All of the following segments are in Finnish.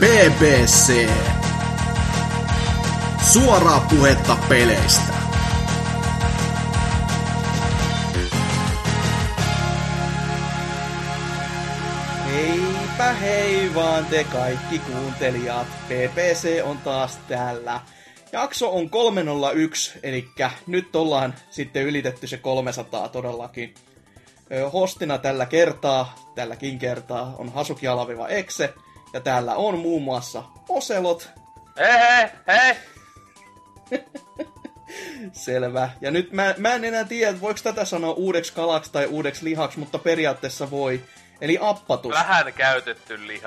BBC. Suoraa puhetta peleistä. Heipä hei vaan te kaikki kuuntelijat. BBC on taas täällä. Jakso on 301, eli nyt ollaan sitten ylitetty se 300 todellakin. Hostina tälläkin kertaa on Hasuki-Exe, ja täällä on muun muassa Oselot. Hei! Selvä. Ja nyt mä en enää tiedä, voiko tätä sanoa uudeksi kalaksi tai uudeksi lihaksi, mutta periaatteessa voi. Eli appatus. Vähän käytetty liha.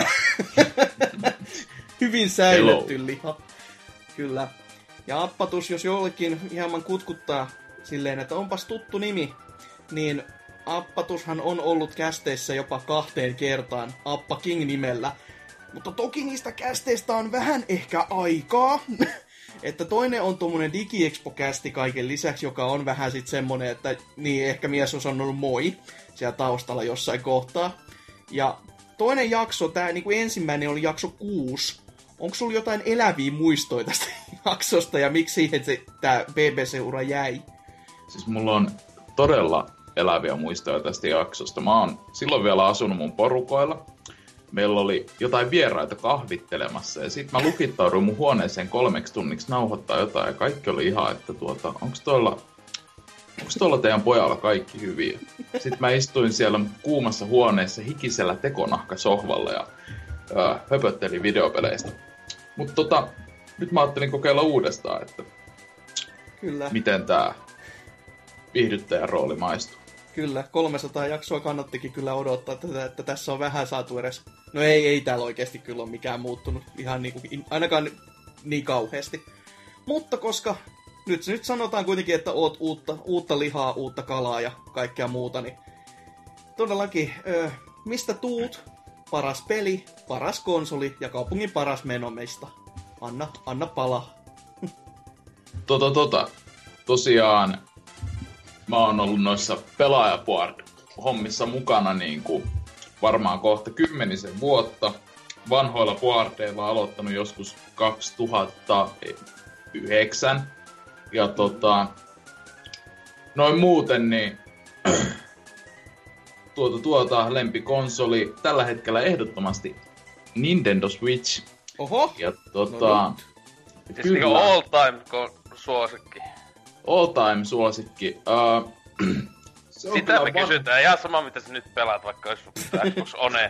Hyvin säilytty liha. Kyllä. Ja appatus, jos jollekin hieman kutkuttaa silleen, että onpas tuttu nimi, niin appatushan on ollut kästeissä jopa 2 kertaan Appa King-nimellä. Mutta toki niistä kästeistä on vähän ehkä aikaa. Että toinen on tommonen DigiExpo-kästi kaiken lisäksi, joka on vähän sit semmonen, että niin ehkä mies on sanonut moi siellä taustalla jossain kohtaa. Ja toinen jakso, tää niinku ensimmäinen oli jakso 6. Onko sulla jotain eläviä muistoja tästä jaksosta ja miksi siihen tää BBC-ura jäi? Siis mulla on todella eläviä muistoja tästä jaksosta. Mä oon silloin vielä asunut mun porukoilla. Meillä oli jotain vieraita kahvittelemassa ja sit mä lukittauduin mun huoneeseen 3 tunniksi nauhoittaa jotain ja kaikki oli ihan, että onks tuolla teidän pojalla kaikki hyviä? Sitten mä istuin siellä kuumassa huoneessa hikisellä tekonahkasohvalla ja höpöttelin videopeleistä. Mutta nyt mä ajattelin kokeilla uudestaan, että Kyllä. Miten tää viihdyttäjän rooli maistuu. Kyllä, 300 jaksoa kannattikin kyllä odottaa, että tässä on vähän saatu edes... No ei täällä oikeasti kyllä ole mikään muuttunut ihan niinku, ainakaan niin kauheasti. Mutta koska nyt sanotaan kuitenkin, että oot uutta lihaa, uutta kalaa ja kaikkea muuta, niin todellakin, mistä tuut? Paras peli, paras konsoli ja kaupungin paras menomista. Anna palaa. Tosiaan mä oon ollut noissa pelaajaboard-hommissa mukana niinku varmaan kohta 10 vuotta. Vanhoilla boardeilla aloittanut joskus 2009. Ja noin muuten niin lempikonsoli tällä hetkellä ehdottomasti Nintendo Switch. Oho! Ja no siis niinku all time suosikki. All time suosikki. Sitä me kysytään ihan sama mitä sä nyt pelaat, vaikka olisi Xbox One.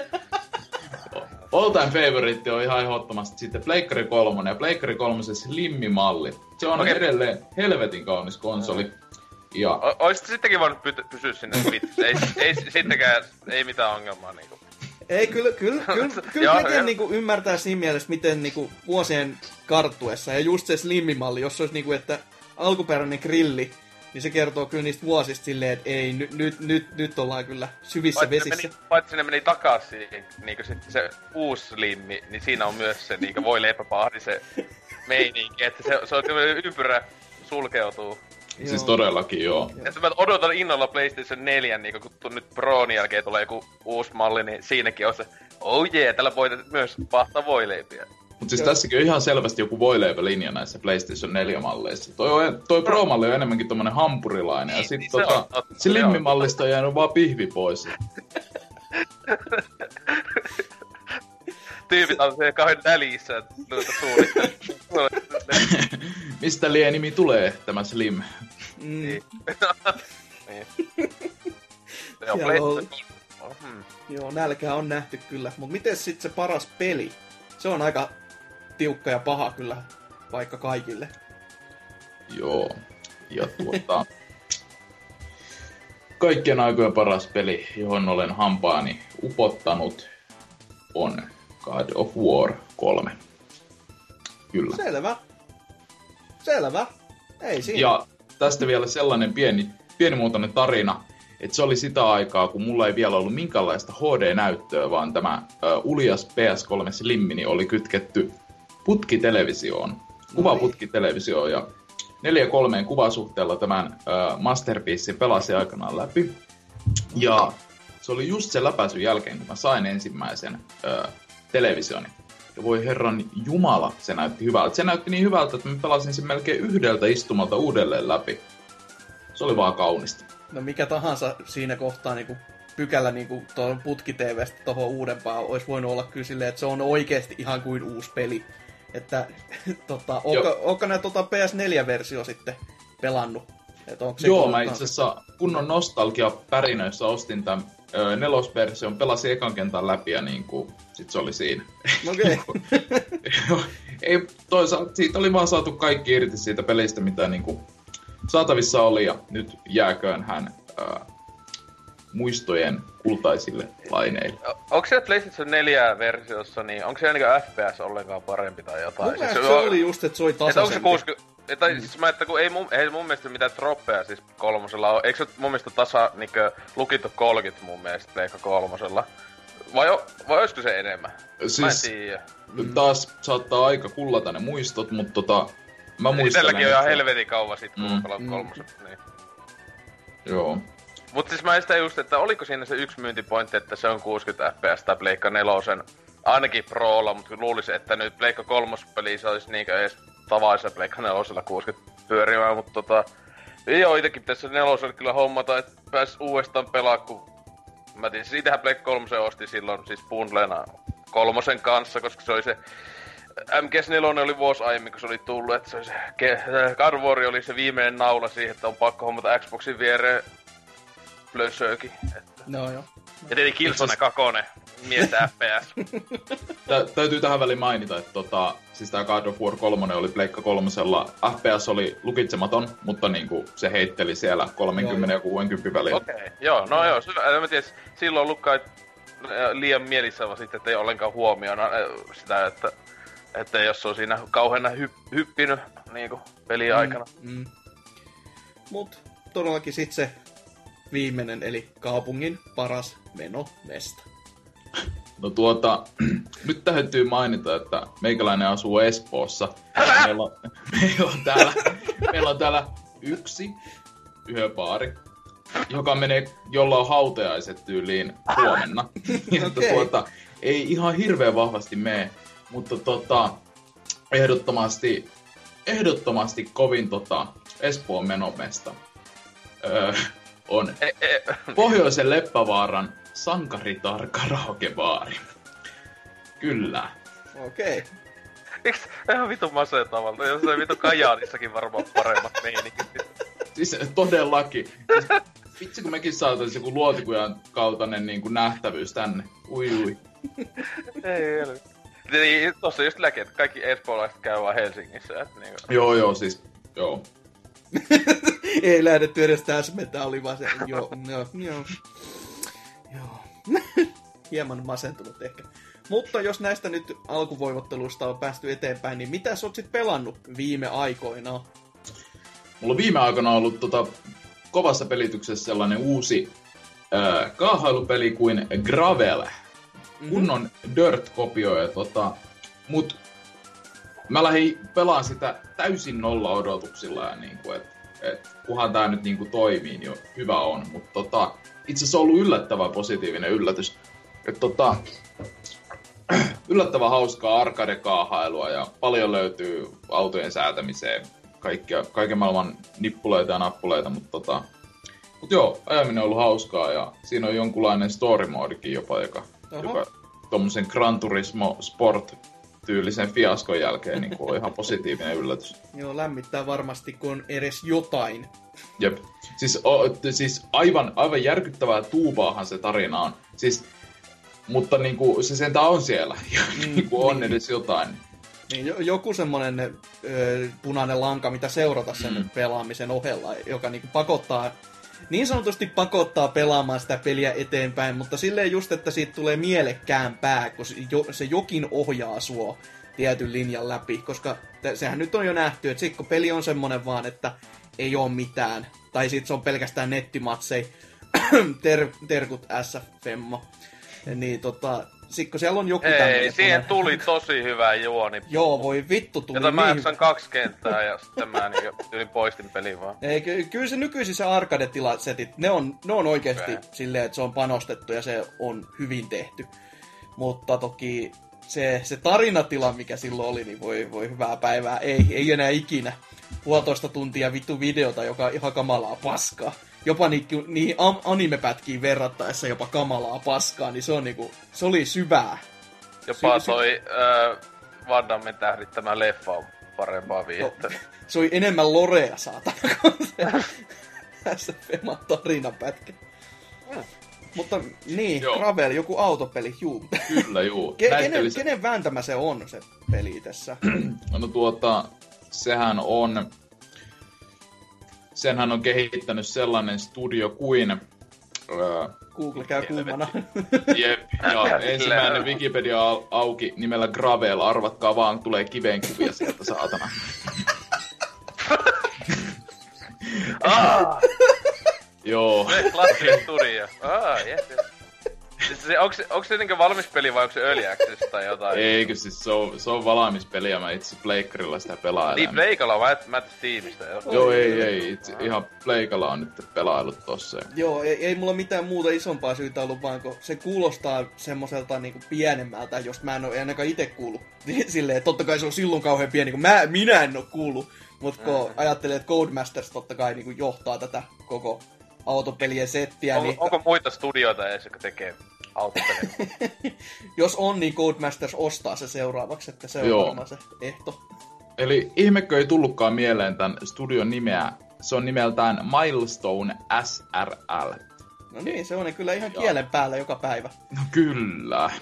All time favorite on ihan ehdottomasti sitten Pleikkari 3 ja Pleikkari 3 Slimmi-malli. Se on edelleen helvetin kaunis konsoli. Ja oisit sittenkin voinut pysyä sinne Switchissä. Ei sittenkään, ei mitään ongelmaa niinku. Ei, kyllä miten niinku ymmärtää siinä mielessä, miten niinku vuosien karttuessa, ja just se slimmimalli, jos se olisi niinku, että alkuperäinen grilli, niin se kertoo kyllä niistä vuosista silleen, että ei, nyt ollaan kyllä syvissä vesissä. Paitsi ne meni takaisin, niinku se uusi slimmi, niin siinä on myös se niinku voileipäpahdi se meininki, että se on ympyrä sulkeutuu. Siis todellakin, joo. Että mä odotan innolla PlayStation 4, niin kun nyt Proon jälkeen tulee joku uusi malli, niin siinäkin on se, oh yeah, tällä voi myös pahtaa voileipiä. Mut siis tässäkin on ihan selvästi joku voileipälinja näissä PlayStation 4-malleissa. Toi Pro-malli on enemmänkin tommonen hampurilainen, ja sit Slimmi-mallista on jäänyt vaan pihvi pois. Tyypit on se kauhean välissä, noita suunnitteluja. Mistä lie nimi tulee, tämä Slim? Niin. Joo, nälkää on nähty kyllä. Mut miten sit se paras peli? Se on aika tiukka ja paha kyllä, vaikka kaikille. Joo, ja kaikkien aikojen paras peli, johon olen hampaani upottanut, on God of War 3. Kyllä. Selvä. Ei siinä. Ja tästä vielä sellainen pienimuotoinen tarina, että se oli sitä aikaa, kun mulla ei vielä ollut minkäänlaista HD-näyttöä, vaan tämä uljas PS3 Slimmi niin oli kytketty putkitelevisioon, kuvaputkitelevisioon, ja 4:3 kuvasuhteella tämän Masterpiecein pelasi aikanaan läpi. Ja se oli just se läpäisyn jälkeen, kun mä sain ensimmäisen televisioni, Ja voi herran jumala, se näytti hyvältä. Se näytti niin hyvältä, että mä pelasin sen melkein yhdeltä istumalta uudelleen läpi. Se oli vaan kaunista. No mikä tahansa siinä kohtaa niinku pykälä niinku tuon putki-TV:stä tohon uudempaan olisi voinut olla kyllä silleen, että se on oikeesti ihan kuin uusi peli. Että ootko nää PS4-versio sitten pelannut? Joo, mä itse asiassa kunnon nostalgia-pärinöissä ostin tämän nelosversion, pelasin ekan kentän läpi ja niinku, sit se oli siinä. Okei. Ei, toisaalta siitä oli vaan saatu kaikki irti siitä pelistä, mitä niinku saatavissa oli, ja nyt jääköön hän muistojen kultaisille laineille. Onko se PlayStation 4-versiossa, niin onko se ainakaan FPS ollenkaan parempi tai jotain? Mun se oli just, että se oli tasaisempi. Onko se 60... Tai siis mä, että kun ei mun mielestä mitään droppeja siis kolmosella ole. Eikö se mun mielestä niinkö lukittu 30 mun mielestä Pleikka kolmosella? Vai olisiko se enemmän? Siis, mä en tiedä. Taas saattaa aika kullata ne muistot, mutta mä muistelen... Itselläkin on ihan helvetin kauan sit, kun on pelannut kolmosen. Niin. Joo. Mut siis mä sitä just, että oliko siinä se yksi myyntipointti, että se on 60 fps tai Pleikka 4, ainakin Prolla, mutta luulisin, että nyt Pleikka 3-peli se olisi niinkö edes tavallisella Pleikka 4 60 pyörimään, mutta joo, itekin tässä 4 kyllä hommata, että pääs uudestaan pelaa, kun mä tiedän, siitähän Pleikka 3 osti silloin siis bundlena 3 kanssa, koska se oli se MGS4 oli vuosi aiemmin, kun se oli tullut, että se oli se God War oli se viimeinen naula siihen, että on pakko hommata Xboxin viereen Blösöökin. No joo. Ja tietenkin Killzone 2, miestä FPS. Täytyy tähän väliin mainita, että siis tää God of War 3 oli Pleikka 3. FPS oli lukitsematon, mutta niinku se heitteli siellä 30 ja 60 välillä. Okei, joo, no joo, mä tiedän, silloin on ollut kai liian mielissä vaan sitten, että ei ollenkaan huomiona sitä, että jos on siinä kauheena hyppinyt niinku pelin aikana. Mut todellakin sit se viimeinen, eli kaupungin paras menomesta. No nyt täytyy mainita, että meikäläinen asuu Espoossa. Meillä on täällä yhden baari, jolla on hautajaiset tyyliin huomenna. Okay. Ei ihan hirveän vahvasti mene, mutta ehdottomasti kovin Espoon menomesta on Pohjoisen Leppävaaran Sankaritar karaokebaari. Kyllä. Okei. Eiks ihan vitun masentavalta? Jos se vitun Kajaanissakin varmaan paremmat meininkin. Siis todellakin. Vitsi kun mekin saatais joku Luotikujan kaltainen niin kuin nähtävyys tänne. Ui. Ei, tossa just läki, että kaikki espoolaiset käy vaan Helsingissä. Niin kuin... Joo. Ei lähdetty edes täsmentää, oli vaan se, joo. Hieman masentunut ehkä. Mutta jos näistä nyt alkuvoivotteluista on päästy eteenpäin, niin mitä sä oot sit pelannut viime aikoina? Mulla on viime aikoina ollut kovassa pelityksessä sellainen uusi kaahailupeli kuin Gravel. Kunnon Dirt-kopio. Mut mä lähdin pelaan sitä täysin nolla odotuksilla ja niinku, kunhan tää nyt niinku toimii, niin hyvä on. Mutta itse asiassa on ollut yllättävän positiivinen yllätys. Yllättävän hauskaa arcade-kaahailua ja paljon löytyy autojen säätämiseen kaiken maailman nippuleita ja nappuleita, mutta joo, ajaminen on ollut hauskaa ja siinä on jonkunlainen story-moodikin jopa, joka tommosen Gran Turismo Sport-tyylisen fiaskon jälkeen niin on ihan positiivinen yllätys. Joo, lämmittää varmasti, kun on edes jotain. Jep. Siis aivan järkyttävää tuubaahan se tarina on. Siis, mutta niinku, se sentään on siellä, niinku on edes jotain. Niin, joku semmonen punainen lanka, mitä seurata sen pelaamisen ohella, joka niinku niin sanotusti pakottaa pelaamaan sitä peliä eteenpäin, mutta silleen just, että siitä tulee mielekkäämpää, kun se jokin ohjaa sua tietyn linjan läpi, koska sehän nyt on jo nähty, että sit kun peli on semmonen vaan, että ei oo mitään, tai sit se on pelkästään nettimatsei, terkut SF-femmo, niin sit kun siellä on joku tämmönen... Ei, siihen tuli tosi hyvä juoni. Joo, voi vittu, tuli jota mä jaksan 2 kenttää ja sitten mä niin poistin pelin vaan. Ei, kyllä se nykyisissä arcade-tilasetit, ne on oikeesti silleen, että se on panostettu ja se on hyvin tehty. Mutta toki se tarinatila, mikä silloin oli, niin voi hyvää päivää. Ei enää ikinä. 1,5 tuntia vittu videota, joka on ihan kamalaa paskaa. Jopa niihin anime-pätkiin verrattaessa jopa kamalaa paskaa, niin se on niinku, se oli syvää. Jopa toi Van Dammen tähdittämä leffa on parempaa viihettä. Se oli enemmän lorea, saatana, kuin tässä Feman tarinapätkä. Mutta niin, Gravel, joku autopeli, juu. Kyllä, juu. Kenen vääntämä se on, se peli tässä? No senhän on kehittänyt sellainen studio kuin... Google käy kuumana. Jep, ja ensimmäinen Wikipedia auki nimellä Gravel. Arvatkaa vaan, tulee kivenkuvia sieltä, saatana. Joo. Klassinen studio. Yes. Onko se niinkö valmis peli vai onko se Early Access tai jotain? Eikö siis se on valmis peli ja mä itse Pleikkarilla sitä pelailen. Niin Pleikalla, mä Steamista. Joo, ei. Itse ihan Pleikalla on nyt pelailut tossa. Joo, ei mulla mitään muuta isompaa syytä ollut, vaan kun se kuulostaa semmoiselta niinku pienemmältä, jos mä en oo ainakaan ite kuullut. Silleen, totta kai se on silloin kauhean pieni, kun minä en oo kuullut. Mut kun ajattelee, että Codemasters totta kai niinku johtaa tätä koko autopelien settiä. Onko muita studioita edes, jotka tekee autopelejä? Jos on, niin Codemasters ostaa se seuraavaksi, että se on varmaan se ehto. Eli ihmekö ei tullutkaan mieleen tämän studion nimeä. Se on nimeltään Milestone SRL. No niin, se on kyllä ihan kielen päällä joka päivä. No kyllä.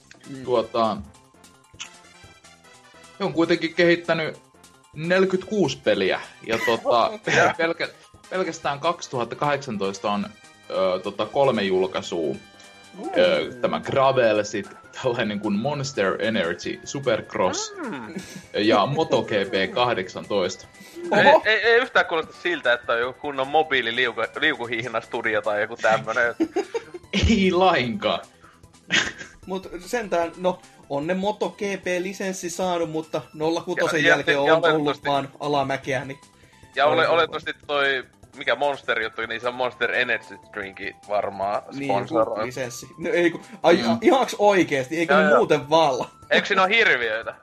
He on kuitenkin kehittänyt 46 peliä. Ja pelkästään 2018 on 3 julkaisua. Tämä Gravel, sit tällainen kuin Monster Energy Supercross ja MotoGP 18. Ei yhtään kuulosta siltä, että on joku kunnon mobiili liukuhiihnastudio tai joku tämmönen. Ei lainkaan. Mut sentään, no, on ne MotoGP-lisenssi saanut, mutta 06 jälkeen on ollut vaan alamäkeä, niin... Ja oletusti toi... Mikä Monster-juttu, niin se on Monster Energy Drinki varmaan sponsoroi. Niin, lisenssi. No, ihanks oikeesti, eikö ne muuten valla? Eikö siinä ole hirviöitä?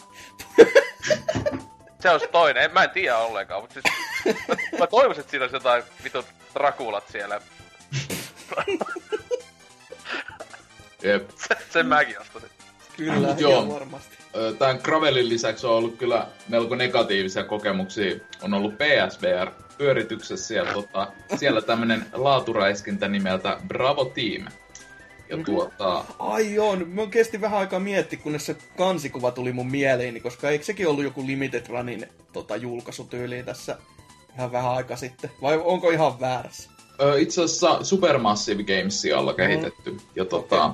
Se olisi toinen, mä en tiedä ollenkaan, mutta siis... Mä toivoisin, että siinä olisi jotain vitun Drakulat siellä. Jep. Sen mäkin ostasin. Kyllä, ihan varmasti. Tämän Gravelin lisäksi on ollut kyllä melko negatiivisia kokemuksia. On ollut PSVR-pyörityksessä ja siellä tämmönen laaturäiskintä nimeltä Bravo Team. Ja Ai joo, mä kesti vähän aikaa miettiä, kunnes se kansikuva tuli mun mieleeni, koska eikö sekin ollut joku Limited Runin julkaisutyyliin tässä ihan vähän aika sitten? Vai onko ihan väärässä? Itse asiassa Supermassive Gamesin alla kehitetty. Ja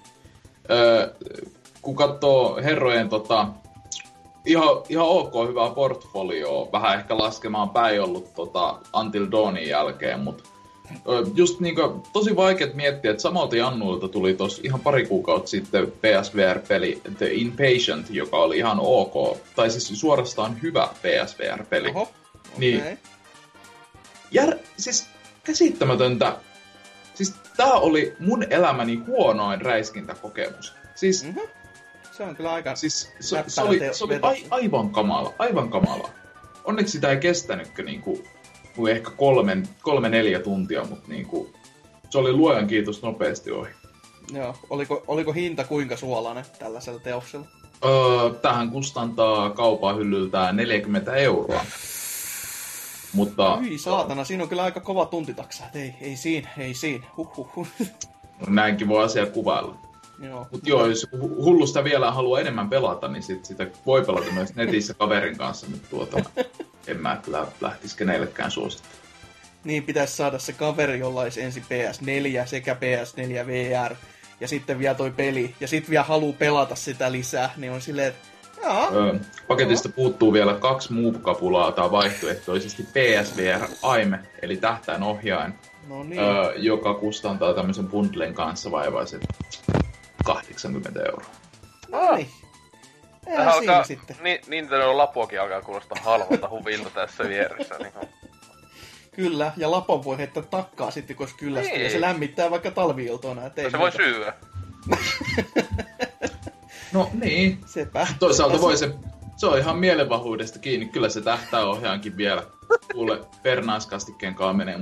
kun katsoo herrojen ihan ok hyvää portfolioa, vähän ehkä laskemaan päin ollut Until Dawnin jälkeen, mutta just niinku tosi vaikeet miettiä, että samalta Jannuilta tuli tossa ihan pari kuukautta sitten PSVR-peli The Inpatient, joka oli ihan ok, tai siis suorastaan hyvä PSVR-peli. Oho, niin, siis käsittämätöntä. Siis tää oli mun elämäni huonoin räiskintäkokemus. Siis se on kyllä aika... Siis se oli aivan kamala. Onneksi sitä ei kestänytkö niinku ehkä 3-4 tuntia, mutta niinku se oli luojan kiitos nopeasti ohi. Joo, oliko hinta kuinka suolainen tällaisella teoksella? Tähän kustantaa kaupan hyllyltään 40 €. Mutta... Hyi saatana, siinä on kyllä aika kova tuntitaksa. Ei siinä. Huhhuh. Näinkin voi asia kuvailla. Mutta jos hullusta vielä haluaa enemmän pelata, niin sitä voi pelata myös netissä kaverin kanssa, mutta en mä kyllä lähtisi kenellekään suosittelemaan. Niin, pitäisi saada se kaveri, jolla olisi ensin PS4 sekä PS4 VR, ja sitten vielä toi peli, ja sitten vielä haluu pelata sitä lisää, niin on silleen, että paketista puuttuu vielä 2 Move-kapulaa tai vaihtoehtoisesti PSVR Aime, eli tähtäin ohjain, joka kustantaa tämmöisen bundlen kanssa vaivaiset 80 €. Ai. Siinä sitten. Nintendo Lapuakin alkaa kuulostaa halvalta huvilta tässä vieressä. Niin. Kyllä, ja Lapon voi heittää takkaa sitten, koska kyllästyy. Ja se lämmittää vaikka talvi-iltoina. Se voi syyä. No niin. Sepä. Toisaalta se on ihan mielenvahvuudesta kiinni. Kyllä se tähtäohjaankin vielä kuule pernaiskastikkeen kanssa menee.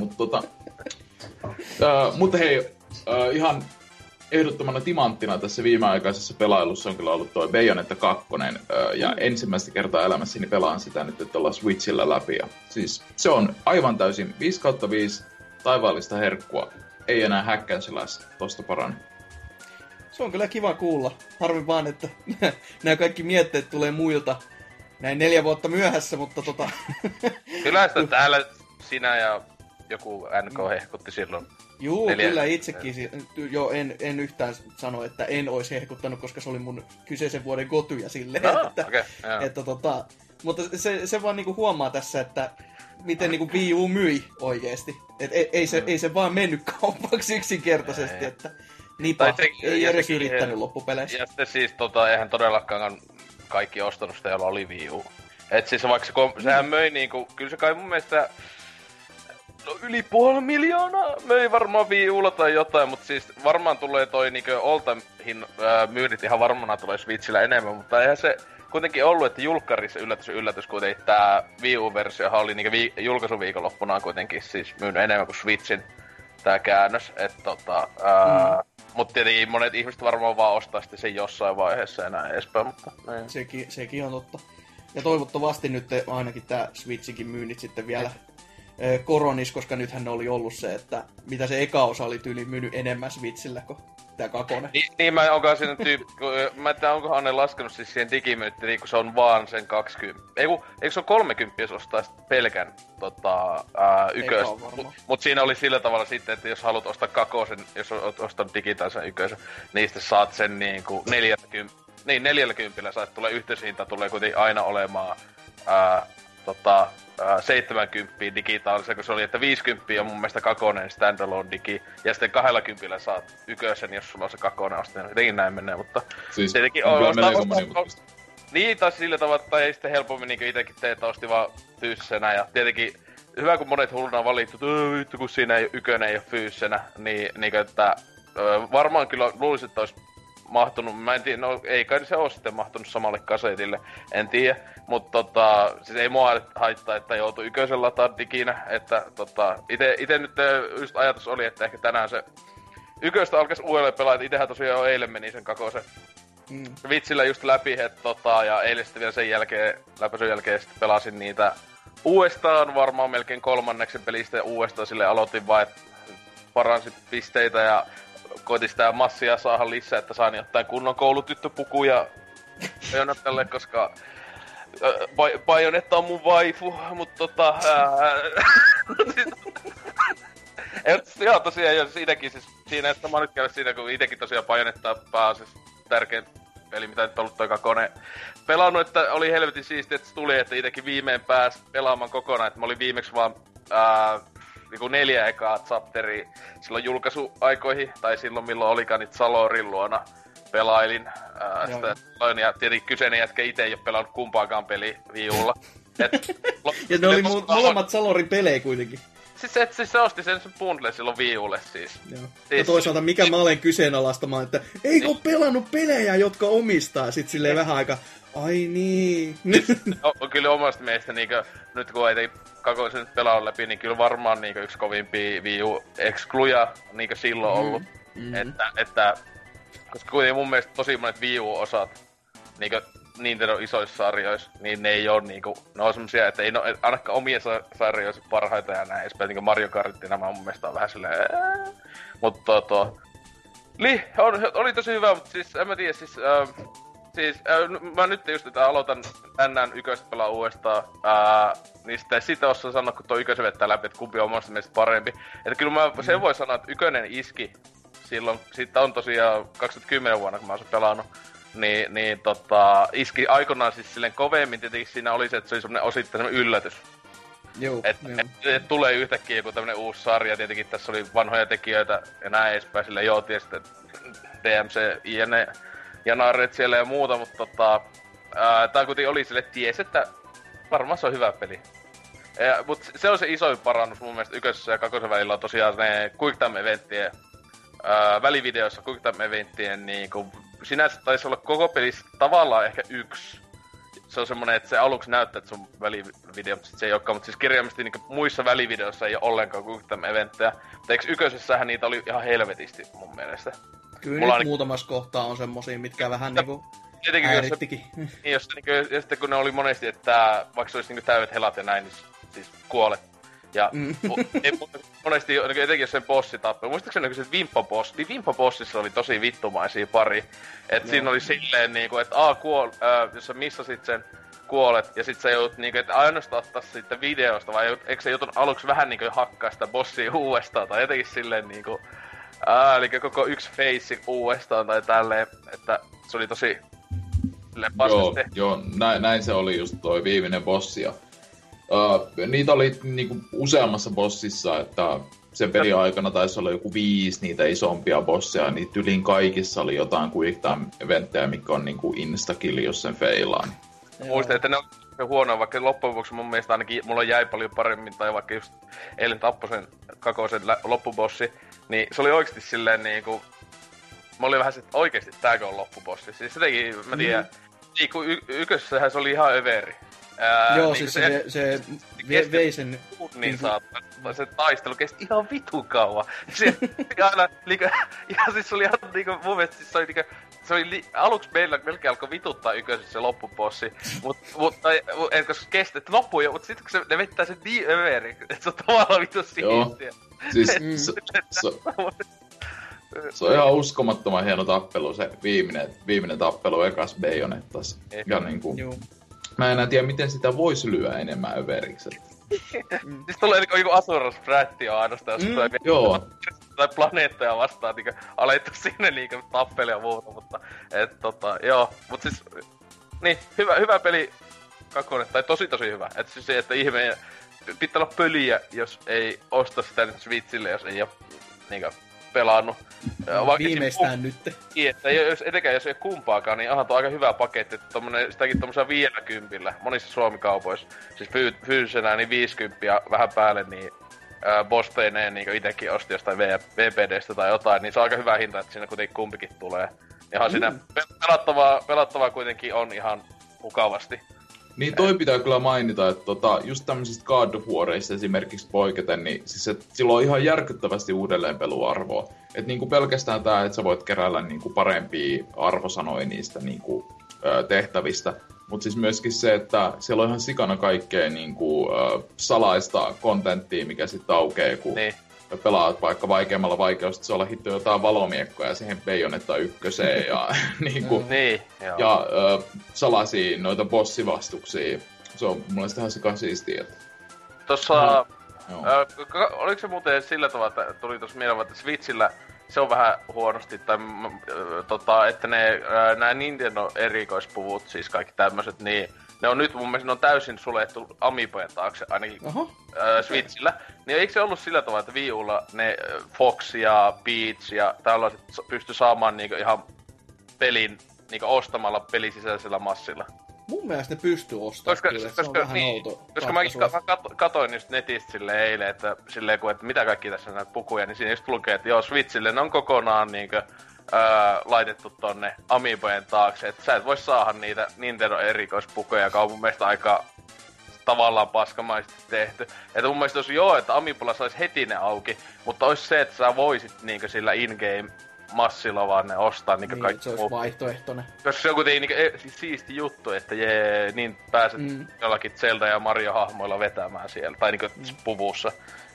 Mutta hei, ihan ehdottomana timanttina tässä viimeaikaisessa pelailussa on kyllä ollut toi Bayonetta 2. Ja ensimmäistä kertaa elämässäni pelaan sitä nyt tuolla Switchillä läpi. Ja siis se on aivan täysin 5/5 taivaallista herkkua. Ei enää häkkäänsiläistä tosta parane. Se on kyllä kiva kuulla. Harmi vaan, että nämä kaikki mietteet tulee muilta näin 4 vuotta myöhässä, mutta Kyllä sitä täällä sinä ja joku NK hehkutti silloin. Juu, kyllä itsekin. Jo en yhtään sano, että en olisi hehkuttanut, koska se oli mun kyseisen vuoden gotyja silleen. Mutta se vaan niinku huomaa tässä, että miten niinku Wii U myi oikeesti. Ei se vaan mennyt kaupaksi yksinkertaisesti, että nipa ei edes yrittänyt loppupeleissä. Ja sitten siis eihän todellakaan kaikki ostanut sitä, jolla oli Wii U. Et siis vaikka sehän möi niinku, kyllä se kai mun mielestä yli 500,000 möi varmaan Wii Ulla tai jotain, mutta siis varmaan tulee toi niinku all-time myynnit ihan varmana tulee Switchillä enemmän, mutta eihän se kuitenkin ollut, että julkkarissa yllätys kuitenkin tää Wii U-versiohan oli niinku julkaisuviikonloppuna kuitenkin siis myynyt enemmän kuin Switchin tää käännös, mut tietenkin monet ihmiset varmaan vaan ostaa sitten sen jossain vaiheessa ja näin edespäin, mutta niin. Sekin on totta. Ja toivottavasti nyt ainakin tää Switchikin myynnit sitten vielä koronis, koska nythän ne oli ollut se, että mitä se eka osa oli tyyli myynyt enemmän Switchillä kuin tää kakonen. Niin mä onkohan siinä mä en tiedä, onkohan ne laskenut siis siihen digimyyttiin, kun se on vaan sen 20. Eikö se on 30, jos ostaa pelkän yköstä. Mut siinä oli sillä tavalla sitten, että jos haluat ostaa kakosen, jos oot ostanut digitaalisen ykösen, niin sitten saat sen niinku 40 saat, tulee yhteishinta, tulee kuitenkin aina olemaan 70 digitaalisen, kun se oli, että 50 on mun mielestä kakonen standalone digi, ja sitten 20 saat ykösen, jos sulla on se kakonen ostaa, niin näin menee, mutta siis tietenkin niin, taas sillä tavalla, että ei sitten helpommin niin itekin teitä osti vaan fyyssenä, ja tietenkin hyvä, kun monet hulluna on valittu, että vittu, kun siinä ykönen ei ole fyyssenä, niin että varmaan kyllä luulisin, että olisi mahtunut, mä en tiedä, no ei kai se oo sitten mahtunut samalle kasetille, en tiedä, mutta siis ei mua haittaa, että joutuu yköisen lataa diginä, että ite nyt just ajatus oli, että ehkä tänään se yköistä alkaisi uudelleen pelaa, että itehän tosiaan jo eilen meni sen kakosen vitsillä just läpi, että ja eilen sitten vielä sen jälkeen, läpäisyn jälkeen sitten pelasin niitä uudestaan, varmaan melkein 3. pelistä uudestaan sille aloitin vaan, että paransin pisteitä ja koitin sitä massia saada lisää, että saan jotain kunnon koulutyttöpukuja Bayonettalle, koska Bayonetta on mun waifu, mutta joo, tosiaan, jos siinäkin siis, siinä, että mä oon nyt käynyt siinä, kun itekin tosiaan Bayonetta pääasiassa tärkein peli, mitä nyt on ollut toi kakone pelannut, että oli helvetin siistiä, että se tuli, että itekin viimein pääsi pelaamaan kokonaan, että mä olin viimeksi vaan niinku 4 ekaa chapteria silloin julkaisuaikoihin, tai silloin milloin olikaan niitä Salorin luona pelailin sitä silloin, ja tietenkin kyseinen jätkä ite ei oo pelannut kumpaakaan peliä Wii Ulla. Ja ne oli molemmat Salorin pelejä kuitenkin. Siis se osti sen bundle silloin Wii Ulle siis. Joo. Ja toisaalta mikä mä olen kyseenalaistamaan, että eikö oo pelannut pelejä, jotka omistaa, sit silleen vähän aika, ai niin. On kyllä omasta mielestä niinkö, nyt kun ei kakoisen nyt pelaa läpi, niin kyllä varmaan niinkö yksi kovimpia Wii U-excluja niinkö silloin ollut. Että koska kuitenkin mun mielestä tosi monet Wii U-osat niinkö Nintendo isoissa sarjoissa, niin ne ei oo niinku, ne on semmosia, että ei ne ainakaan omia sarjoissa parhaita ja näin, especially niinku Mario Kartin, nämä mun mielestä on vähän silleen mutta oli tosi hyvä, mutta siis en mä tiedä, siis mä nyt just, että aloitan NN yköistä pelaa uudestaan, niin sitten osaa sanoa, kun tuo yköisen vettää läpi, että kumpi on omasta mielestä parempi. Että kyllä mä sen voi sanoa, että ykönen iski silloin, siitä on tosiaan 2010 vuonna, kun mä oon sen pelannut, niin iski aikoinaan siis silleen kovemmin, tietenkin siinä oli se, että se oli semmonen osittain semmonen yllätys. Joo, et tulee yhtäkkiä joku tämmönen uusi sarja, tietenkin tässä oli vanhoja tekijöitä ja näin edespäin, silleen joo, tietysti DMC, INE ja Narret siellä ja muuta, mutta tää kuitenkin oli silleen, ties, että varmaan se on hyvä peli. Mut se on se isoin parannus mun mielestä ykkösessä ja kakosen välillä on tosiaan ne Quick Time Eventtien välivideoissa Quick Time Eventtien niinku sinänsä taisi olla koko pelissä tavallaan ehkä yksi. Se on semmonen, että se aluksi näyttää, että se on välivideo, mutta sit se ei olekaan. Mutta siis kirjaimisesti niin muissa välivideoissa ei ole ollenkaan kuin eventtejä. Mutta eikö ykkösessähän niitä oli ihan helvetisti mun mielestä? Kyllä nyt muutamassa kohtaa on semmosia, mitkä vähän niinku äärittikin. Niin, jos, niin, ja sitten kun ne oli monesti, että vaikka se olisi niin täydet helat ja näin, niin siis kuolet. Ja monesti, etenkin jos sen bossi tappoi. Muistaakseni se Vimppa-boss, niin Vimppa-bossissa oli tosi vittumaisia pari. Et siinä oli silleen niinku, että jos sä missasit sen, kuolet, ja sit sä joudut niinku, että ainoastaan ottaa siitä videosta, vai eikö sä joutunut aluksi vähän niinku hakkaa sitä bossia uudestaan, tai jotenkin silleen niinku, eli koko yksi face uudestaan tai tälleen, että se oli tosi Joo, näin se oli just toi viimeinen bossi. Ja, niitä oli niinku useammassa bossissa, että sen pelin aikana taisi olla joku 5 niitä isompia bosseja, niin tylin kaikissa oli jotain quick time-eventtejä, mikä on niinku instakill, jos sen feilaa. Muistan, että ne on huonoa, vaikka loppujen vuoksi mun mielestä ainakin mulla jäi paljon paremmin, tai vaikka just eilen tappoi sen kakosen loppubossi, niin se oli oikeesti silleen niinku, mä olin vähän se, että oikeesti tääkö on loppubossi. Siis jotenkin, mä tiedän, kun ykkösessähän se oli ihan överi. Joo, niin siis se vei sen... Niin saattaa, se taistelu kesti ihan vitun kauan. Aina, ja siis se oli ihan niinku, mun mielestä siis se oli aluksi meillä melkein alkoi vituttaa ykkösessä se loppubossi, mutta koska se kesti, että loppuu jo, mutta sitten kun ne vettää sen niin överi, että se on tavallaan vitun siistiä. Siis se on ihan uskomattoman hieno tappelu, se viimeinen tappelu ekas Bayonettas. Ja niinku... Mä en enää tiedä, miten sitä voisi lyödä enemmän överiksi. Siis tulee niinku Asuras-frätti on ainoastaan, jos tulee tai planeettoja vastaan, niinku alettu sinne niinku tappeli ja muuta, mutta joo. Mut siis, niin, hyvä peli kakkonen, tai tosi hyvä. Et siis se, että ihmeen, pitää olla pöliä, jos ei osta sitä nyt Switchille, jos ei oo niinku pelannut. Viimeistään nytte. Että etenkään jos ei ole kumpaakaan, niin onhan tuo aika hyvä paketti. Sitäkin tommosella 50, monissa Suomi-kaupoissa, siis fyysisenä niin 50 vähän päälle, niin bosseineen niin itekin osti jostain VPDstä tai jotain, niin se on aika hyvä hinta, että siinä kuitenkin kumpikin tulee. Ihan siinä pelattavaa kuitenkin on ihan mukavasti. Niin toi pitää kyllä mainita, että just tämmöisistä God of Warista esimerkiksi poiketen, niin siis sillä on ihan järkyttävästi uudelleenpeluarvoa. Että niinku pelkästään tää, että sä voit keräillä niinku parempia arvosanoja niistä niinku, tehtävistä. Mutta siis myöskin se, että siellä on ihan sikana kaikkea niinku, salaista kontenttia, mikä sitten aukeaa, kun pelaat vaikka vaikeammalla vaikeustasella hitto jotain valomiekkoja siihen Bayonetta 1:een ja niinku, ja salaisia noita bossivastuksia. Se on mun mielestä ihan sikasiistiä. Tossa, oliko se muuten sillä tavalla, että tuli tossa mieleen, että Switchillä se on vähän huonosti, tai että nää Nintendo erikoispuvut, siis kaikki tämmöset, niin ne on nyt mun mielestä ne on täysin suljettu Amiibojen taakse, ainakin Switchillä. Niin eikö se ollut sillä tavalla, että Wii Ulla ne Fox ja Peach ja tällaiset pysty saamaan niinku ihan pelin niinku ostamalla pelisisäisellä massilla? Mun mielestä ne pystyy ostamaan kyllä, se on vähän outo. Koska mä katoin just netistä silleen eilen, että silleen kun, että mitä kaikki tässä näitä pukuja, niin siinä just lukee, että joo, Switchille ne on kokonaan niinkö laitettu tonne Amiibojen taakse, että sä et voi saada niitä Nintendo erikoispukuja, joka on mun mielestä aika tavallaan paskamaisesti tehty. Että mun mielestä olisi että Amiibolla sais heti ne auki, mutta olisi se, että sä voisit niinkö sillä in-game massilla vaan ne ostaa niinku kaikki se olisi vaihtoehtoinen. Koska se on kuitenkin siisti juttu, että niin pääset jollakin Zelda ja Mario-hahmoilla vetämään siellä, tai niinku puvussa.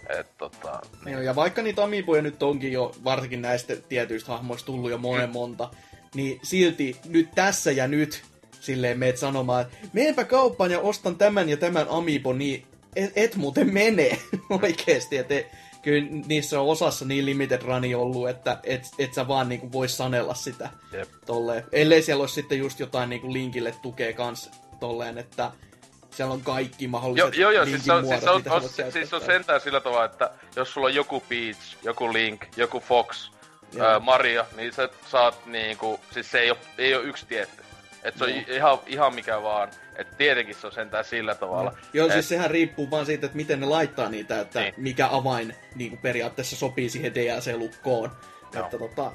Niin. Ja vaikka niitä Amiiboja nyt onkin jo, varsinkin näistä tietyistä hahmoista tullut jo monta, niin silti nyt tässä ja nyt silleen meet sanomaan, että meenpä kauppaan ja ostan tämän ja tämän Amiibo, niin et muuten mene oikeesti, että kyllä niissä on osassa niin limited runi ollut, että et sä vaan niinku vois sanella sitä tolleen. Ellei siellä olisi sitten just jotain niinku linkille tukee kans tolleen, että siellä on kaikki mahdolliset linkin muodot, siis on sentään sillä tavalla, että jos sulla on joku Peach, joku Link, joku Fox, Mario, niin sä saat niinku, siis se ei oo yksi tietty. Et se on ihan mikä vaan. Et tietenkin se on sentään sillä tavalla. Joo, siis sehän riippuu vaan siitä, että miten ne laittaa niitä, että mikä avain niinku periaatteessa sopii siihen DLC-lukkoon. Että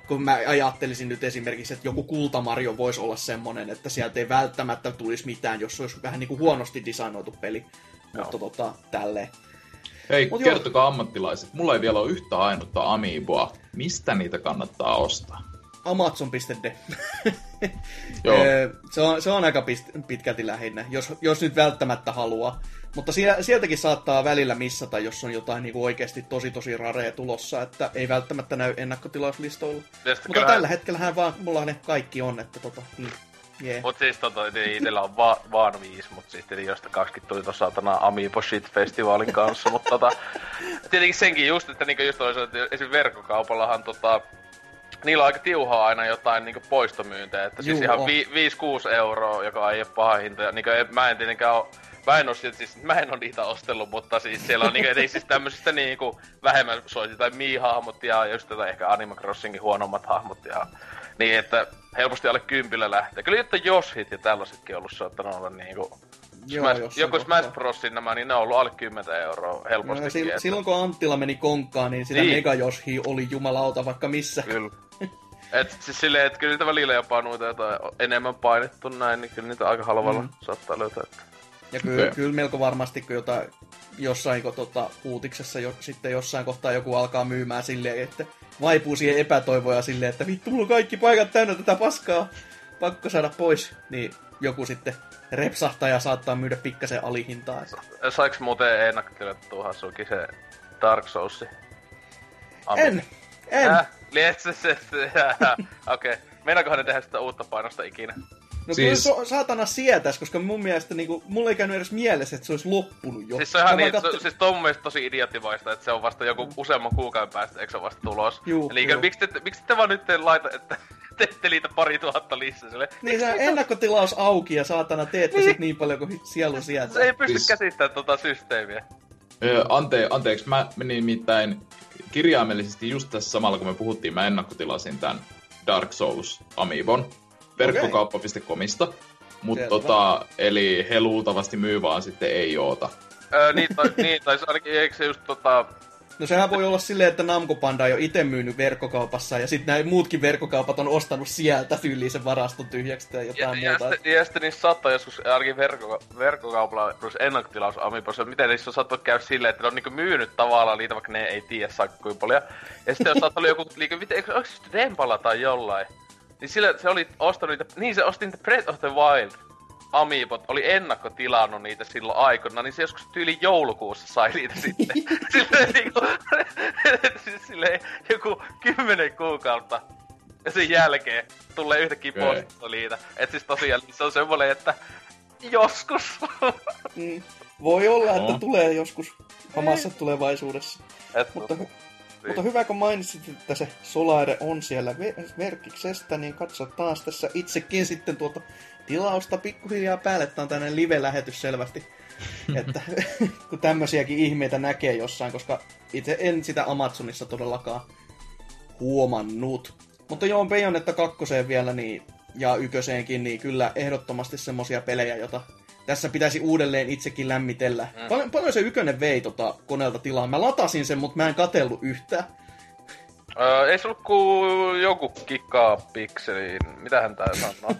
kun mä ajattelisin nyt esimerkiksi, että joku Kultamario voisi olla semmonen, että sieltä ei välttämättä tulisi mitään, jos se olisi vähän niinku huonosti designoitu peli. Joo. Mutta tälleen. Hei, kertokaa ammattilaiset. Mulla ei vielä ole yhtä ainutta Amiiboa. Mistä niitä kannattaa ostaa? Amazon.de. Joo. se on aika pitkälti lähinnä, jos nyt välttämättä haluaa. Mutta sieltäkin saattaa välillä missata, jos on jotain niinku oikeasti tosi rareja tulossa, että ei välttämättä näy ennakkotilauslistoilla. Mutta tällä hetkellähän mulla ne kaikki on, että yeah. Mut siis itellä on vaan 5, mut sitten josta 20 tuli tossa saatana Amiibo Shit-festivaalin kanssa, mut tietenkin senkin just, että niinku just toisaalta esim. Verkkokaupallahan niillä on aika tiuhaa aina jotain niinku poistomyyntejä, että siis ihan 5-6 euroa, joka ei oo paha hinta. Niinku mä en tietenkään mä en oo niitä ostellut, mutta siis siellä on niinku siis tämmöisistä niinku vähemmän soitin tai Mii-hahmot ja just ehkä Animal Crossingin huonommat hahmot ja niin, että helposti alle 10 lähtee. Kyllä jotta Yoshit ja tällaisetkin on ollut saattanut olla niinku joku Smash Brosin nämä, niin ne on ollut alle 10 euroa helposti. No, silloin kun Anttila meni konkkaan, niin sitä Mega Yoshi oli jumalauta vaikka missä. Kyllä. Et siis silleen, että kyllä niitä välillä jopa noita jotain enemmän painettu näin, niin kyllä niitä aika halvalla saattaa löytää. Ja kyllä melko varmasti, kun jossain uutiksessa sitten jossain kohtaa joku alkaa myymään silleen, että vaipuu siihen epätoivoja silleen, että vittu, mulla on kaikki paikat täynnä tätä paskaa, pakko saada pois, niin joku sitten repsahtaa ja saattaa myydä pikkasen alihintaa. Saiks muuten ennakkotilattua Hasuki se Dark Souls? En. Okei. Meinaankohan ne tehdä sitä uutta painosta ikinä? No siis kyllä saatana sietäis, koska mun mielestä niinku, mulla ei käynyt edes mielessä, että se olisi loppunut jo. Siis se on ihan niin, siis on mun mielestä tosi idioottivaista, että se on vasta joku useamman kuukauden päästä, eikö se on vasta tulos? Eli miksi te vaan nyt laita, että teette niitä 2000 lisää sille? Niin se on ennakkotilaus auki ja saatana teette sit niin paljon kuin sielu sieltä. Se ei pysty käsittämään tota systeemiä. Anteeksi, mä menin nimittäin kirjaimellisesti just tässä samalla, kun me puhuttiin, mä ennakkotilasin tän Dark Souls Amiibon verkkokauppa.comista, mutta eli he luultavasti myy vaan sitten ei oota. Tai ainakin eikö se just No sehän voi olla silleen, että Namco Panda on jo ite myynyt verkkokaupassa ja sitten nämä muutkin verkkokaupat on ostanut sieltä tyyliin sen varaston tyhjäksi tai jotain muuta. Ja sitten niissä saattaa joskus ainakin verkkokaupalla ennakkotilaus Amiibossa, miten niissä on saattanut käydä silleen, että ne on niinku myynyt tavallaan niitä, vaikka ne ei tiedä saakka kuinka paljon. Ja sitten on saattanut joku onko se Dempalla tai jollain? Niin sillä se oli ostanut niitä, niin se osti niitä Breath of the Wild Amiibot, oli ennakkotilannut niitä silloin aikoina, niin se joskus tyyli joulukuussa sai niitä sitten. Silleen niinku, silleen joku 10 kuukautta. Ja sen jälkeen tulee yhtäkkiä postissa niitä. Et siis tosiaan se on semmoinen, että joskus. Voi olla, että tulee joskus omassa tulevaisuudessa. Mutta hyvä, kun mainitsit, että se Solaire on siellä merkiksestä, niin katsotaan tässä itsekin sitten tuota tilausta pikkuhiljaa päälle. Tämä on tämmöinen live-lähetys selvästi, että kun tämmöisiäkin ihmeitä näkee jossain, koska itse en sitä Amazonissa todellakaan huomannut. Mutta joo, Bayonetta 2 vielä niin, ja ykköseenkin, niin kyllä ehdottomasti semmosia pelejä, jota tässä pitäisi uudelleen itsekin lämmitellä. Paljon se ykkönen vei koneelta tilaa. Mä latasin sen, mutta mä en katsellut yhtään. Ei se ollut kuin joku kikkaa pikseliin. Mitähän tää sanoo?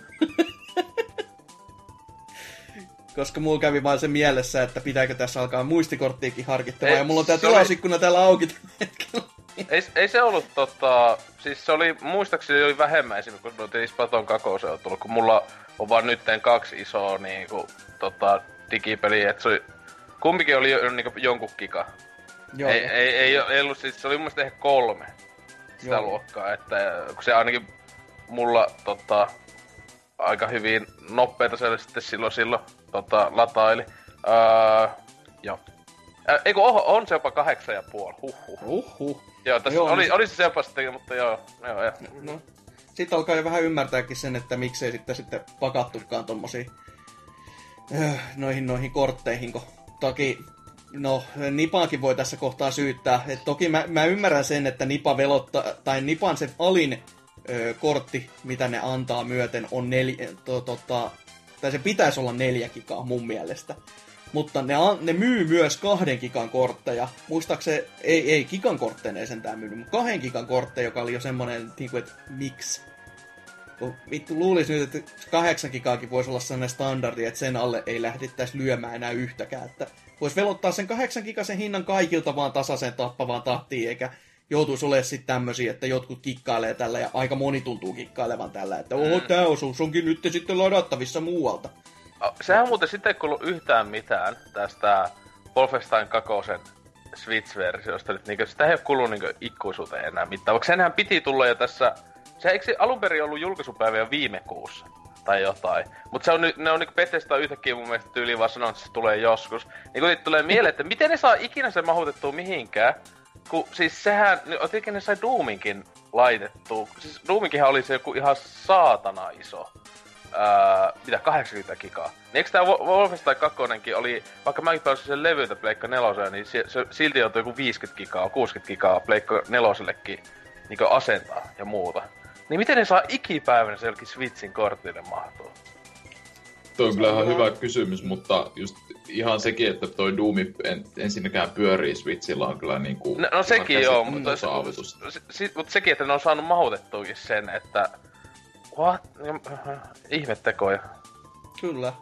Koska mulla kävi vaan se mielessä, että pitääkö tässä alkaa muistikorttiikin harkittavaa. Ja mulla on tää tilausikkuna täällä auki tällä hetkellä. Ei se ollut siis se oli, muistaakseni oli vähemmän esimerkiksi, kun noita Splatoon 2 on tullut, kun mulla on vaan nytten 2 isoa niinku digipeliä, et se oli, kumpikin oli niinku jonkun kika. Joo. Ei ollut siis, se oli mun mielestä ehkä 3 sitä luokkaa, että kun se ainakin mulla aika hyvin nopeeta se oli sitten silloin lataili. Joo. Eiku on se jopa 8,5. Huhhuh. Joo, tässä oli se jopa sitten, mutta joo. No. Sitten alkaa jo vähän ymmärtääkin sen, että miksei sitten pakattukaan tommosiin noihin kortteihin, kun toki Nipaakin voi tässä kohtaa syyttää. Et toki mä ymmärrän sen, että Nipa velottaa, tai Nipan se alin kortti, mitä ne antaa myöten, on tai se pitäisi olla 4 gigaa mun mielestä. Mutta ne myy myös 2 gigan kortteja. Muistaakseni, ei gigan kortteja ei sentään myynyt, mutta 2 gigan kortteja, joka oli jo semmonen, niinku, että miksi? Vittu, luulisi nyt, että 8 gigaakin voisi olla sellainen standardi, että sen alle ei lähdettäisi lyömään enää yhtäkään. Että voisi velottaa sen 8 gigasen hinnan kaikilta vaan tasaiseen tappavaan tahtiin, eikä joutuisi olemaan sitten tämmöisiä, että jotkut kikkailee tällä ja aika moni tuntuu kikkailevan tällä, että tää osuus onkin nyt sitten ladattavissa muualta. Sehän muuten sitten ei kuulu yhtään mitään tästä Wolfenstein 2 Switch-versiosta. Niin sitä ei ole kuullut niin ikuisuuteen enää mitään. Vaikka senhän piti tulla jo tässä... Eikö se alun perin ollut julkaisupäivä jo viime kuussa? Tai jotain. Mutta ne on niinku Bethesda yhtäkkiä mun mielestä tyyliin vaan sanonut, että se tulee joskus. Niin kun tulee mieleen, että miten ne saa ikinä se mahutettua mihinkään. Kun siis sehän... Jotenkin ne sai Doominkin laitettua. Siis Doominkinhan oli se joku ihan saatana iso. Mitä 80 gigaa. Niin eikö tää Wolfenstein 2 oli, vaikka mäkin pelasin sen levyltä Pleikka 4, niin se silti joutui joku 50 gigaa, 60 gigaa Pleikka 4:llekin niinku asentaa ja muuta. Niin miten ne saa ikipäivänä se jollekin Switchin kortille mahtuu? Toi on kyllä ihan hyvä kysymys, mutta just ihan sekin, että toi Doomi ensinnäkään pyörii Switchillä on kyllä niinku... No sekin joo, mutta sekin, että ne on saanut mahutettuukin sen, että... What? Ihmettekoja. Kyllä.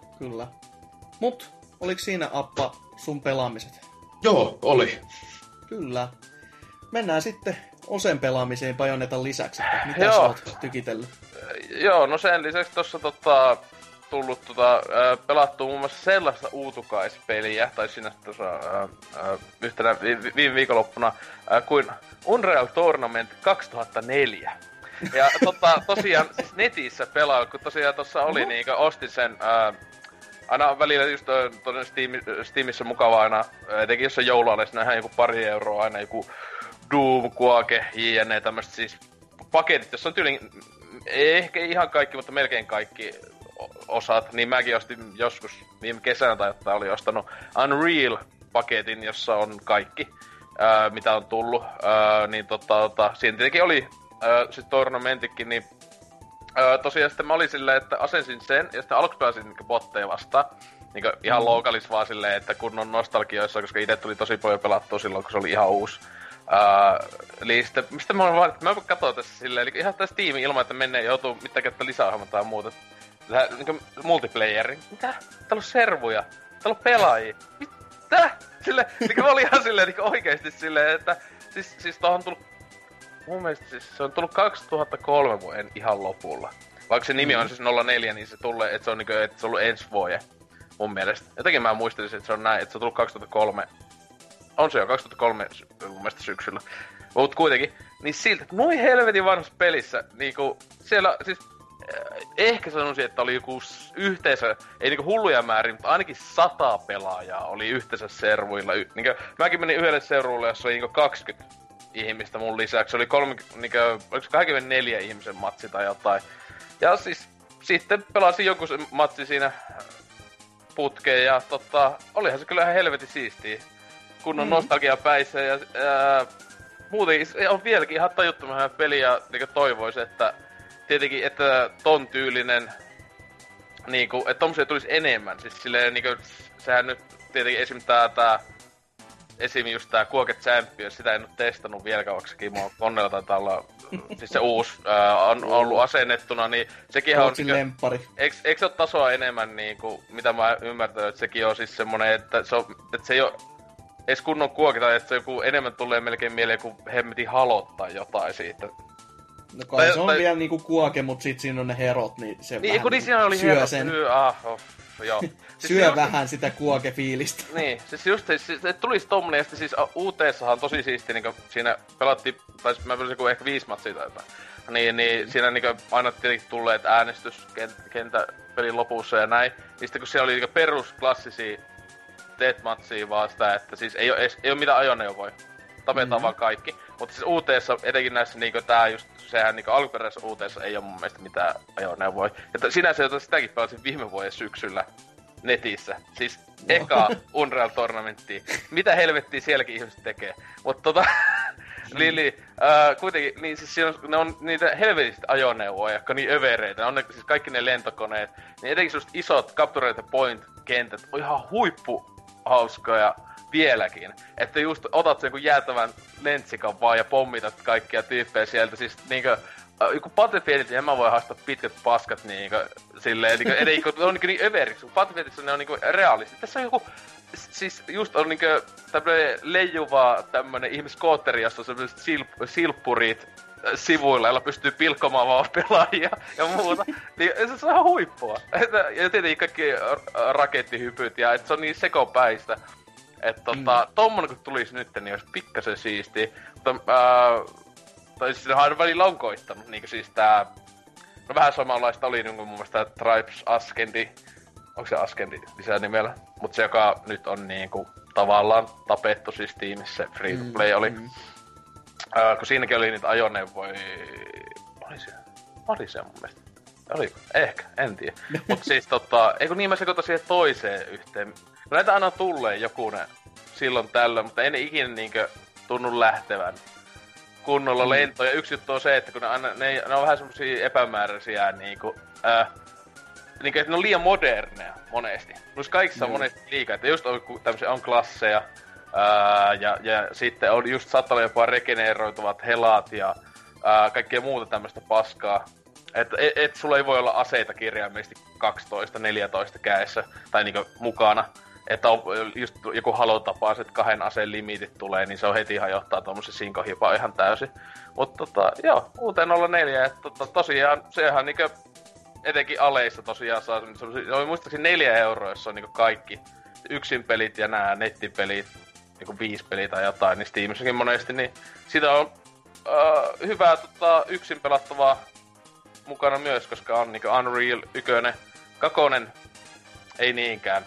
Mut, oliko siinä Appa sun pelaamiset? Joo, oli. Kyllä. Mennään sitten Osen pelaamiseen Bayonetan lisäksi, että mitä sä oot tykitellyt? Joo, no sen lisäksi tossa tullut pelattua muun muassa sellaista uutukaispeliä, tai siinä tuossa yhtenä viime viikonloppuna, kuin Unreal Tournament 2004. Ja tosiaan siis netissä pelaa, kun tosiaan tossa oli niinkö ostin sen aina välillä just Steamissa mukava aina, etenkin jos on joulualle, siinä on ihan joku pari euroa aina joku Doom, Quake, JNE, tämmöset siis paketit, jos on tyyliin, ehkä ihan kaikki, mutta melkein kaikki osat, niin mäkin ostin joskus viime kesänä tai jotain oli ostanut Unreal-paketin, jossa on kaikki, mitä on tullut, niin siinä tietenkin oli se tournamentikin, niin tosiaan sitten mä olin silleen, että asensin sen, ja sitten aluksi pääsin niinku botteja vastaan. Niinku ihan lookalis vaan silleen, että kunnon nostalgioissa, koska itse tuli tosi paljon pelattua silloin, kun se oli ihan uusi. Eli sitten, mistä mä olen vaan, että mä katsoin tässä silleen, eli ihan tässä tiimi ilman, että menee joutuu mitään käyttää lisäohjelmaa tai muuta. Niinku multiplayerin. Mitä? Täällä on servuja. Täällä on pelaajia. Mitä? Silleen, niinku mä olin ihan silleen niinku oikeesti silleen, että siis tohon on tullut mun mielestä siis se on tullut 2003 vuoden ihan lopulla. Vaikka se nimi on siis 04, niin se tulee, että se on niinku, että se on ollut ensi vuoden. Mun mielestä. Jotenkin mä muistelisin, että se on näin, että se on tullut 2003. On se jo 2003 mun mielestä syksyllä. Mut kuitenkin, niin siltä, että noin helvetin vanhassa pelissä, niinku, siellä siis ehkä sanoisin, että oli joku yhteensä, ei niinku hulluja määrin, mutta ainakin 100 pelaajaa oli yhteensä servuilla. Niinku, mäkin menin yhdelle servuille, jossa oli niinku 20 ihmistä mun lisäksi. Se oli oliko 24 ihmisen matsi tai jotain. Ja siis sitten pelasin joku se matsi siinä putkeen ja olihan se kyllä ihan helvetin siistiä. Kunnon nostalgia päissä ja muutenkin on vieläkin ihan tajuttoman peli ja niinku toivoisin, että tietenkin, että ton tyylinen niinku, että tommosia tulisi enemmän. Siis silleen niinku, sehän nyt tietenkin esim. Esim. Just tää Quake Champions, sitä en oo testannut vieläkään, vaikka sekin mua koneella taitaa olla, siis se uusi on ollut asennettuna, niin sekin on... lemppari. Eikö se oo tasoa enemmän niinku, mitä mä ymmärtänyt, että sekin on siis semmonen, että se ei oo edes kunnon Quake, tai että se joku enemmän tulee melkein mieleen joku hemmetin Halo tai jotain siitä. No kai se on vielä niinku Quake, mut sit siinä on ne herot, niin se niin, vähän siinä oli syö herot, sen. Joo. Siis syö vähän sitä Quake-fiilistä. Niin, siis just siis tulisi tommonen, ja siis UT:ssahan on tosi siisti, niinku siinä pelattiin, tai mä pelasin joku ehkä 5 matsia tai jotain. Niin siinä niinku aina tietenkin tulleet äänestyskentä pelin lopussa ja näin. Niin sitten kun siellä oli niinku perusklassisia deathmatchia vaan sitä, että siis ei oo mitään ajoneuvoja. Tapetaan vaan kaikki. Mutta siis UT:ssa etenkin näissä niinku tää just, sehän niinku alkuperäisessä UT:ssa ei oo mun mielestä mitään ajoneuvoja. Ja sinänsä jota sitäkin pelasin viime vuoden syksyllä netissä. Siis eka Unreal Tournamenttia. Mitä helvettiä sielläkin ihmiset tekee. Mut kuitenkin, niin siis ne on niitä helvetistä ajoneuvoja, jotka on niin övereitä. On ne, siis kaikki ne lentokoneet. Niin etenkin just isot Capture the Point-kentät on ihan hauskoja vieläkin. Että just otat sen joku jäätävän lentsikan vaan ja pommitat kaikkia tyyppejä sieltä. Siis niinkö, joku Battlefieldit, niin mä voi haastaa pitkät paskat niinkö, silleen, niinkö, ne on niin överiksi. Battlefieldissa ne on niinku realisti. Tässä on joku, siis just on niinkö tämmönen leijuva tämmönen ihmiskootteri, jossa on semmoset silppurit sivuilla, jolla pystyy pilkkomaan vaan pelaajia ja muuta. Niin se on ihan huippua. Ja tietenkin kaikki rakettihypyt ja et se on niin sekopäistä. Että tommonen kun tulis nyt, niin olisi pikkasen siistiä. Mutta tai siis sehän välillä on koittanut, niinkö siis tää... No vähän samanlaista oli niinku mun mielestä Tribes Ascendi. Onko se Ascendi lisänimellä? Mut se joka nyt on niinku tavallaan tapettu siis tiimissä, free to play oli. Kun siinäkin oli niitä ajoneuvoja... Oli se mun mielestä. Oliko? Ehkä, en tiedä. Mut siis eikö niin mä sekoitan siihen toiseen yhteen. No näitä aina tulee jokunen silloin tällöin, mutta en ikinä niinkö tunnu lähtevän kunnolla lentoja. Yksi juttu on se, että kun ne on vähän semmosia epämääräisiä niinku, että ne on liian moderneja monesti. Noissa kaikissa on monesti liikaa, että just on tämmösiä on klasseja, ja sitten on just saattaa olla jopa regeneroituvat helat ja kaikkea muuta tämmöstä paskaa. Et sulla ei voi olla aseita kirjaimellisesti 12-14 kädessä tai niinku mukana. Että on just joku Halo-tapaus, että 2 aseen limitit tulee, niin se on heti hajottaa tommosen sinkohipaa ihan täysin. Mutta joo, uuteen 04, että tosiaan sehän niinku etenkin aleissa tosiaan saa, se on muistaakseni 4 €, jos on niinku kaikki yksin pelit ja nää nettipelit, niinku 5 peliä tai jotain, niin Steamissakin monesti, niin sitä on hyvää yksin pelattavaa mukana myös, koska on niinku Unreal 1, 2 ei niinkään.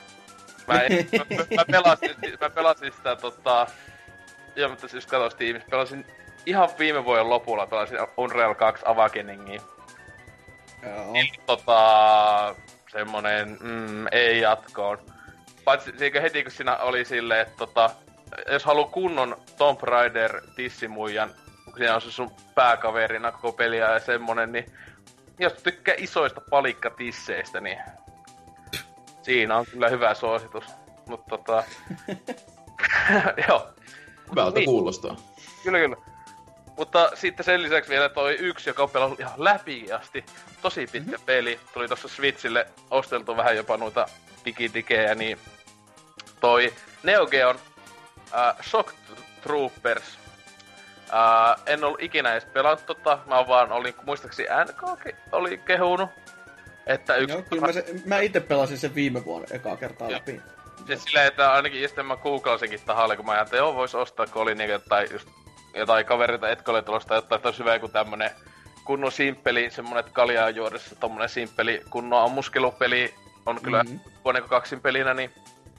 Mä pelasin sitä joo, mutta siis kato Steamissa, pelasin ihan viime vuoden lopulla, pelasin Unreal 2 Awakeningia. Joo. Niin semmonen, ei jatkoon. Paitsi heti kun siinä oli silleen, että jos haluu kunnon Tomb Raider tissimuijan, kun siinä on se sun pääkaverina koko peliä ja semmonen, niin jos tykkää isoista palikkatisseistä, niin siinä on kyllä hyvä suositus. Mutta joo. Hyvältä niin. kuulostaa. Kyllä. Mutta sitten sen lisäksi vielä toi yksi, joka on pelannut ihan läpi asti. Tosi pitkä peli. Tuli tossa Switchille osteltu vähän jopa noita digidikejä, niin toi Neo Geon Shock Troopers. En ollut ikinä edes pelannut mä vaan olin, muistaakseni NK oli kehunut. Että yksi... Joo, kyllä mä ite pelasin sen viime vuonna ekaa kertaa läpi. Siis silleen, että ainakin sitten mä googlasinkin tahalle, kun mä ajattelin, että joo, vois ostaa, kun oli niinku jotain kavereita etkolle tulosta, jotain, että olisi hyvä joku tämmönen kunnon simppeli, semmonen, että kaljaa juodessa tommonen simppeli kunnon ammuskelupeli on kyllä vuoden kaksin pelinä, niin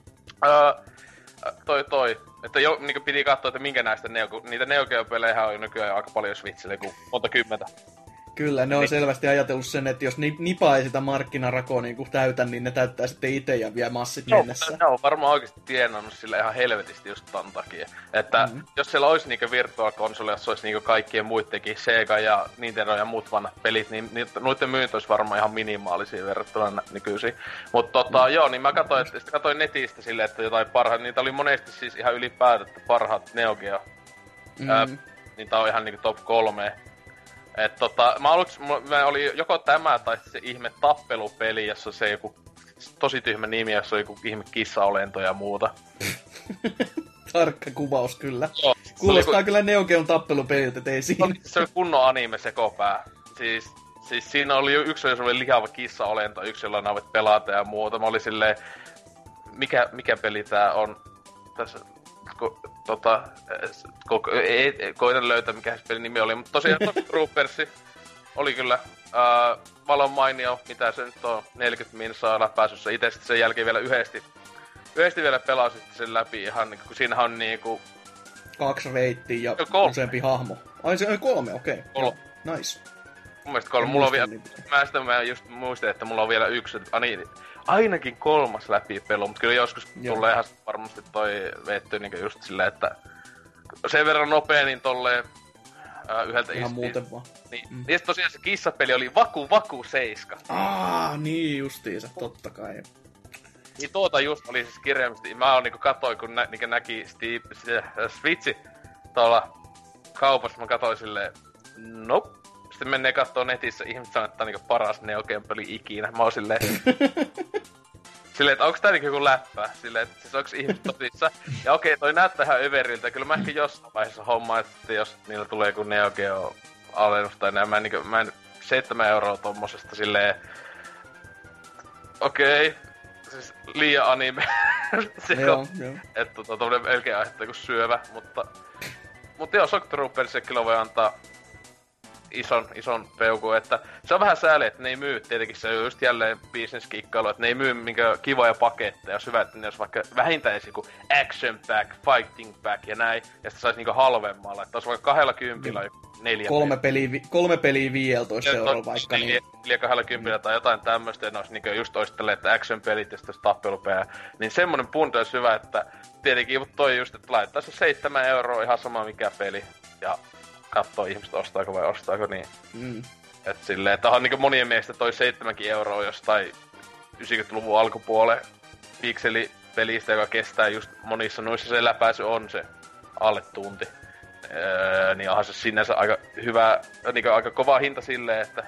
että jo niinku piti katsoa, että minkä näistä niitä Neo Geo-pelejä on jo nykyään aika paljon Switchille, kun monta kymmentä. Kyllä, ne on selvästi ajatellut sen, että jos Nipa ei sitä markkinarakoa niin täytä, niin ne täyttää sitten itse ja vie massit mennessä. Ne on varmaan oikeesti tienannut sille ihan helvetisti just ton takia. Että jos siellä olisi niinku Virtual Console, jos olisi niinku kaikkien muittenkin Sega ja Nintendo ja muut vanhat pelit, niin noiden myyntö olisi varmaan ihan minimaalisia verrattuna nykyisiin. Mutta joo, niin mä katsoin netistä silleen, että jotain parhaat, niitä oli monesti siis ihan ylipäätään parhaat Neo Geo. Niin tää on ihan niinku top 3. Et mä oli joko tämä tai se ihme tappelupeli, jossa se joku tosi tyhmä nimi, jossa on joku ihme kissaolento ja muuta. Tarkka kuvaus kyllä. Joo, kuulostaa kyllä Neo Geon tappelupeliltä, et ei siinä. Se oli kunnon anime sekopää. Siis siinä oli yksi oli lihava kissaolento, yksi jolla voit pelata ja muuta. Mä olin silleen, mikä peli tää on tässä... koitan löytää mikä se pelin nimi oli, mutta tosiaan Troopersi oli kyllä valon mainio, mitä se nyt on, 40 minsaa läpäisyssä. Itse sitten sen jälkeen vielä yhdesti vielä pelasin sen läpi ihan niinku, kun siinähän on niinku... 2 reittiä ja useampi hahmo. Ai se on 3, okei. Okay. Nice. Mun mielestä 3, mulla on vielä... Mä just muistin, että mulla on vielä yksi, ainakin 3 läpi pelu, mutta kyllä joskus tulee ihan varmasti toi veetty niinku just silleen, että sen verran nopea, niin tolleen yhdeltä ihan muuten vaan. Niin. Ja tosiaan se kissapeli oli Vaku 7. Niin justiinsa, totta kai. Niin just oli siis kirjaimisesti. Mä oon niinku katsoin, kun näki Switchi tuolla kaupassa, mä katsoin silleen, nope. Sitten menee kattoo netissä, ihmiset sanoo, että tää on niinku paras Neo Geo-peli ikinä. Mä oon silleen, että onks tää niinku joku läppä? Silleen, että siis onks ihmiset tosissa? Ja okei, toi näyttää ihan överiltä. Kyllä mä ehkä jossain vaiheessa hommaan, että jos niillä tulee joku Neo Geo-alennus tai näin, mä en 7 euroa tommosesta silleen, okei. Siis liian anime. Se on, että tommonen melkein aiheuttaa joku syövä, mutta joo, Shock Troopersille kyllä voi antaa ison peukun, että se on vähän sääli, että ne ei myy, tietenkin se on just jälleen business-kikkailu, että ne ei myy minkä kivoja paketteja, jos hyvä, että ne olisi vaikka vähintään joku action pack, fighting pack ja näin, ja sitten saisi niinku halvemmalla, että olisi vaikka 20 4 kolme peliä 15 euroa vaikka. Niin 20 tai jotain tämmöistä, ja ne olisi niinku just oistelleet, että action-pelit ja sitten tappelupää, niin semmonen punto olisi hyvä, että tietenkin toi just, että laittaa se 7 euroa ihan sama mikä peli, ja kattoo ihmiset ostaako vai ostaako, niin et silleen, että on niinku monien mielestä toi 7 euroa jostain 90-luvun alkupuolen pikselipelistä, joka kestää just monissa noissa se läpäisy on se alle tunti. Niin onhan se sinänsä aika hyvä, niinku aika kova hinta silleen, että...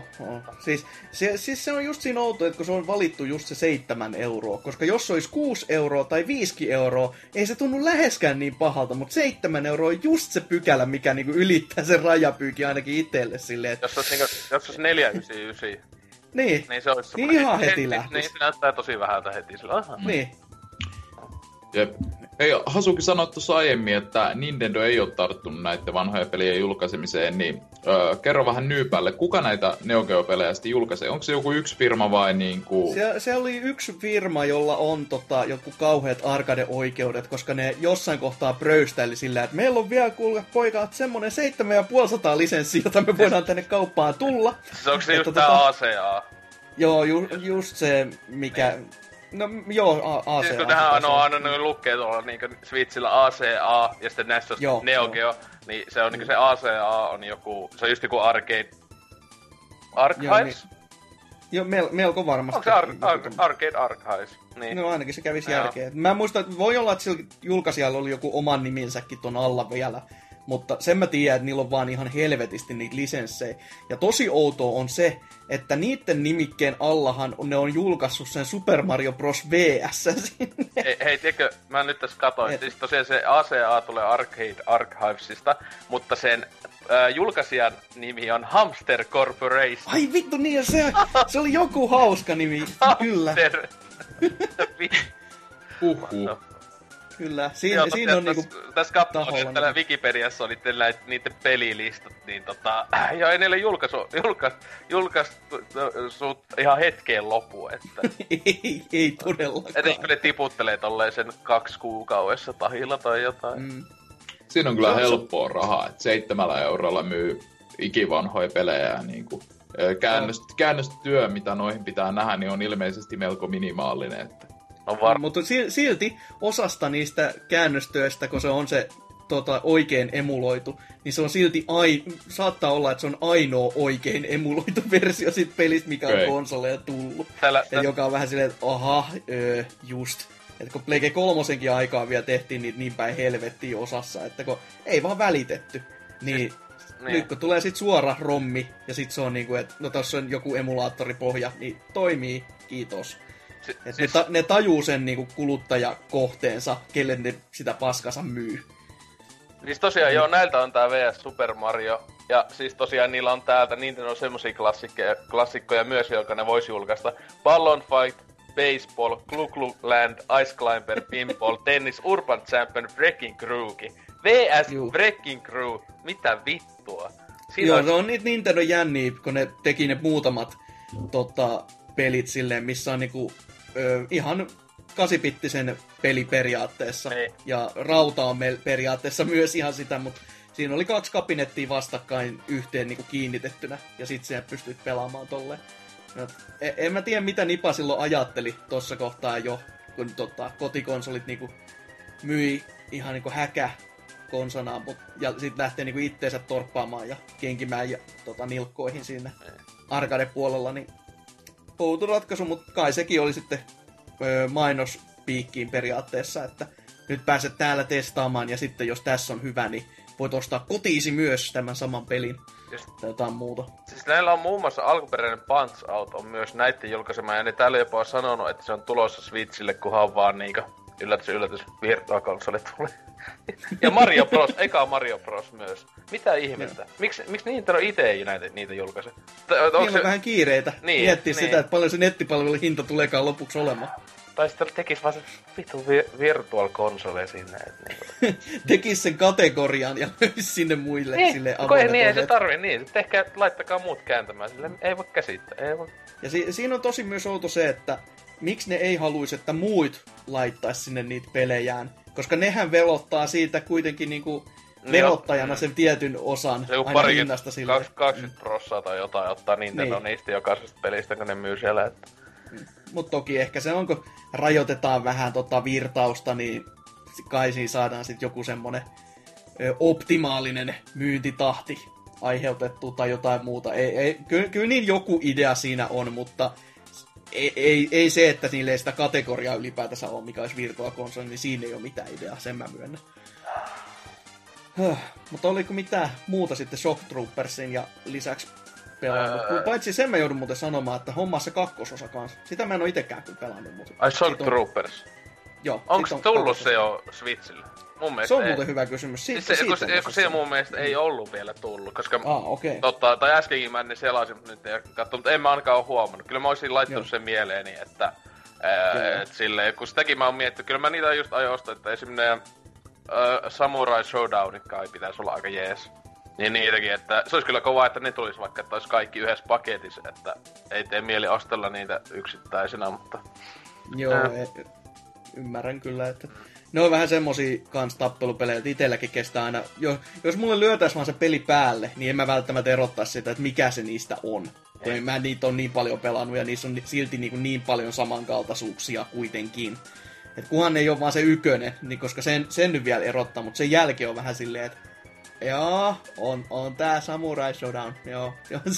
Siis se on just siinä outo, että kun se on valittu just se 7 euroa, koska jos se olisi 6 euroa tai 5 euroa, ei se tunnu läheskään niin pahalta, mutta 7 euroa on just se pykälä, mikä niinku ylittää sen rajapyykin ainakin itselle silleen, että... Jos olisi 499, niin se olisi niin ihan heti lähtis. Niin se näyttää tosi vähältä heti sillä. Niin. Jep. Hei, Hasuki sanoi tuossa aiemmin, että Nintendo ei ole tarttunut näiden vanhojen pelien julkaisemiseen, niin kerro vähän nyypälle, kuka näitä Neo Geo-pelejä sitten julkaisee? Onko se joku yksi firma vai niinku... Se oli yksi firma, jolla on joku kauheat arcade-oikeudet, koska ne jossain kohtaa pröystäili sillä, että meillä on vielä, kuule poika, semmonen 7,5 lisenssiä, jota me voidaan tänne kauppaan tulla. Siis onko se just tää ACA? Joo, just se, mikä... No joo, ACA. Siis kun tähän on aina lukee tuolla niinku Switchillä ACA ja sitten näissä on Neo Geo, niin se on niinku se ACA on joku, se on just joku Arcade... Archives? Joo, melko varmasti. Onko se Arcade Archives? Niin. No ainakin se kävisi järkeen. Mä muistan, että voi olla, että sillä julkaisijalla oli joku oman niminsäkin ton alla vielä. Mutta sen mä tiedän, että niillä on vaan ihan helvetisti niitä lisenssejä. Ja tosi outoa on se, että niiden nimikkeen allahan ne on julkaissut sen Super Mario Bros. VS sinne. Hei, tiedätkö, mä nyt tässä katoin. Siis tosiaan se ACA tulee Arcade Archivesista, mutta sen julkaisijan nimi on Hamster Corporation. Ai vittu, niin se oli joku hauska nimi, kyllä. Kyllä, siinä on niinku tässä kappaleessa, että täällä Wikipediassa oli niiden pelilistat, niin joo, ei niille julkaistu ihan hetkeen lopu, että... ei todellakaan. Et kyllä ne tiputtelee tolleen sen 2 kuukaudessa tahilla tai jotain. Siinä on kyllä helppoa rahaa, että 7 eurolla myy ikivanhoja pelejä niinku... Käännöstyö, mitä noihin pitää nähdä, niin on ilmeisesti melko minimaalinen, että... Mutta silti osasta niistä käännöstöistä, kun se on se oikein emuloitu, niin se on silti saattaa olla, että se on ainoa oikein emuloitu versio siitä pelistä, mikä on konsoleja tullut. Ja joka on vähän silleen, että just. Että kun Play 3:nkin aikaa vielä tehtiin niitä niin päin helvettiin osassa, että kun ei vaan välitetty, niin nyt kun tulee sit suora rommi, ja sit se on niinku, että no tässä on joku emulaattoripohja, niin toimii, kiitos. Ne tajuu sen niinku kuluttajakohteensa, kelle ne sitä paskansa myy. Siis tosiaan joo, näiltä on tää VS Super Mario. Ja siis tosiaan niillä on täältä, Nintendo on semmosia klassikkoja myös, jotka ne vois julkaista. Ballon Fight, Baseball, Glu Glu Land, Ice Climber, Pinball, Tennis, Urban Champion, Wrecking Crewkin. VS Wrecking Crew, mitä vittua? Joo, se on niitä Nintendo jänniä, kun ne teki ne muutamat pelit silleen, missä on niinku ihan 8-bittisen peli periaatteessa. Ja rauta on periaatteessa myös ihan sitä, mutta siinä oli 2 kabinettia vastakkain yhteen niinku kiinnitettynä, ja sit siellä pystyt pelaamaan tolleen. No, en mä tiedä, mitä Nipa silloin ajatteli tossa kohtaa jo, kun kotikonsolit niinku myi ihan niinku konsonaan, ja sit lähtee niinku itteensä torppaamaan ja kenkimään ja nilkkoihin siinä arcade-puolella, niin outo ratkaisu, mutta kai sekin oli sitten mainospiikkiin periaatteessa, että nyt pääset täällä testaamaan ja sitten jos tässä on hyvä, niin voit ostaa kotiisi myös tämän saman pelin tai jotain muuta. Siis näillä on muun muassa alkuperäinen Punch Out on myös näitten julkaisema, ja ne täällä jopa on sanonut, että se on tulossa Switchille, kunhan vaan niinkö yllätys, Virtua-konsoli tuli. Ja Mario Bros, eka Mario Bros myös. Mitä ihmettä? Miksi Nintendo ite ei niitä julkaise? Niillä on vähän kiireitä. Miettii sitä, että paljon se nettipalvelun hinta tuleekaan lopuksi olemaan. Tai sitten tekis vaan se vittu Virtual Console sinne. Tekis sen kategorian ja sinne muille. Niin, sille ei se tarvii niin. Sitten ehkä laittakaa muut kääntämään. Sille ei voi käsittää. Ei voi. Ja siinä on tosi myös outo se, että miksi ne ei haluisi, että muut laittaisi sinne niitä pelejään. Koska nehän velottaa siitä kuitenkin niinku verottajana sen tietyn osan aina hinnasta sille. 20% tai jotain ottaa Nintendo niistä jokaisesta pelistä, kun ne myy siellä. Että... Mutta toki ehkä se on, kun rajoitetaan vähän virtausta, niin kai siinä saadaan sitten joku semmonen optimaalinen myyntitahti aiheutettu tai jotain muuta. Kyllä niin joku idea siinä on, mutta ei se, että niille ei sitä kategoriaa ylipäätänsä ole, mikä olisi Virtua-konsoli, niin siinä ei ole mitään ideaa, sen mä myönnän. Mutta oliko mitään muuta sitten Shock Troopersin ja lisäksi pelannut? Paitsi sen mä joudun muuten sanomaan, että hommassa kakkososa kanssa. Sitä mä en ole itekään kyllä pelannut. Mutta ai Shock Troopers? Joo. Onko se tullut se jo Switchille? Se on muuten hyvä kysymys. Se mun mielestä ei ollut vielä tullut, koska okay. Tai äskenkin mä en selasin nyt ja katsoin, mutta en mä ainakaan ole huomannut. Kyllä mä olisin laittanut sen mieleeni, että silleen, kun sitäkin mä oon miettinyt, kyllä mä niitä just aion ostaa, että esimerkiksi Samurai Showdown kai pitäisi olla aika jees. Niin niitäkin, että se olisi kyllä kova, että ne tulisi vaikka, että olisi kaikki yhdessä paketissa, että ei tee mieli ostella niitä yksittäisenä, mutta... Joo, ymmärrän kyllä, että... Ne on vähän semmosia kans tappelupelejä, että itelläkin kestää aina... Jos mulle lyötäis vaan se peli päälle, niin en mä välttämättä erottaa sitä, että mikä se niistä on. Mä niitä on niin paljon pelannut ja niissä on silti niin paljon samankaltaisuuksia kuitenkin. Et kunhan ei ole vaan se ykönen, niin koska sen nyt vielä erottaa, mutta sen jälkeen on vähän silleen, että joo, on tää Samurai Showdown, joo.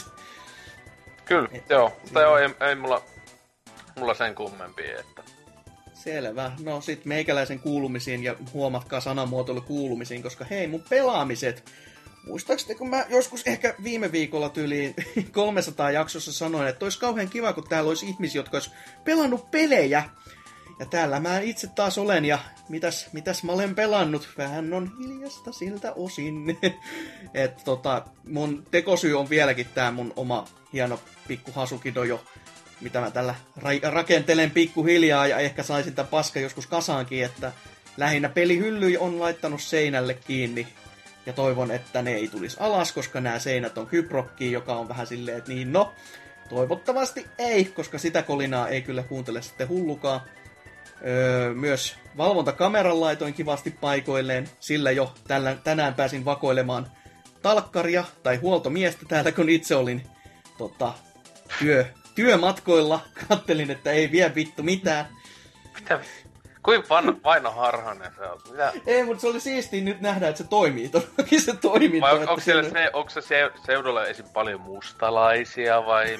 Kyllä, joo, mutta joo, ei mulla sen kummempia, että... Selvä. No sit meikäläisen kuulumisiin ja huomatkaa sanamuotoilu kuulumisiin, koska hei mun pelaamiset. Muistaakseni kun mä joskus ehkä viime viikolla tyyliin 300 jaksossa sanoin, että olisi kauhean kiva, kun täällä olisi ihmisiä, jotka olisi pelannut pelejä. Ja täällä mä itse taas olen ja mitäs mä olen pelannut? Vähän on hiljasta siltä osin. Et mun tekosyy on vieläkin tää mun oma hieno pikku Hasuki-dojo, mitä mä tällä rakentelen pikkuhiljaa ja ehkä saisin tämän paska joskus kasaankin, että lähinnä pelihylly on laittanut seinälle kiinni ja toivon, että ne ei tulisi alas, koska nämä seinät on kyprokkiin, joka on vähän silleen, että niin no, toivottavasti ei, koska sitä kolinaa ei kyllä kuuntele sitten hullukaan. Myös valvontakameran laitoin kivasti paikoilleen, sillä jo tänään pääsin vakoilemaan talkkaria tai huoltomiestä täällä, kun itse olin työmatkoilla. Kattelin, että ei vie vittu mitään. Mitä? Kuinka painoharhainen se on? Mitä? Ei, mutta se oli siistiä nyt nähdä, että se toimii. Todellakin se toimii. Vai onko se seudulla esim. Paljon mustalaisia vai...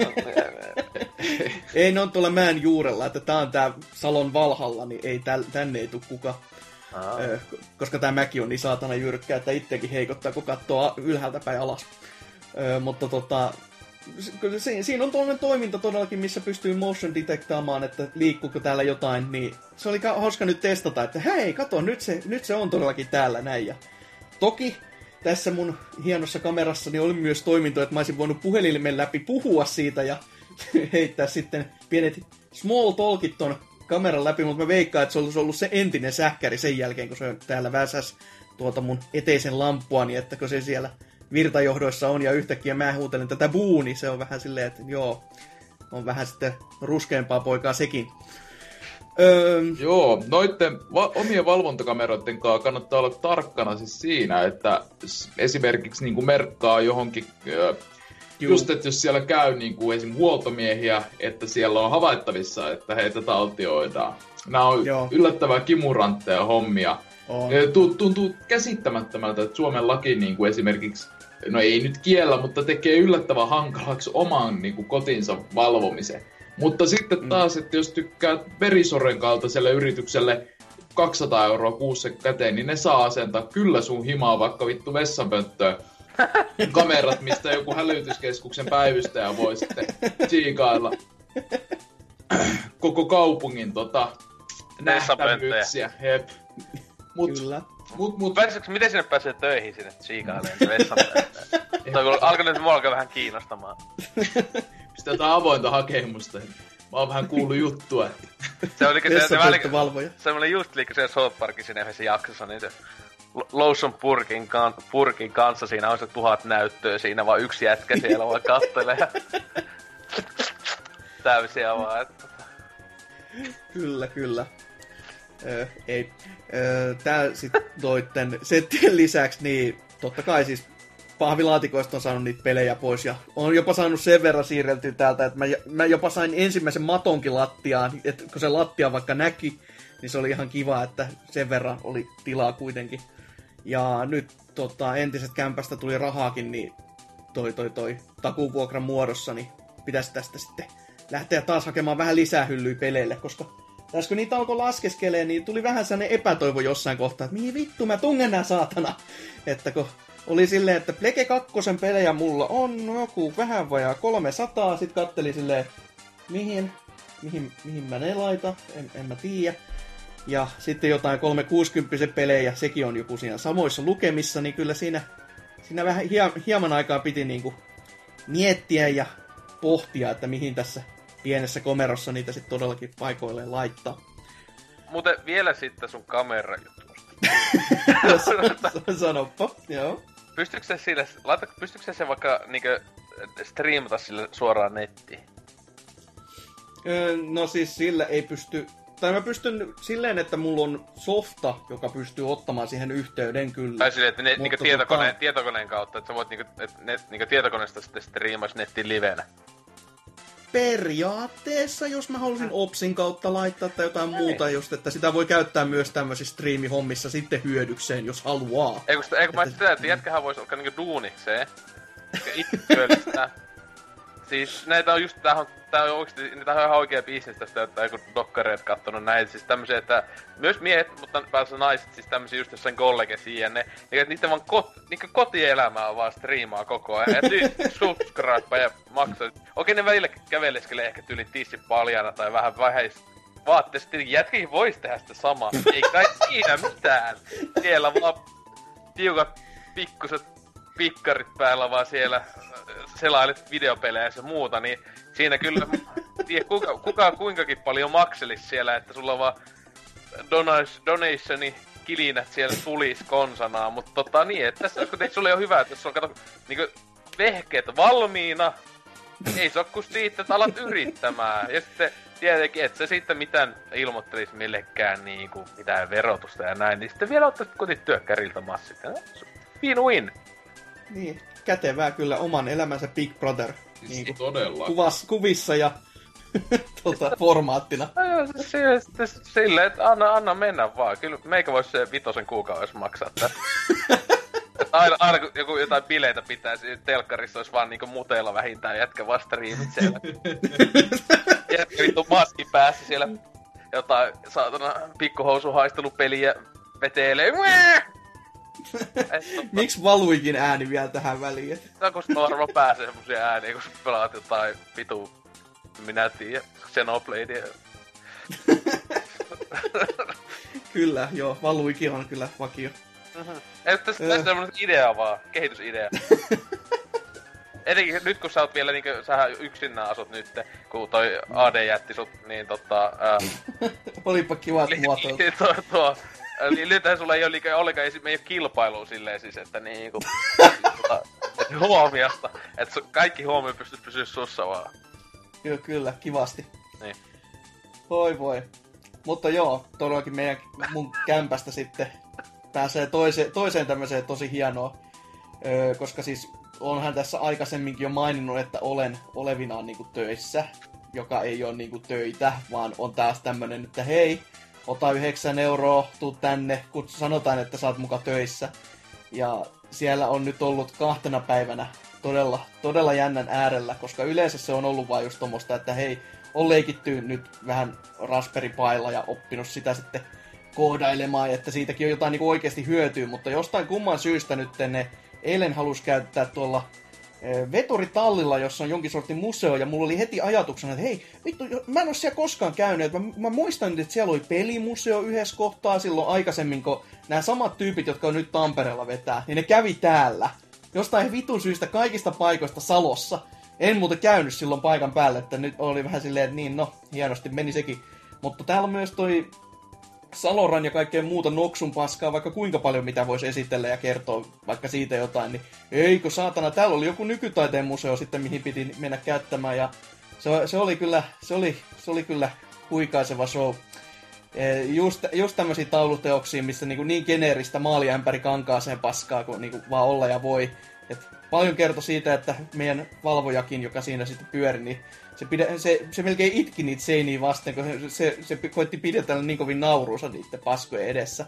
Ei, ne on tuolla mäen juurella, että tää on tää Salon Valhalla, niin ei tänne ei tuu kuka. Koska tää mäki on niin saatana jyrkkä, että itsekin heikottaa, kun katsoo ylhäältä päin alas. Mutta kyllä siinä on tuollainen toiminta todellakin, missä pystyy motion detektaamaan, että liikkuuko täällä jotain, niin se oli hauska nyt testata, että hei, kato, nyt se on todellakin täällä näin. Ja toki tässä mun hienossa kamerassani oli myös toiminto, että mä olisin voinut puhelimen läpi puhua siitä ja heittää sitten pienet small talkit ton kameran läpi, mutta mä veikkaan, että se olisi ollut se entinen sähkäri sen jälkeen, kun se täällä väsäs mun eteisen lampuani, että kun se siellä virtajohdoissa on ja yhtäkkiä mä huutelen tätä buu, niin se on vähän silleen, että joo, on vähän sitten ruskeampaa poikaa sekin. Joo, noitten omien valvontakameroiden kanssa kannattaa olla tarkkana siis siinä, että esimerkiksi niin kuin merkkaa johonkin, just että jos siellä käy niin kuin esimerkiksi huoltomiehiä, että siellä on havaittavissa, että heitä taltioidaan. Nämä on yllättävän kimurantteja hommia. Tuntuu käsittämättömältä, että Suomen laki niin kuin esimerkiksi, no ei nyt kiellä, mutta tekee yllättävän hankalaksi oman niin kuin kotinsa valvomisen. Mutta sitten taas, että jos tykkää Verisoren kaltaiselle yritykselle 200 € kuussa käteen, niin ne saa asentaa kyllä sun himaa vaikka vittu vessanpönttöön. Kamerat, mistä joku hälytyskeskuksen päivystäjä voi sitten tsiikailla koko kaupungin nähtävyyksiä. Jep. Kyllä. Miten sinne pääsee töihin sinne tsiikailemaan vessanpönttöön? Tai kun alkanut mua alkaa vähän kiinnostamaan. Pistä jotain avointa hakemusta. Mä oon vähän kuullut juttua. Se oli semmoinen just liikkui siellä South Parkin siinä yhdessä jaksossa, niin se Lawson purkin kanssa siinä on se 1000 näyttöä siinä, vaan yksi jätkä siellä vaan kattelee ja täysiä vaan, että... Kyllä. Tää sit noitten settien lisäksi, niin totta kai siis pahvilaatikoista on saanut niitä pelejä pois ja on jopa saanut sen verran siirreltyä täältä, että mä jopa sain ensimmäisen matonkin lattiaan, että kun se lattia vaikka näki, niin se oli ihan kiva, että sen verran oli tilaa kuitenkin. Ja nyt entiset kämpästä tuli rahaakin, niin toi takuvuokran muodossa, niin pitäisi tästä sitten lähteä taas hakemaan vähän lisää hyllyä peleille, koska tässä kun niitä alkoi laskeskelee, niin tuli vähän sellainen epätoivo jossain kohtaa, että mihin vittu mä tungen nää saatana. Että kun oli silleen, että Plege 2 pelejä mulla on joku vähän vajaa 300, sit katteli silleen, mihin mä ne laita, en mä tiedä. Ja sitten jotain 360 pelejä, sekin on joku siinä samoissa lukemissa, niin kyllä siinä vähän hieman aikaa piti niinku miettiä ja pohtia, että mihin tässä pienessä komerossa niitä sitten todellakin paikoilleen laittaa. Muuten vielä sitten sun kamerajutusta. Sanoppa, joo. Pystytkö se vaikka niinkö striimata sille suoraan nettiin? No siis sillä ei pysty... Tai mä pystyn silleen, että mulla on softa, joka pystyy ottamaan siihen yhteyden kyllä. Tai silleen, että niinku tietokoneen kautta, että sä voit niinku tietokoneesta sitten striimais nettiin livenä. Periaatteessa, jos mä halusin OPSin kautta laittaa tai jotain muuta just, että sitä voi käyttää myös tämmöisissä striimihommissa sitten hyödykseen, jos haluaa. Eikö mä sitä, että jätkähän vois alkaa niinku duunikseen. Itse työllistää. Siis näitä on just, tää on oikeesti, niitä on ihan oikea bisnes tästä, että joku dokkareet kattonut näitä, siis tämmösiä, että myös miehet, mutta päässä naiset, siis tämmösiä just jossain kollegesi ja ne, että niitten vaan kotielämää vaan striimaa koko ajan, ja subscribe ja maksaa. Okei, ne välillä käveleskelee ehkä tyyli tissin paljana tai vähän vähäis vaatteessa, jätkikin vois tehdä sitä samaa, ei kai siinä mitään. Siellä vaan tiukat pikkuset pikkarit päällä vaan siellä selailet videopelejä ja muuta, niin siinä kyllä tiedä kuka kuinkakin paljon makselis siellä, että sulla vaan donationi kilinät siellä tulis konsanaa, mutta niin, että tässä olisi sulle jo hyvä, että jos on kato niinku vehkeet valmiina, ei se oo kun siitä, että alat yrittämään, ja sitten tietenkin, et sä siitä mitään ilmoittelis millekään niinku mitään verotusta ja näin, niin sitten vielä ottaisit kotityökkäriltä massit, win-win. Niin, kätevää kyllä oman elämänsä Big Brother. Siis niin todella. Kuvissa ja formaattina. Silleen, että anna mennä vaan. Kyllä meikä vois se 5 kuukaudessa maksaa tästä. Aina kun joku jotain bileitä pitäisi, telkkarissa olisi vaan niinku muteilla vähintään jätkä vasta riivit siellä. Jätkä vittu maski päässä siellä jotain saatana pikkuhousuhaistelupeliä vetelee. Miksi valuikin ääni vielä tähän väliin? No kun sitä varmaan pääsee semmosia ääniä, kun pelaat jotain vitu, minä tiedä, Xenobladea. Kyllä, joo, valuikin on kyllä vakio. Ei, tässä on semmonen idea vaan, kehitysidea. Etenkin nyt kun sä oot vielä niinkö, sähän yksinään asut nyt, kun toi AD jätti sut, niin Olipa kivat muotoilut. Nythän sulla ei ole ollenkaan, me ei oo kilpailua silleen siis, että niinku... et huomiosta, että kaikki huomio pystyis pysyä sussa vaan. Joo, kyllä, kivasti. Niin. Voi. Mutta joo, todellakin mun kämpästä sitten pääsee toiseen tämmöiseen tosi hienoa. Koska siis onhan tässä aikaisemminkin jo maininnut, että olen olevinaan niinku töissä, joka ei ole niinku töitä, vaan on taas tämmönen, että hei, ota 9 €, tuu tänne, kun sanotaan, että sä oot muka töissä. Ja siellä on nyt ollut 2 päivänä todella jännän äärellä, koska yleensä se on ollut vaan just tommoista, että hei, on leikitty nyt vähän Raspberry Pilla ja oppinut sitä sitten koodailemaan, että siitäkin on jotain niin oikeasti hyötyä, mutta jostain kumman syystä nyt ne eilen halus käyttää tuolla veturitallilla, jossa on jonkin sortin museo, ja mulla oli heti ajatuksena, että hei, vittu, mä en ole siellä koskaan käynyt, että mä muistan, että siellä oli pelimuseo yhdessä kohtaa silloin aikaisemmin, kun nämä samat tyypit, jotka on nyt Tampereella vetää, niin ne kävi täällä. Jostain vitun syystä kaikista paikoista Salossa. En muuten käynyt silloin paikan päälle, että nyt oli vähän silleen, että niin, no, hienosti meni sekin. Mutta täällä on myös toi Saloran ja kaikkea muuta noksun paskaa, vaikka kuinka paljon mitä voisi esitellä ja kertoa vaikka siitä jotain, niin eikö saatana, täällä oli joku nykytaiteen museo sitten, mihin piti mennä käyttämään, ja se oli kyllä huikaiseva show. Just tämmöisiä tauluteoksia, missä niin geneeristä maaliämpäri kankaaseen paskaa, kun niin vaan olla ja voi. Et paljon kertoi siitä, että meidän valvojakin, joka siinä sitten pyöri, niin se melkein itki niitä seiniä vasten, kun se koitti pidetellä niin kovin nauruunsa niiden paskojen edessä.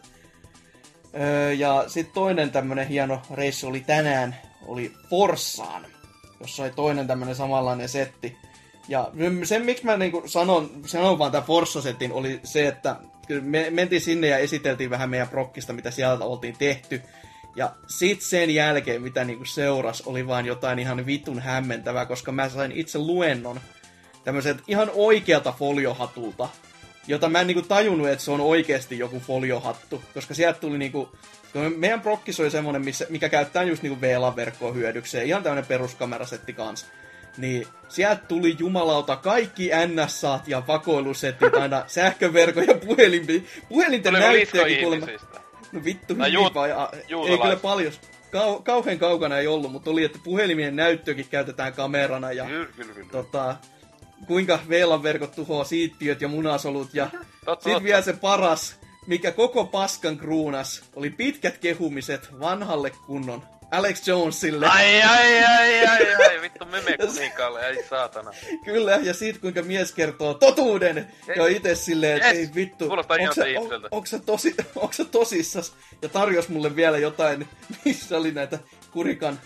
Ja sitten toinen tämmönen hieno reissu oli tänään, oli Forssaan, jossa oli toinen tämmönen samanlainen setti. Ja sen, miksi mä niinku sanon vaan tämän Forssa-setin, oli se, että me mentiin sinne ja esiteltiin vähän meidän prokkista, mitä sieltä oltiin tehty. Ja sit sen jälkeen, mitä niinku seurasi, oli vaan jotain ihan vitun hämmentävää, koska mä sain itse luennon tämmöiseltä ihan oikealta foliohatulta, jota mä en niinku tajunnut, että se on oikeasti joku foliohattu, koska sieltä tuli niinku, meidän prokkis oli semmonen, mikä käyttää just niinku VLAN-verkkoa hyödykseen, ihan tämmönen peruskamerasetti kanssa. Niin sieltä tuli jumalauta kaikki NSAt ja vakoilusetit, aina sähköverkon ja puhelinten näyttöäkin kuulemma. No vittu, ei kyllä paljon. Kauhean kaukana ei ollut, mutta oli, että puhelimien näyttöäkin käytetään kamerana ja kuinka VLAN-verkot tuhoaa siittiöt ja munasolut ja sit vielä se paras, mikä koko paskan kruunas, oli pitkät kehumiset vanhalle kunnon Alex Jonesille. Ai, vittu meme-kuninkaalle, ei saatana. Kyllä, ja siitä kuinka mies kertoo totuuden. Ja itse silleen, että ei vittu, onko sä tosissas? Ja tarjosi mulle vielä jotain, missä oli näitä Kurikan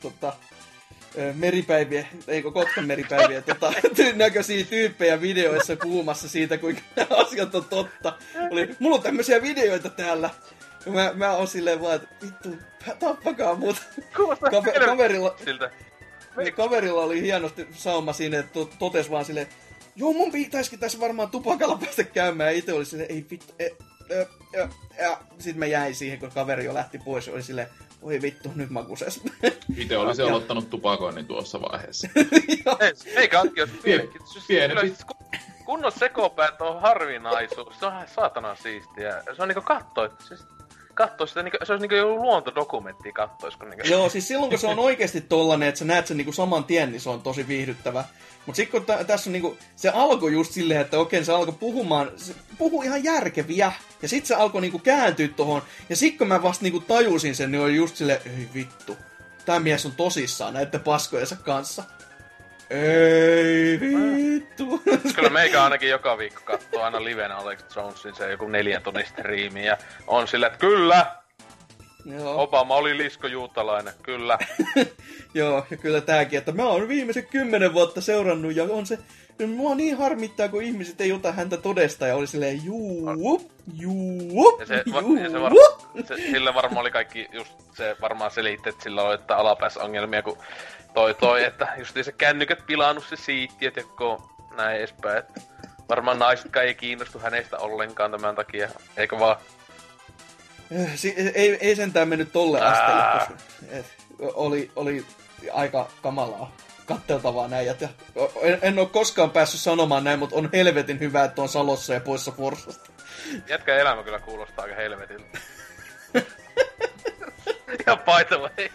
meripäiviä, eikö Kotkan meripäiviä, näköisiä tyyppejä videoissa puhumassa siitä, kuinka nämä asiat on totta. Mulla on tämmöisiä videoita täällä. Mä oon silleen vaan, että vittu, tappakaa mut. Kaverilla oli hienosti sauma siinä, että totesi vaan silleen, joo mun pitäisikin tässä varmaan tupakalla päästä käymään. Ja itse oli silleen, ei vittu, Sitten mä jäin siihen, kun kaveri jo lähti pois. Oli silleen, oi vittu, nyt mä kuses. Itse olisi aloittanut tupakoinnin tuossa vaiheessa. Eikä Antti, jos pieni. Kunnon sekopäät on harvinaisuus. Se on saatana siistiä. Se on niinku kattoo sitä, se olisi niinku joku luontodokumentti kattois. Niinku. Joo, siis silloin kun se on oikeesti tollanen, että sä näet sen niinku saman tien, niin se on tosi viihdyttävä. Mut sit kun tässä on niinku, se alkoi just silleen, että okei, se alkoi puhumaan, se puhui ihan järkeviä. Ja sit se alkoi niinku kääntyä tohon. Ja sit kun mä vasta niinku tajusin sen, niin oli just silleen, ei vittu. Tää mies on tosissaan näitten paskojensa kanssa. Ei vittu. Kyllä meikä ainakin joka viikko kattoo aina livenä Alex Jonesin se joku 4 tunnin striimi ja on sillä, että kyllä! Joo. Obama oli liskojuutalainen, kyllä. Joo, ja kyllä tääkin, että mä oon viimeiset 10 vuotta seurannut ja on se, mua niin harmittaa, kun ihmiset ei ota häntä todesta ja oli silleen juu. Sillä varmaan oli kaikki just se varmaan selitti, että sillä oli että alapääsongelmia, kun toi, että just se kännykät pilannut se siittiöt ja näin edespäin, että varmaan naisetkaan ei kiinnostu hänestä ollenkaan tämän takia, eikö vaan? Ei sentään mennyt tolle asteelle, koska oli aika kamalaa katteltavaa näin. Ja en ole koskaan päässyt sanomaan näin, mutta on helvetin hyvä, että on Salossa ja poissa Forssasta. Jätkän elämä kyllä kuulostaa aika helvetiltä. Ja by the way.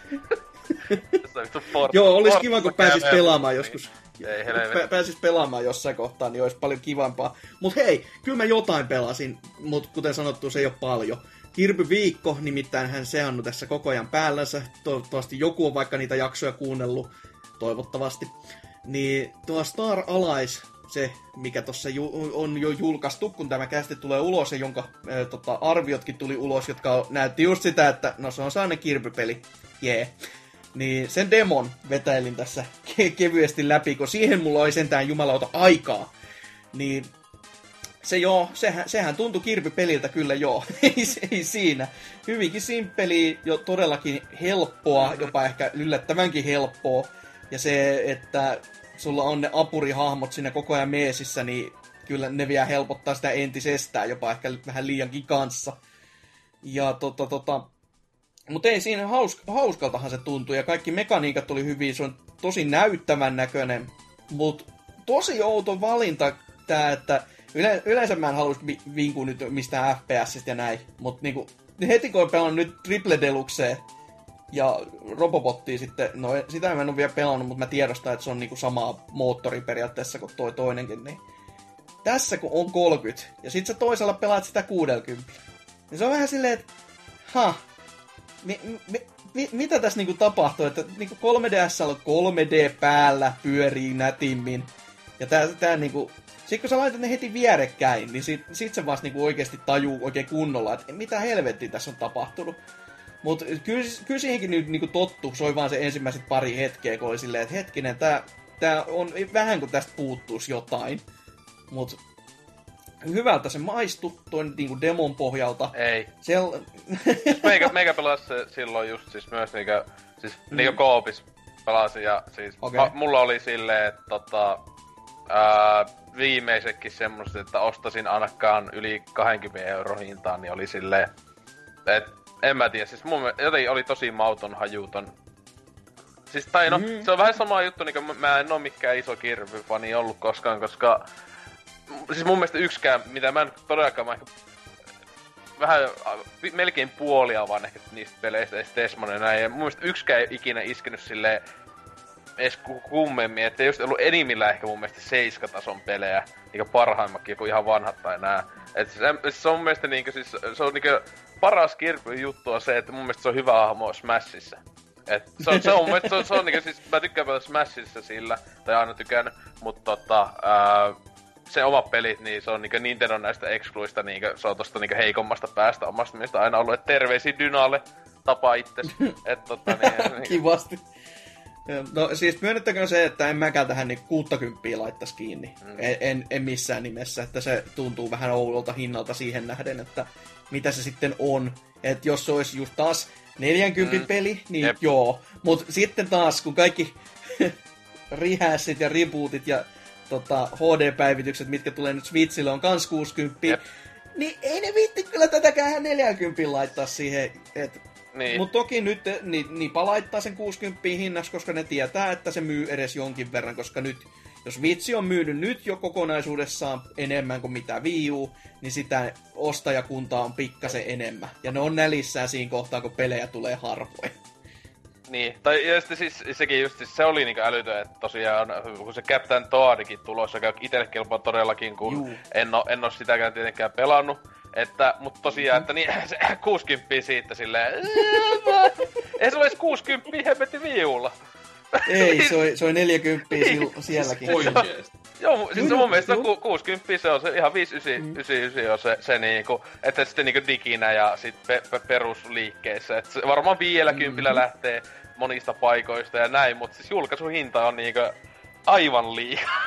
Joo, olisi kiva, kun pääsis pelaamaan joskus. Pääsis pelaamaan jossain kohtaa, niin olisi paljon kivampaa. Mut hei, kyllä mä jotain pelasin, mutta kuten sanottu, se ei ole paljon. Kirby-viikko, nimittäin sehän on tässä koko ajan päällänsä. Toivottavasti joku on vaikka niitä jaksoja kuunnellut. Toivottavasti. Niin tuo Star Allies, se mikä tuossa on jo julkaistu, kun tämä kästi tulee ulos ja jonka arviotkin tuli ulos, jotka näytti just sitä, että no se on sellainen Kirby-peli. Niin sen demon vetäilin tässä kevyesti läpi, kun siihen mulla oli sentään jumalauta aikaa. Niin sehän tuntui Kirby-peliltä kyllä joo. ei siinä. Hyvinkin simppeliä, jo todellakin helppoa, jopa ehkä yllättävänkin helppoa. Ja se, että sulla on ne apurihahmot siinä koko ajan meesissä, niin kyllä ne vielä helpottaa sitä entisestään, jopa ehkä vähän liiankin kanssa. Ja mutta ei siinä, hauskaltahan se tuntui, ja kaikki mekaniikat oli hyviä, se on tosi näyttävän näköinen, mutta tosi outo valinta tää, että yleensä mä en haluaisi vinkua nyt mistään FPSistä ja näin, mutta niinku, heti kun on pelannut nyt Triple Deluxea ja Robobottia sitten, no sitä mä en ole vielä pelannut, mutta mä tiedostan, että se on niinku sama moottori periaatteessa kuin toi toinenkin, niin tässä kun on 30, ja sit sä toisella pelaat sitä 60, niin se on vähän silleen, että mitä tässä niinku tapahtuu, että niinku 3DS on 3D päällä, pyörii nätimmin, ja tää niinku, sit kun sä laitat ne heti vierekkäin, niin sit sä vasta niinku oikeesti tajuu oikein kunnolla, että mitä helvettiä tässä on tapahtunut. Mut kyllä siihenkin nyt niinku tottu, se oli vaan se ensimmäiset pari hetkeä, kun oli silleen, että hetkinen, tää on vähän kuin tästä puuttuisi jotain. Mut hyvältä se maistui tuon niinku demon pohjalta. Ei. Meikä pelasi silloin just siis myös niinku koopis pelasin ja siis mulla oli silleen, että viimeisetkin semmoset, että ostasin ainakaan yli 20 € hintaan, niin oli silleen, että en mä tiedä, siis mun jotenkin oli tosi mauton, hajuton. Siis se on vähän sama juttu, niin kuin mä en oo mikään iso Kirby-fani ollut koskaan, koska siis mun mielestä yksikään, mitä mä en todellakaan, mä ehkä vähän melkein puolia vaan ehkä niistä peleistä, edes Desmond ja näin, ja mun mielestä yksikään ei ikinä iskenyt silleen edes kummemmin, että just ollut enimmillä ehkä mun mielestä 7-tason pelejä, niinku parhaimmakin, joku ihan vanhat tai nää. Et se on mun mielestä niinku siis, se on niinku paras Kirby-juttu on se, että mun mielestä se on hyvä hahmo Smashissa. Et se on mun mielestä, se on niinku siis, mä tykkään pelata Smashissa sillä, tai aina tykännyt, mutta se omat pelit, niin se on niinku Nintendo näistä excluista, niinku, se on tosta niinku heikommasta päästä omasta mielestä aina ollut, et terveisiä Dynalle, tapaa itses. Et niin. Kivasti. No siis myönnettäkö se, että en mäkään tähän niin 60 laittaisi kiinni. En missään nimessä, että se tuntuu vähän oudolta hinnalta siihen nähden, että mitä se sitten on. Että jos se olisi just taas 40 peli, niin joo. Mut sitten taas, kun kaikki rehassit ja rebootit ja HD-päivitykset, mitkä tulee nyt Switchille, on kans 60, niin ei ne viitti kyllä tätäkään 40 laittaa siihen, että niin. Mutta toki nyt Nipa laittaa sen 60 hinnaksi, koska ne tietää, että se myy edes jonkin verran, koska nyt, jos Vitsi on myynyt nyt jo kokonaisuudessaan enemmän kuin mitä Wii U, niin sitä ostajakuntaa on pikkasen enemmän. Ja ne on nälissään siinä kohtaa, kun pelejä tulee harvoin. Niin, tai ja sitten siis sekin just, siis se oli niinku älytön, että tosiaan, kun se Captain Toadikin tulossa, käy itselle kelpaa todellakin, kun en oo sitäkään tietenkään pelannut. Mut tosiaan, että niin, se 60 siitä silleen, ei se ole edes 60 hemmetti viulla. Ei, se oli 40 sielläkin. Joo, siis mun mielestä 60 se on se ihan 599 on se niinku, että sitten niinku diginä ja sit perusliikkeissä, et se varmaan 50 lähtee monista paikoista ja näin, mut siis julkaisuhinta on niinku aivan liikaa.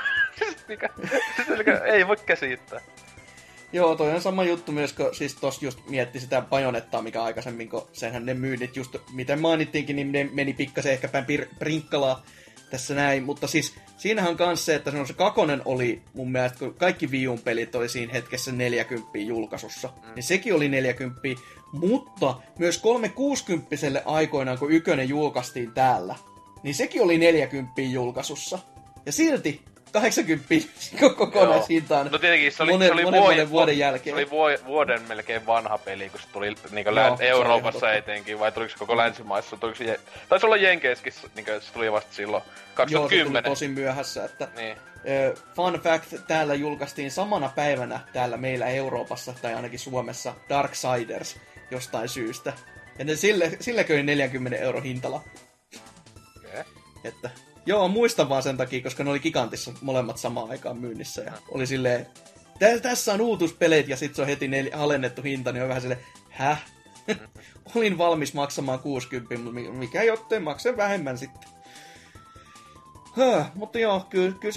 Ei voi käsittää. Joo, toi on sama juttu myös, kun siis tossa just mietti sitä Bajonettaa, mikä aikaisemmin, kun senhän ne myynnit just, miten mainittiinkin, niin ne meni pikkasen ehkä päin prinkkalaa tässä näin, mutta siis siinähän on kans se, että se kakonen oli mun mielestä, kun kaikki Wii U:n pelit oli siinä hetkessä 40 julkaisussa, niin sekin oli 40, mutta myös 360 aikoinaan, kun ykönen julkaistiin täällä, niin sekin oli 40 julkaisussa. Ja silti 80 kokonaishintaan. No tietenkin se oli vuoden jälkeen. Se oli vuoden melkein vanha peli, kun se tuli niinku Euroopassa etenkin, vai tuliko se koko länsimaissa? Taisi olla Jenkeissäkin, niinku se tuli vasta silloin 2010. Joo, se tuli tosi myöhässä, että niin. Fun fact, täällä julkaistiin samana päivänä täällä meillä Euroopassa, tai ainakin Suomessa, Darksiders jostain syystä. Ja ne sillä köi 40 € hintala. Okay. Että joo, muistan vaan sen takia, koska ne oli Gigantissa molemmat samaan aikaan myynnissä. Ja oli silleen, tässä on uutuuspeleit, ja sit se on heti alennettu hinta, niin on vähän silleen, häh? Olin valmis maksamaan 60, mutta mikä jottei maksa vähemmän sitten. Mutta joo, kyllä se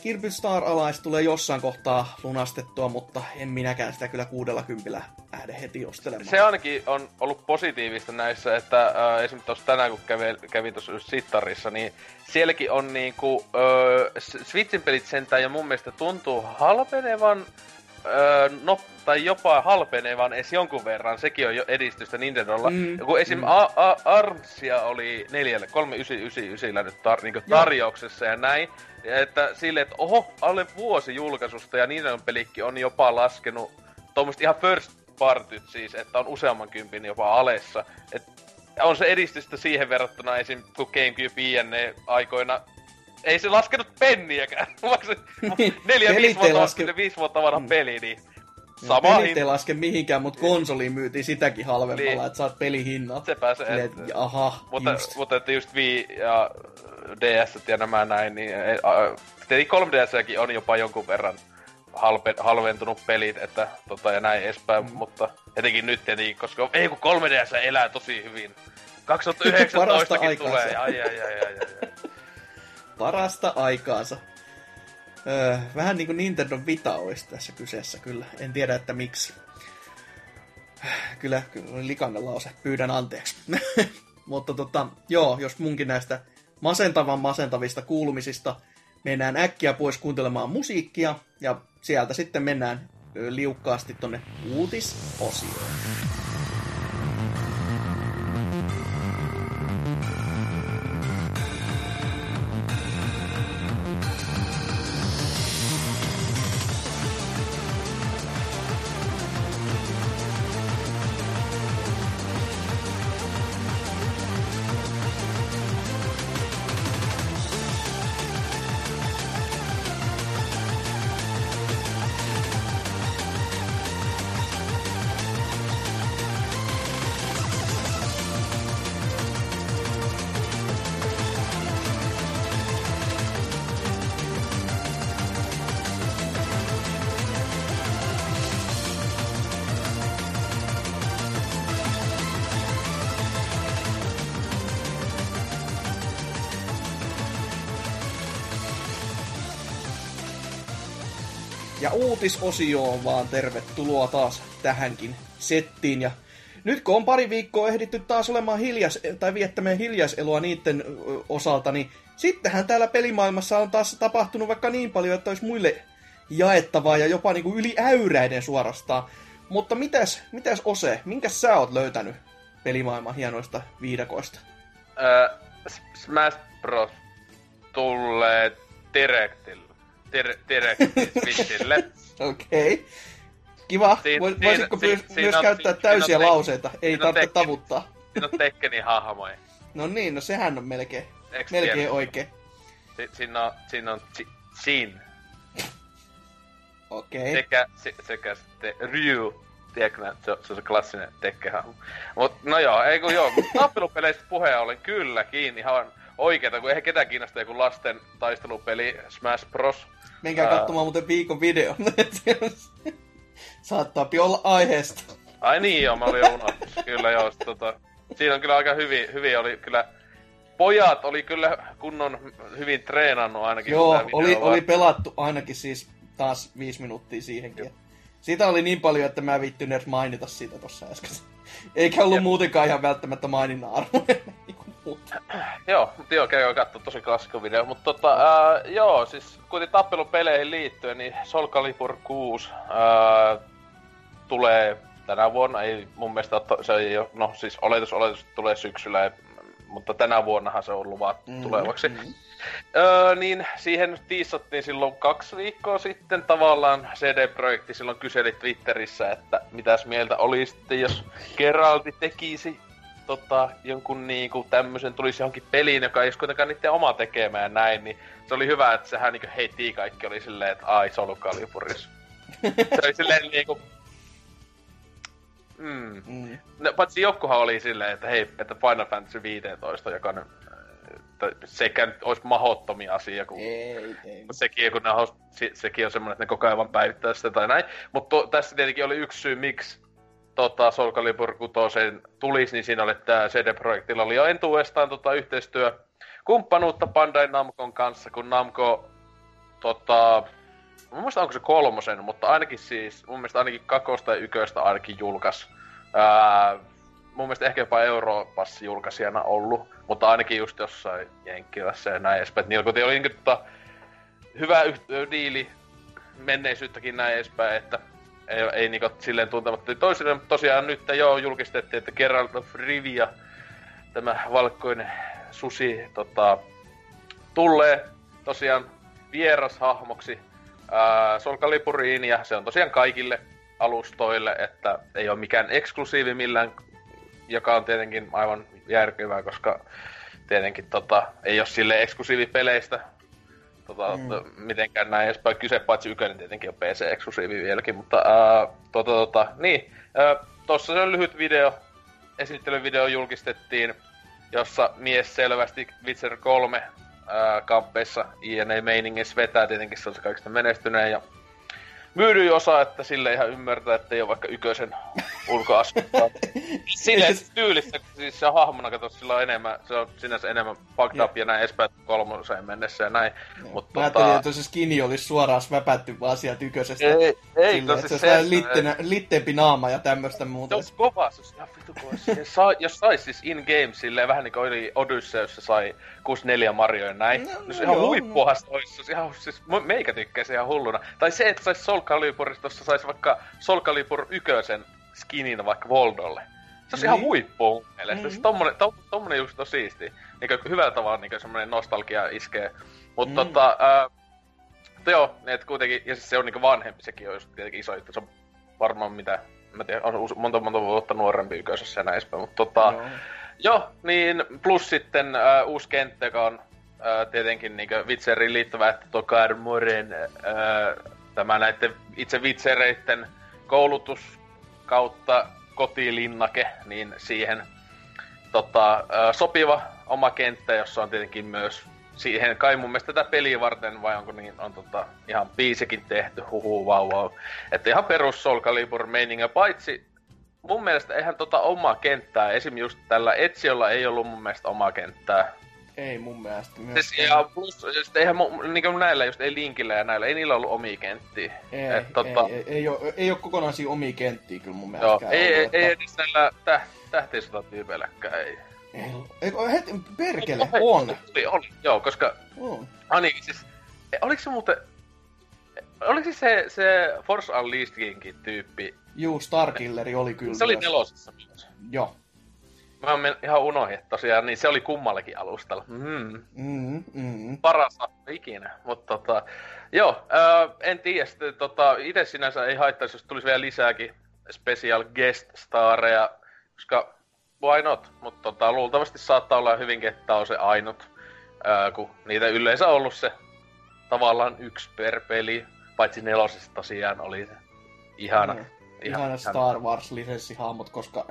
Kirby Star Allies tulee jossain kohtaa lunastettua, mutta en minäkään sitä kyllä 60 lähde heti ostelemaan. Se ainakin on ollut positiivista näissä, että esimerkiksi tuossa tänään kun kävin tuossa Sittarissa, niin sielläkin on niinku Switchin pelit sentään ja mun mielestä tuntuu halpenevan, tai jopa halpenevan edes jonkun verran, sekin on jo edistystä Nintendolla. Kun esim. ARMSia oli 399 nyt niinku tarjouksessa ja näin, että silleen, että oho, alle vuosi julkaisusta ja Nintendon pelikki on jopa laskenut tuommoista ihan first partyt siis, että on useamman kympin jopa alessa. Et on se edistystä siihen verrattuna esim. Kun GameCube INE aikoina ei se laskenut penniäkään. Vaikka se 4-5 vuotta vanha peli, niin sama hinta. Pelit ei laske mihinkään, mutta konsoliin myytiin sitäkin halvemmalla, niin. Että saat pelihinnat. Sepä se, mutta että just Wii ja DS ja nämä näin, niin 3DS:kin on jopa jonkun verran halventunut pelit, että ja näin edespäin, mutta etenkin nyt tietenkin, koska ei kun 3DS elää tosi hyvin. 2019kin tulee, ai. Parasta aikaansa. Vähän niinku Nintendo Vita olisi tässä kyseessä kyllä. En tiedä, että miksi. Kyllä oli likainen lause. Pyydän anteeksi. Mutta joo, jos munkin näistä masentavista kuulumisista mennään äkkiä pois kuuntelemaan musiikkia, ja sieltä sitten mennään liukkaasti tonne uutisosioon. Ja uutisosioon vaan tervetuloa taas tähänkin settiin. Ja nyt kun on pari viikkoa ehditty taas olemaan viettämään hiljaiseloa niiden osalta, niin sittenhän täällä pelimaailmassa on taas tapahtunut vaikka niin paljon, että olisi muille jaettavaa ja jopa niinku yli äyräiden suorastaan. Mutta mitäs Ose, minkäs sä oot löytänyt pelimaailman hienoista viidakoista? Smash Bros. Tulee Directille. Switchille. Okei. Kiva. Voisitko myös käyttää täysiä lauseita? Ei tarvitse tavuttaa. Siinä on Tekkenin hahmoja. No niin, no sehän on melkein oikein. Siinä on Jin. Okei. Sekä sitten Ryu. Tiedätkö, se on se klassinen Tekken-hahmo. Mut no joo, tappelupeleistä puheen ollen kylläkin ihan oikeeta, kun eihän ketään kiinnostaa joku lasten taistelupeli Smash Bros. Menkää katsomaan muuten viikon videon. Saattaapi olla aiheesta. Ai niin joo, mä olin jo unohtanut. Kyllä joo, siinä on kyllä aika hyvin oli kyllä. Pojat oli kyllä kunnon hyvin treenannut ainakin. Joo, oli pelattu ainakin siis taas 5 minuuttia siihenkin. Siitä oli niin paljon, että mä en viittynyt edes mainita siitä tossa äsken. Eikä ollut muutenkaan ihan välttämättä maininnan arvoinen. Joo, käy katsoa tosi klassikko video, mutta joo, siis kuitenkin tappelupeleihin liittyen, niin Soul Calibur 6 tulee tänä vuonna, ei mun mielestä se ei ole, no siis oletus tulee syksyllä, mutta tänä vuonnahan se on luvattu tulevaksi. Niin siihen tiissattiin silloin 2 viikkoa sitten tavallaan CD-projekti silloin kyseli Twitterissä, että mitäs mieltä oli sitten, jos Geralti tekisi jonkun niinku tämmösen, tulisi johonkin peliin, joka ei olisi kuitenkaan niiden oma tekemään ja näin, niin se oli hyvä, että sehän niinku heti kaikki oli silleen, että ai Soul Caliburis. Se oli silleen niinku No, paitsi jokkuhan oli silleen, että hei, että Final Fantasy 15, joka nyt sekä nyt olisi mahottomia asia, kun sekin, kun sekin on semmoinen, että ne koko ajan vaan päivittää sitä tai näin. Mutta tässä tietenkin oli yksi syy, miksi Soul Calibur 6 tulisi, niin siinä oli, että CD-projektilla oli jo entuudestaan yhteistyökumppanuutta Bandai Namcon kanssa, kun Namco mun mielestä onko se 3, mutta ainakin siis, mun mielestä ainakin 2 ja 1 ainakin julkaisi. Mun mielestä ehkä jopa Europassi julkaisijana ollut, mutta ainakin just jossain Jenkkilässä ja näin edespäin. Niillä kuitenkin oli hyvä diili menneisyyttäkin näin edespäin, että ei niinku silleen tuntematta toisille, mutta tosiaan nyt julkistettiin, että Geralt of Rivia, tämä valkoinen susi, tulee tosiaan vierashahmoksi Soul Caliburiin, ja se on tosiaan kaikille alustoille, että ei ole mikään eksklusiivi millään, joka on tietenkin aivan järkevää, koska tietenkin ei ole silleen eksklusiivipeleistä mitenkään näin edespäin kyse, paitsi 1 tietenkin on PC-eksklusiivi vieläkin, mutta tossa se on lyhyt video, esittelyvideo julkistettiin, jossa mies selvästi Witcher 3 kamppeissa INA-meiningeissä vetää, tietenkin se on se kaikista menestyneen ja myydyin osa, että sille ihan ymmärtää, että ei ole vaikka 1 ulkoasuntoa. Silleen tyylistä, siis se on hahmona, kato, sillä on enemmän, se on sinänsä enemmän fucked up ja näin edespäin 3 mennessä ja näin. Mä ajattelin, että se skini olisi suoraan sväpätty vaan sieltä 1. Ei, että se on litteempi naama ja tämmöstä muuta. Se on kova, se on ihan vittu kova. Jos sais siis in-game silleen, vähän niinku oli Odysseus, sai 64 Mario ja näin. No se ihan huippuahan se olisi, se ihan, siis meikä tykkäisi ihan hulluna. Tai se, että sais Soul Caliburista, tossa sais vaikka Soul Calibur 1 skinin vaikka Voldolle. Se olisi ihan huippua mun mielestä. Se tommonen just on siistiä. Niinku hyvällä tavalla niinku semmonen nostalgia iskee. Mut joo, et kuitenkin, ja siis se on niinku vanhempi, sekin on just tietenkin iso juttu. Se on varmaan mitä, mä tiedän, on monta vuotta nuorempi 1 ja näin edespäin. Mut joo, niin plus sitten uusi kenttä, joka on tietenkin niinku Witcheriin liittyvä, että tuo Karmoren, tämä näitten itse Witchereitten koulutus kautta kotilinnake, niin siihen sopiva oma kenttä, jossa on tietenkin myös siihen kai mun mielestä tätä peliä varten, vai onko niin, on ihan biisikin tehty, vau. Että ihan perus Soul Calibur meininga, paitsi mun mielestä eihän omaa kenttää, esim. Just tällä Eziolla ei ollut mun mielestä omaa kenttää. Ei mun mielestä myös. Ja plus, eihän niinku näillä just, ei Linkillä ja näillä, ei niillä ollut omia kenttiä. Ei oo kokonaisia omia kenttiä kyllä mun mielestä. Joo, ei edes näillä tähtisotatyypeilläkään, ei. Heti, perkele, on. Oli, joo, koska ainakin siis, oliko se muuten, oliko se Force Unleashedinkin tyyppi? Juu, Starkilleri oli kyllä. Se oli 4 myös. Joo. Mä ihan unohdin, että tosiaan, niin se oli kummallakin alustalla. Paras ikinä, mutta joo, en tiedä, sitten ite sinänsä ei haittaisi, jos tulisi vielä lisääkin special guest stareja, koska why not, mutta luultavasti saattaa olla hyvinkin, että on se ainut, kun niitä yleensä on ollut se tavallaan 1 per peli, paitsi 4 tosiaan oli se ihana. Ihana Star Wars-lisenssihahmot, koska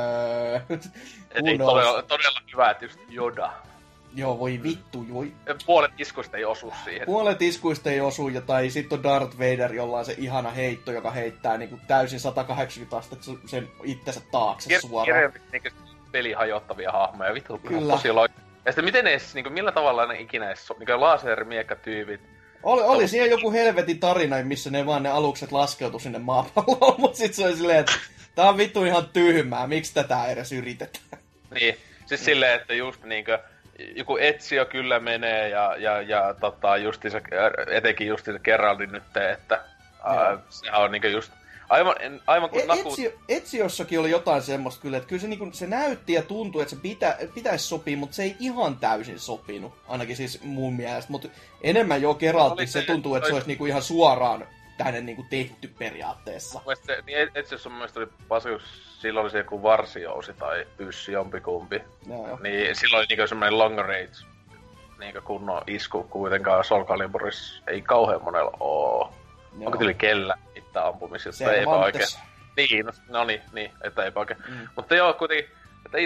Eli todella hyvä, että just Yoda. Joo, voi vittu, voi. Puolet iskuista ei osu siihen. Puolet iskuista ei osu, tai sitten on Darth Vader, jolla on se ihana heitto, joka heittää niinku täysin 180 astetta sen itsensä taakse suoraan. Niinku pelihajottavia hahmoja, vittu, tosi loistava. Ja sitten miten edes, niinku millä tavalla ne ikinä edes, niinku lasermiekkatyypit. Oli siinä joku helvetin tarina, missä ne alukset laskeutu sinne maapalloon, mut sit se oli silleen, että tää on vittu ihan tyhmää, miksi tätä edes yritetään? Niin, siis silleen, että just niinkö joku Ezio kyllä menee ja justiinsa, etenkin justiinsa Geraldin nyt, että sehän on niinkö just aivan kuin Eziossakin oli jotain semmoista kyllä, että kyllä se, niinku, se näytti ja tuntui, että se pitäisi sopia, mutta se ei ihan täysin sopinut, ainakin siis mun mielestä, mutta enemmän jo Geraltti se tuntuu, että se olisi niinku ihan suoraan tänne niinku tehty periaatteessa. Niin Eziossa mun mielestä oli paska, silloin oli se joku varsijousi tai pyssy jompikumpi, niin silloin oli niinku semmoinen long range niinku kunnon isku kuitenkaan Soul Caliburissa ei kauhean monella oo. Joo. Onko tyyli kellä itse ampumisesta? Eipä oikein. Niin, no niin, että eipä oikein. Mutta joo, kuitenkin, että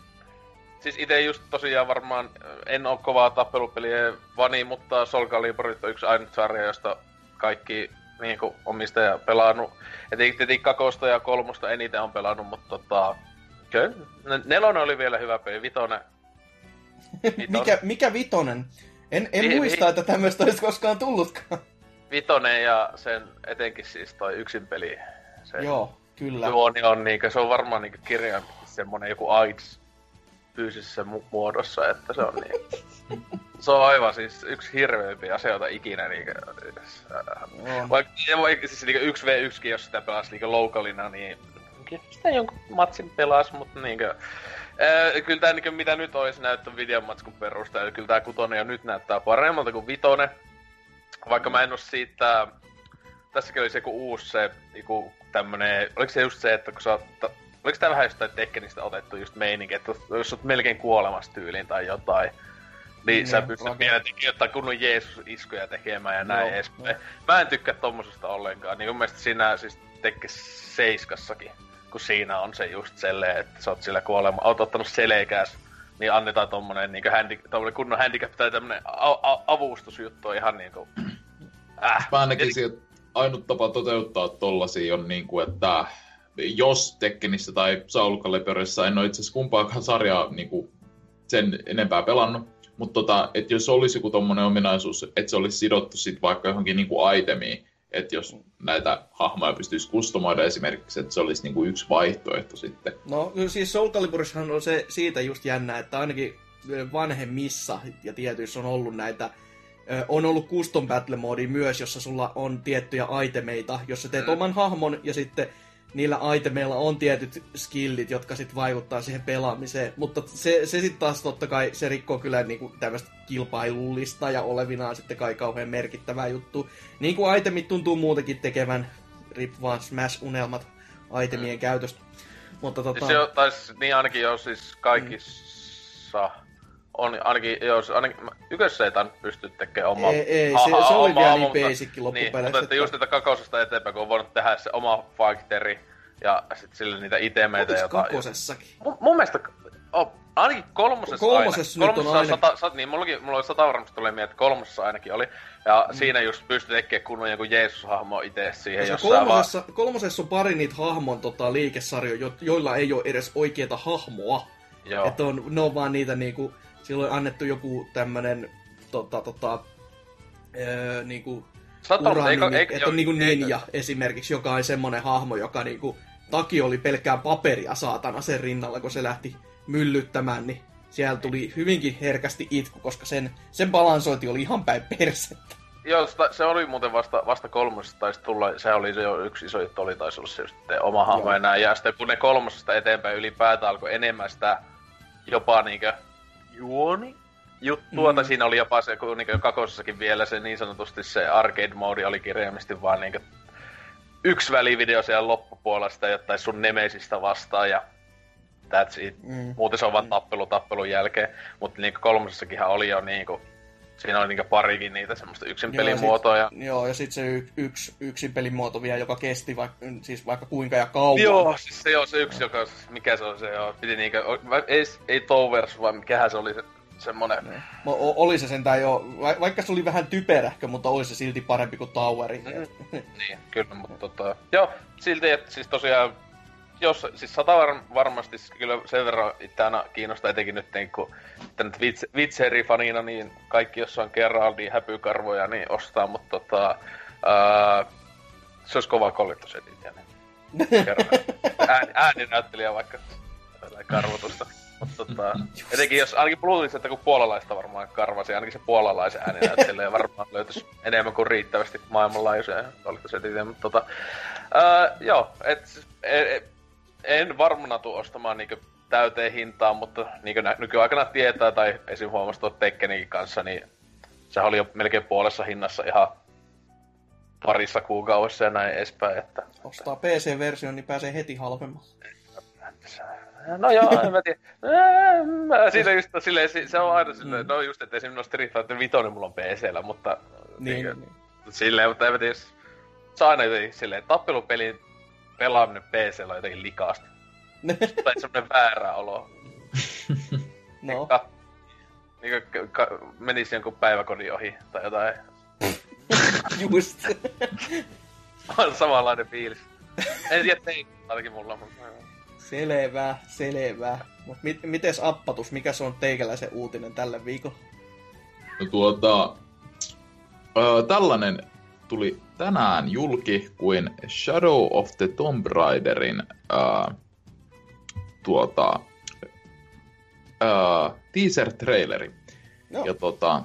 ite just tosiaan varmaan en oo kovaa tappelupelien vani, mutta Soul Caliburit on yksi ainut sarja, josta kaikki niinku omistaja pelannut. Et tietenkin 2 ja 3 eniten on pelannut, mutta kyllä. 4 oli vielä hyvä peli, 5. Mikä 5? En muista, että tämmöistä olisi koskaan tullutkaan. Vitonen ja sen etenkin siis toi yksin peli. Se Joo, kyllä. Tuoni on niinkö, se on varmaan niinkö kirjaimisesti semmonen joku AIDS fyysisessä muodossa, että se on niin. Se on aivan siis yksi hirveimpiä asioita ikinä niinkö. Vaikka siis niinkö 1v1kin, jos sitä pelasi niinkö localina, niin sitä jonkun matsin pelas, mutta niinkö kyllä tää niinkö mitä nyt ois näyttö videomatskun perusteella, kyllä tää kutonen jo nyt näyttää paremmalta kuin vitonen. Vaikka mä en oo siitä, tässäkin oli se joku uusi se, joku tämmönen, oliko se just se, että kun sä, oliko tää vähän jostain Tekkenistä otettu just meininki, että jos oot melkein kuolemassa tyyliin tai jotain, niin sä pystyt vielä tekemään jotain kunnon Jeesus-iskuja tekemään ja näin edespäin. Mä en tykkää tommosesta ollenkaan, niin mun mielestä siinä siis Tekkes 7:ssakin, kun siinä on se just selleen, että sä oot sillä oot ottanut selkääs, niin annetaan tommonen niinku tommonen kunnon handicap tai tämmönen avustusjuttu on ihan niinku. Mä näkisin, että ainut tapa toteuttaa tollasia on niinku, että jos Tekkenissä tai Soul Caliburissa en oo itse asiassa kumpaakaan sarjaa niinku sen enempää pelannut, mutta että jos olisi joku tommonen ominaisuus, että se olisi sidottu sit vaikka johonkin niinku itemiin, että jos näitä hahmoja pystyisi kustomoida esimerkiksi, että se olisi niinku yksi vaihtoehto sitten. No siis Soul Caliburissahan on se siitä just jännä, että ainakin vanhemmissa ja tietyissä on ollut näitä, on ollut custom battle modi myös, jossa sulla on tiettyjä itemeita, jos sä teet oman hahmon ja sitten niillä itemeilla on tietyt skillit, jotka sitten vaikuttaa siihen pelaamiseen, mutta se sitten taas totta kai, se rikkoo kyllä niinku tämmöistä kilpailullista ja olevinaan sitten kai kauhean merkittävää juttu. Niin kuin itemit tuntuu muutenkin tekevän, rip vaan Smash-unelmat itemien käytöstä. Mutta niin ainakin jos siis kaikissa on ainakin, jos ainakin ykössä ei tainnut pysty tekemään omaa. Ei, se oli vielä niin basic loppupeleissä. Niin, mutta just että kakosesta eteenpäin, kun on voinut tehdä se oma fighteri ja sit sille niitä itemeitä ja jotain. Kakosessakin? Mun mielestä, ainakin kolmosessa nyt on aina. Niin, mulla oli 100 varmasti tulee mieleen, että kolmosessa ainakin oli. Ja siinä just pystyi tekemään kunnon joku Jeesus-hahmo itse siihen jossain kolmosessa on pari niitä hahmon liikesarjoja, joilla ei ole edes oikeeta hahmoa. Joo. Että ne on vaan niitä niinku, silloin annettu joku tämmönen niinku uranimi, että on niinku ninja esimerkiksi, joka on semmonen hahmo, joka niinku Taki oli pelkkää paperia saatana sen rinnalla, kun se lähti myllyttämään, niin siellä tuli hyvinkin herkästi itku, koska sen balansointi oli ihan päin persettä. Joo, se oli muuten vasta kolmosesta taisi tulla, se oli se jo yksi iso juttu, oli taisi olla se sitten oma hahmo ja näin, ja sitten kun ne kolmosesta eteenpäin ylipäätään alkoi enemmän sitä jopa niinkö juttua, tai siinä oli jopa se, kun niinkö kakosessakin vielä se niin sanotusti se arcade-moodi oli kirjaimisesti vaan niinkö yksi välivideo siellä loppupuolella sitä jotain sun nemesistä vastaan ja that's it. Muuten se on vaan tappelun jälkeen, mutta niinkö kolmosessakinhan oli jo niinkö, siinä oli niinkö parikin niitä semmoista yksin pelimuotoja. Joo, ja sit se yksin pelimuoto vielä, joka kesti vaikka kuinka ja kauan. Joo, siis se yksi, joka, mikä se on se, piti niinkö, ei Towers, vaan mikähän se oli se semmonen. Oli se sentään jo, vaikka se oli vähän typerähkö, mutta oli se silti parempi kuin Toweri. Niin, kyllä, mutta joo, silti, että siis tosiaan, jos, siis 100 varmasti kyllä sen verran itse aina kiinnostaa etenkin nyt, kun Witcheri-fanina, niin kaikki, jos on Geraldin häpykarvoja, niin ostaa, mutta se olisi kova kollektosetit, ja niin ääninäyttelijä vaikka karvotusta. Mutta etenkin jos ainakin luulisi, että kun puolalaista varmaan karvasi, ainakin se puolalaisen ääninäyttelijä varmaan löytyisi enemmän kuin riittävästi maailmanlaajuisia kollektosetit, mutta joo, en varmana tuu ostamaan niinkö täyteen hintaan, mutta niinkö nykyaikana tietää, tai esim. Huomasi tuon Tekkeninkin kanssa, niin sehän oli jo melkein puolessa hinnassa ihan parissa kuukaudessa ja näin edespäin, että ostaa PC-version, niin pääsee heti halvemmalla. No joo, en mä tiedä. Siinä just se on aina silleen, no just, että esimerkiksi Street Fighter 5 mulla on PC:llä, mutta niin. Silleen, mutta en mä tiedä, se on aina jotenkin silleen, tappelupelin pelaaminen PC:llä on jotenkin likaasti. Tai semmonen väärä olo. No. Menisi jonkun päiväkodin ohi tai jotain. Just. On samanlainen fiilis. En tiedä ainakin mulla, mutta Selvä. Mut mites Appatus, mikä se on teikäläisen uutinen tällä viikolla? Tällainen tuli tänään julki kuin Shadow of the Tomb Raiderin teaser-traileri. No. Ja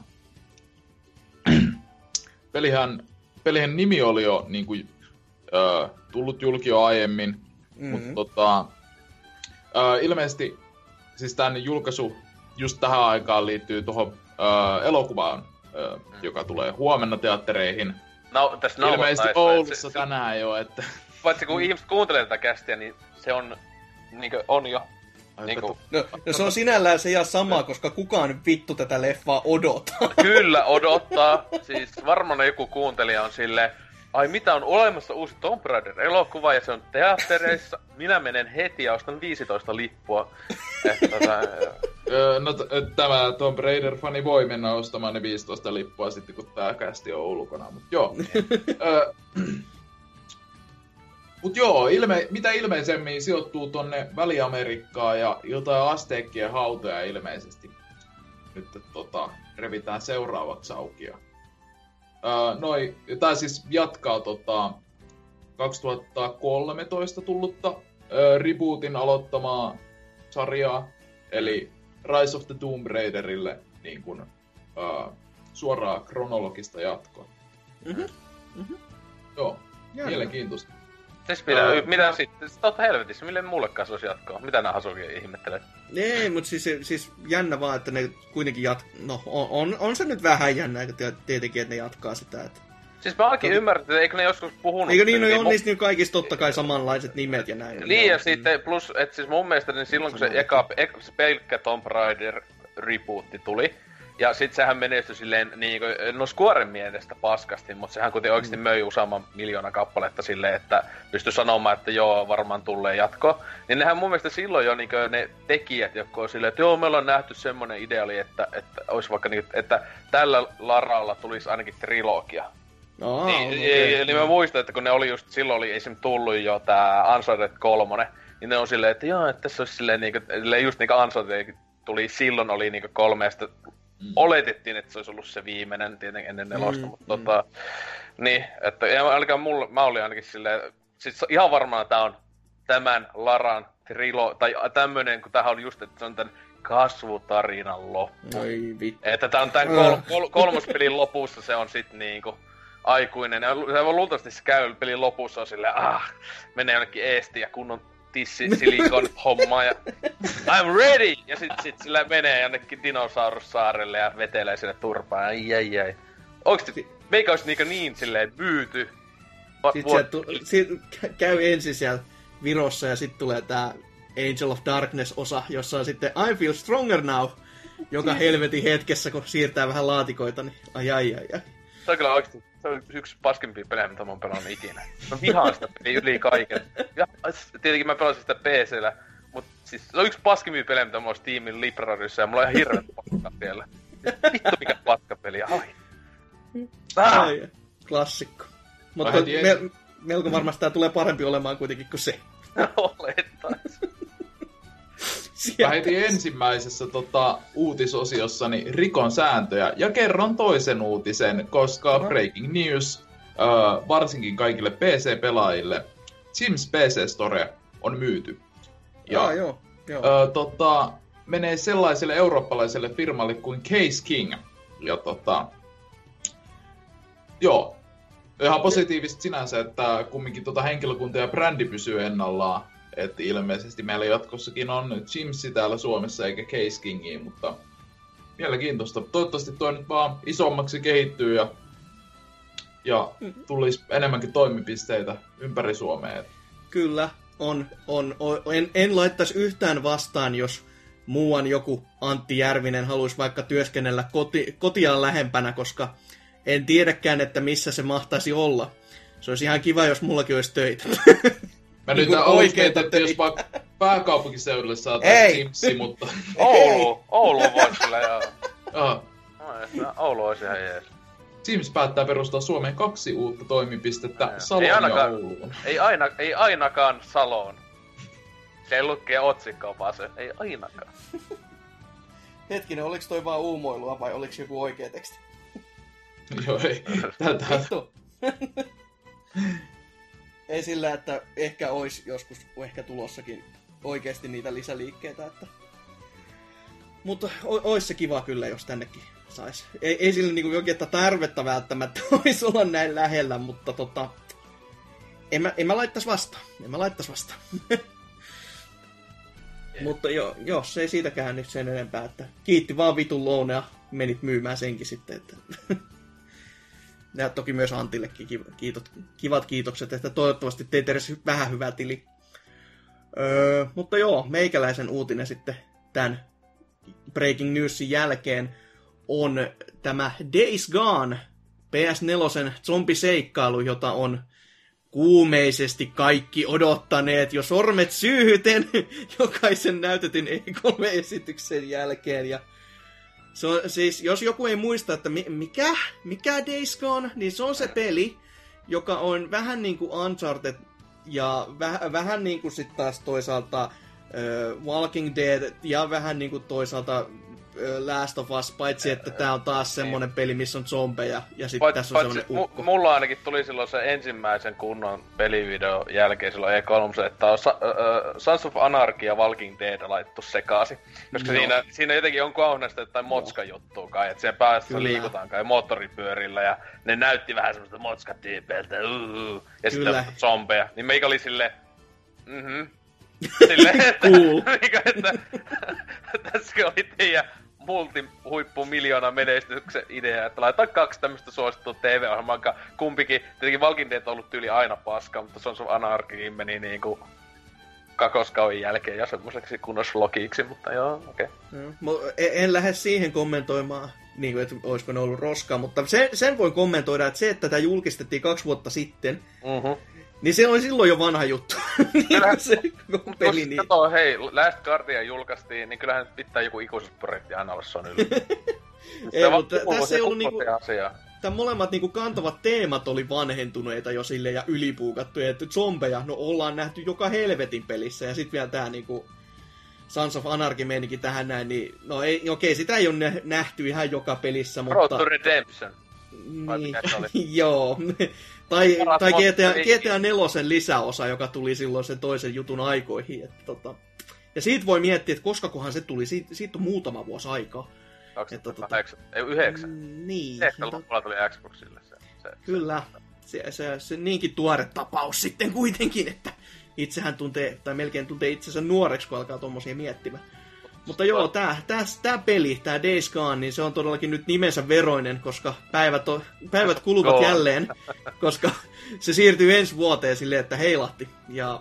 pelihän nimi oli jo niinku, tullut julki jo aiemmin, mutta ilmeisesti siis tämän julkaisu just tähän aikaan liittyy tuohon elokuvaan, joka tulee huomenna teattereihin. No, tässä ilmeisesti Oulussa tänään jo, että... Paitsi kun ihmiset kuuntelee tätä kästiä, niin se on, niinkö, on jo. Niinku... No se on sinällään se ihan sama, koska kukaan vittu tätä leffaa odottaa. Kyllä odottaa. Siis varmaan joku kuuntelija on silleen, ai mitä on olemassa uusi Tomb Raider-elokuva ja se on teattereissa. Minä menen heti ja ostan 15 lippua. Tämä Tomb Raider-fani voi mennä ostamaan ne 15 lippua sitten, kun tää kästi on ulkona. Mut joo. Mut joo, mitä ilmeisemmin sijoittuu tonne Väli-Amerikkaan ja jotain asteekkien hautoja ilmeisesti. Nyt revitään seuraavaksi auki. Tää siis jatkaa 2013 tullutta rebootin aloittamaa sarjaa. Eli Rise of the Tomb Raiderille niin kun, suoraa kronologista jatkoa. Joo, mielenkiintoista. Siis mitä sitten? Totta helvetissä, mille mullekaan se olisi jatkoa? Mitä nää Hasuki ihmettelee? Ei, mutta siis jännä vaan, että ne kuitenkin No, on se nyt vähän jännä, tietenkin, että ne jatkaa sitä. Että... Siis mä ainakin ymmärrän, että eikö ne joskus puhunut... Eikö niin, on niistä kaikista totta kai samanlaiset nimet ja näin. Niin, ja sitten plus, että siis mun mielestä niin silloin, kun se se pelkkä Tomb Raider rebootti tuli, ja sit sehän menestyi silleen niinku, no Squaren mielestä paskasti, mutta sehän kuitenkin oikeesti möi useamman miljoona kappaletta silleen, että pystyi sanomaan, että joo, varmaan tulee jatko. Niin nehän mun mielestä silloin jo niinku ne tekijät, jotka on silleen, että joo, meillä on nähty semmonen ideali, että olisi vaikka niinku, että tällä Laralla tulisi ainakin trilogia. Eli mä muistan, että kun ne oli just, silloin oli esim. Tullut jo tää Uncharted 3, niin ne on silleen, että joo, että tässä olisi silleen niinku, just niinku Uncharted tuli, silloin oli niinku 3, ja sitten oletettiin, että se olisi ollut se viimeinen tietenkin ennen 4, mutta niin, että ainakaan mä olin ainakin silleen, siis ihan varmaan tää on tämän Laran tai tämmönen, kun tämähän on just, että se on tän kasvutarinan loppu. Oi vittu. Että tää on tän kolmospelin lopussa se on sit niinku aikuinen, ja luultavasti se käy pelin lopussa on silleen, menee jonnekin eestiin ja kunnon silikon hommaa ja I'm ready! Ja sit sillä menee jonnekin dinosaurussaarelle ja vetelee sinne turpaan. Ai. Oikeesti meikä olisi niin silleen myyty. Sit käy ensin siellä Virossa ja sit tulee tää Angel of Darkness-osa, jossa on sitten I Feel Stronger Now, joka helvetin hetkessä, kun siirtää vähän laatikoita, niin ai. Se on kyllä oikeesti, se on yksi paskimpia pelejä, mitä mä oon pelannut ikinä. Mä vihaan sitä peliä yli kaiken. Ja tietenkin mä pelasin sitä PC:llä, mut siis se on yksi paskimpia pelejä, mitä mulla on Steamin libraryssä, ja mulla on ihan hirveet paskaa siellä. Vittu mikä paskapeli, ai. Klassikko. Mutta melko varmasti tää tulee parempi olemaan kuitenkin kuin se. Olettais. Mä heti ensimmäisessä uutisosiossani rikon sääntöjä ja kerron toisen uutisen, koska breaking news, varsinkin kaikille PC-pelaajille, Sims PC Store on myyty. Ja joo. menee sellaiselle eurooppalaiselle firmalle kuin Case King. Ja joo, ihan positiivista sinänsä, että kumminkin henkilökunta ja brändi pysyy ennallaan. Että ilmeisesti meillä jatkossakin on Jimsi täällä Suomessa eikä Case Kingia, mutta mielenkiintoista. Toivottavasti toi nyt vaan isommaksi kehittyy ja tulisi enemmänkin toimipisteitä ympäri Suomea. Kyllä, on. En laittaisi yhtään vastaan, jos muuan joku Antti Järvinen haluaisi vaikka työskennellä kotiaan lähempänä, koska en tiedäkään, että missä se mahtaisi olla. Se olisi ihan kiva, jos mullakin olisi töitä. Mä nyt oikein, että jos vaikka pääkaupunkiseudulle saataisiin Simsi, mutta... Oulu voisi kyllä, joo. Oulu olisi ihan jees. Sims päättää perustaa Suomeen 2 uutta toimipistettä Saloon ja Ouluun. Ei ainakaan Saloon. Se lukee otsikkoa vaan se. Ei ainakaan. Hetkinen, oliks toi vaan uumoilua vai oliks joku oikea teksti? Joo, ei. Vittu. Ei sillä, että ehkä ois joskus ehkä tulossakin oikeesti niitä lisäliikkeitä, että... Mutta ois se kiva kyllä, jos tännekin sais. Ei sillä niinku jokin tarvetta välttämättä ois olla näin lähellä, mutta en mä laittais vastaan. Mutta joo, se ei siitäkään nyt sen enempää, että kiitti vaan vitun lounea, menit myymään senkin sitten, että... Ja toki myös Antillekin kivat kiitokset, että toivottavasti teit edes vähän hyvää tili. Mutta joo, meikäläisen uutinen sitten tämän Breaking Newsin jälkeen on tämä Days Gone PS4 zombiseikkailu, jota on kuumeisesti kaikki odottaneet jo sormet syyhyten jokaisen näytetyn E3-esityksen jälkeen. Ja se on, siis, jos joku ei muista, että mikä Days Gone, niin se on se peli, joka on vähän niin kuin Uncharted ja vähän niin kuin sitten taas toisaalta Walking Dead ja vähän niin kuin toisaalta Last of Us, paitsi että tää on taas semmonen peli, missä on zombeja ja sitten tässä on semmonen ukko. Mulla ainakin tuli silloin se ensimmäisen kunnon pelivideo jälkeen silloin E3, että on Sons of Anarchy ja Walking Dead laittu sekaisin. Koska siinä jotenkin on kauheasti jotain motska-juttua kai, että siellä päässä liikutaan kai moottoripyörillä ja ne näytti vähän semmoista motskatyypeiltä, ja sitten zombeja. Niin meikä oli silleen, silleen, että tässä oli teidän multi-huippu-miljoona menestyksen idea, että laitetaan 2 tämmöstä suosittua TV-ohjelmaa, kumpikin, tietenkin Walking Dead on ollut tyyli aina paska, mutta Sons of Anarchy meni niinku kakoskauden jälkeen ja semmoiseksi kunnoslogiksi, mutta joo, okei. En lähde siihen kommentoimaan, niin kuin, että olisiko ne ollut roskaa, mutta sen voin kommentoida, että se, että tämä julkistettiin 2 vuotta sitten, niin se oli silloin jo vanha juttu. Kyllähän, se peli, niin... Kato, hei, Last Guardian julkaistiin, niin kyllähän pitää joku ikuisuusprojekti aina olla Sonylla. Ei, mutta tässä ei ollut niinku... Tämän molemmat niinku kantavat teemat oli vanhentuneita jo silleen ja ylipuukattuja, että zombeja, no ollaan nähty joka helvetin pelissä, ja sit vielä tää niinku Sons of Anarchy menikin tähän näin, niin no ei, okei, sitä ei ole nähty ihan joka pelissä, mutta... Road to Redemption. Niin, joo. Tai GTA 4 lisäosa, joka tuli silloin sen toisen jutun aikoihin. Että, ja siitä voi miettiä, että koskakohan se tuli. Siitä on muutama vuosi aikaa. 2008, ei 9. Niin. 9 lopulla tuli Xboxille se. Kyllä. Se niinkin tuore tapaus sitten kuitenkin, että itsehän tuntee, tai melkein tuntee itsensä nuoreksi, kun alkaa tommosia miettimään. Mutta joo, tää peli, tää Days Gone, niin se on todellakin nyt nimensä veroinen, koska päivät kuluvat jälleen, koska se siirtyy ensi vuoteen silleen, että heilahti. Ja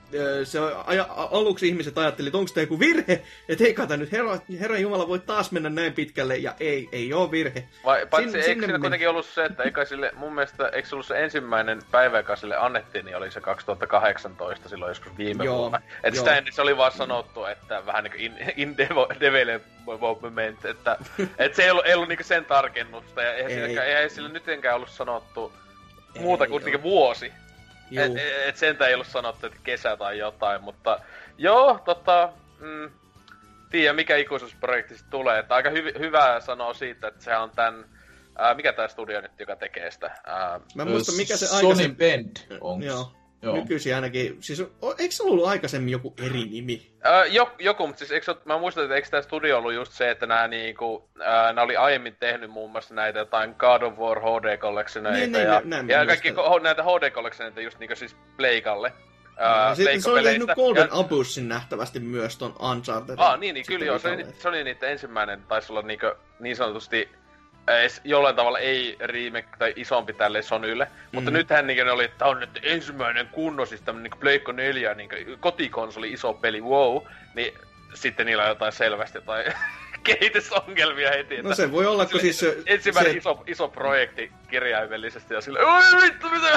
aluksi ihmiset ajattelivat, että onko tämä joku virhe, että ei kata nyt, Herran Jumala voi taas mennä näin pitkälle, ja ei ole virhe. Paitsi eikö siinä kuitenkin ollut se, että eikä sille, mun mielestä, eikö se ollut se ensimmäinen päivä, joka sille annettiin, niin oli se 2018 silloin joskus viime vuonna. Että sitä ennen se oli vaan sanottu, että vähän niin kuin in development, että se ei ollut niin sen tarkennusta, ja eihän sille nytenkään ollut sanottu muuta kuin niin vuosi. Et sentään ei ollut sanottu, että kesä tai jotain, mutta joo, tiedä mikä ikuisuusprojekti sit tulee, että aika hyvää sanoa siitä, että se on tän, mikä tää studio nyt, joka tekee sitä? Mä en muista mikä se aikaisemmin... Sony Bend onks? Joo. Nykyisin ainakin, siis eikö se ollut aikaisemmin joku eri nimi? Joku, mutta siis mä muistan, että eikö tää studio ollut just se, että nää oli aiemmin tehnyt muun muassa näitä jotain God of War HD Collectioneita ja kaikki näitä HD Collectioneita just niinku siis Pleikalle. Se oli tehnyt Golden Abussin nähtävästi myös ton Uncharted. Niin, kyllä joo, se oli niitä ensimmäinen, taisi olla niin sanotusti jollain tavalla ei remake tai isompi tälle Sonylle, mutta nythän niin oli, että on nyt ensimmäinen kunnon, siis tämmönen niin Pleikka 4, niin kotikonsoli, iso peli, wow, niin sitten niillä on jotain selvästi jotain kehitysongelmia heti. No se voi olla, kun siis... Ensimmäinen iso projekti kirjaimellisesti ja silleen, oi vittu, mitä?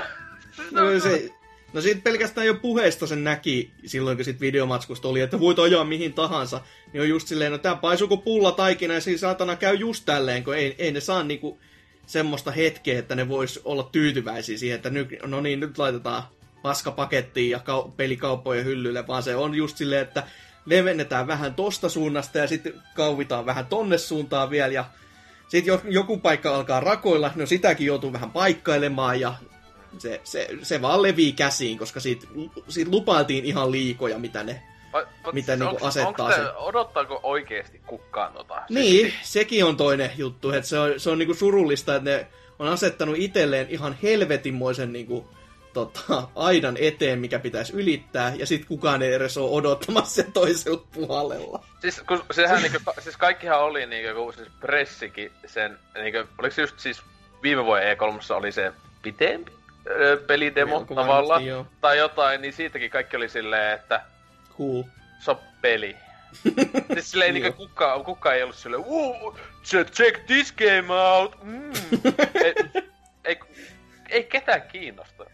No siitä pelkästään jo puheesta sen näki silloin, kun sit videomatskusta oli, että voit ajaa mihin tahansa. Niin on just silleen, no tää paisuu kuin pullataikina ja siinä saatana käy just tälleen, kun ei ne saa niinku semmoista hetkeä, että ne vois olla tyytyväisiä siihen, että nyt laitetaan paskapakettiin ja pelikauppojen hyllylle, vaan se on just silleen, että levennetään vähän tosta suunnasta ja sitten kauvitaan vähän tonne suuntaan vielä ja sitten joku paikka alkaa rakoilla, no sitäkin joutuu vähän paikkailemaan ja se vaan levii käsiin, koska siitä lupailtiin ihan liikoja, mitä ne niinku asettaa sen. Odottaako oikeesti kukaan tota? Niin, sekin on toinen juttu, että se on niinku surullista, että ne on asettanut itselleen ihan helvetinmoisen niinku aidan eteen, mikä pitäisi ylittää, ja sit kukaan ei edes ole odottamassa sen toisella puolella. Siis, sehän siis kaikkihan oli niinku, siis pressikin sen, niinku, oliko se just siis viime vuoden E3 oli se pitempi pelidemo tavallaan, tai jotain, niin siitäkin kaikki oli silleen, että cool. Se on peli. Siis silleen niinku kukaan ei ollut silleen, check this game out! Ei ketään kiinnosta.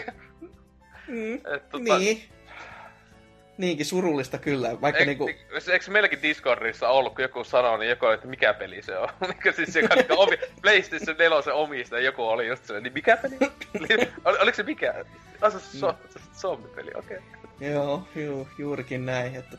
Niin. Niinkin surullista kyllä, vaikka niinku... Eikö meilläkin Discordissa ollut, kun joku sanoo, niin joku oli, että mikä peli se on? Siis se PlayStation 4 omista, ja joku oli just silleen, niin mikä peli? Oliko se mikä? Zombipeli, okei. Okay. Joo, juurikin näin, että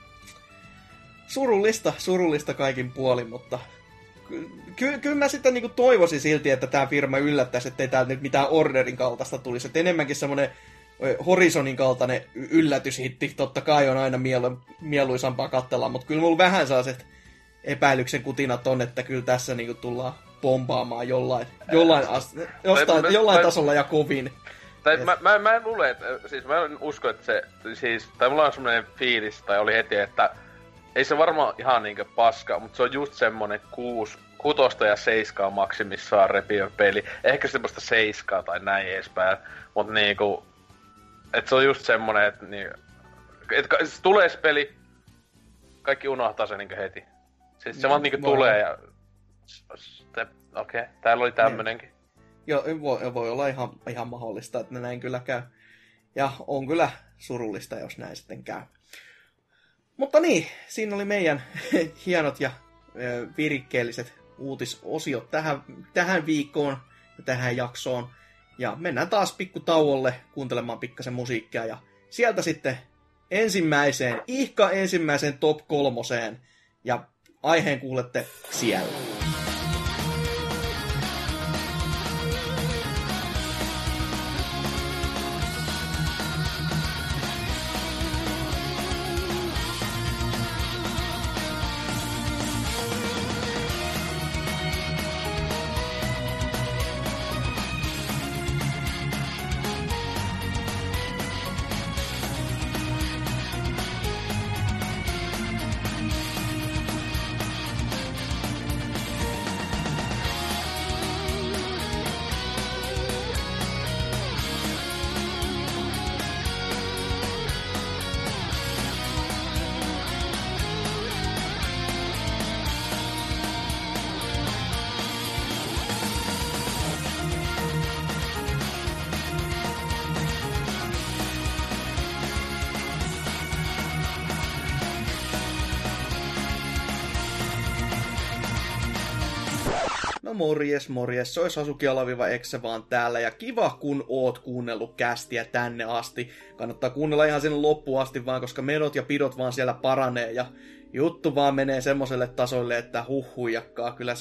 surullista kaikin puolin, mutta kyllä mä sitten niinku toivoisin silti, että tää firma yllättäisi, ettei täältä nyt mitään Orderin kaltaista tulisi, että enemmänkin semmonen Horizonin kaltainen yllätyshitti, totta kai on aina mieluisampaa katsella, mutta kyllä mulla vähän sellaiset epäilyksen kutinat on, että kyllä tässä niinku tullaan pompaamaan jollain tasolla ja kovin. Tai mä en luule, että siis mä en usko, että se siis, tai mulla on semmoinen fiilis, tai oli heti, että ei se varmaan ihan niinkö paska, mutta se on just semmonen 6 ja 7 maksimissaan repiön peli. Ehkä semmoista 7 tai näin edespäin, mut niinku, et se on just semmonen, että niinku, et tulee se peli, kaikki unohtaa sen niinkö heti. Siis se vaan niinkö tulee ja okei, täällä oli tämmönenkin. Joo, voi olla ihan mahdollista, että näin kyllä käy. Ja on kyllä surullista, jos näin sitten käy. Mutta niin, siinä oli meidän hienot ja virikkeelliset uutisosiot tähän viikkoon ja tähän jaksoon. Ja mennään taas pikku tauolle kuuntelemaan pikkasen musiikkia. Ja sieltä sitten ensimmäiseen top 3. Ja aiheen kuulette siellä. Morjes, se olisi Hasuki-Ekse vaan täällä, ja kiva kun oot kuunnellut kästiä tänne asti. Kannattaa kuunnella ihan sinne loppuun asti vaan, koska menot ja pidot vaan siellä paranee, ja juttu vaan menee semmoselle tasolle, että huijakkaa, kyllä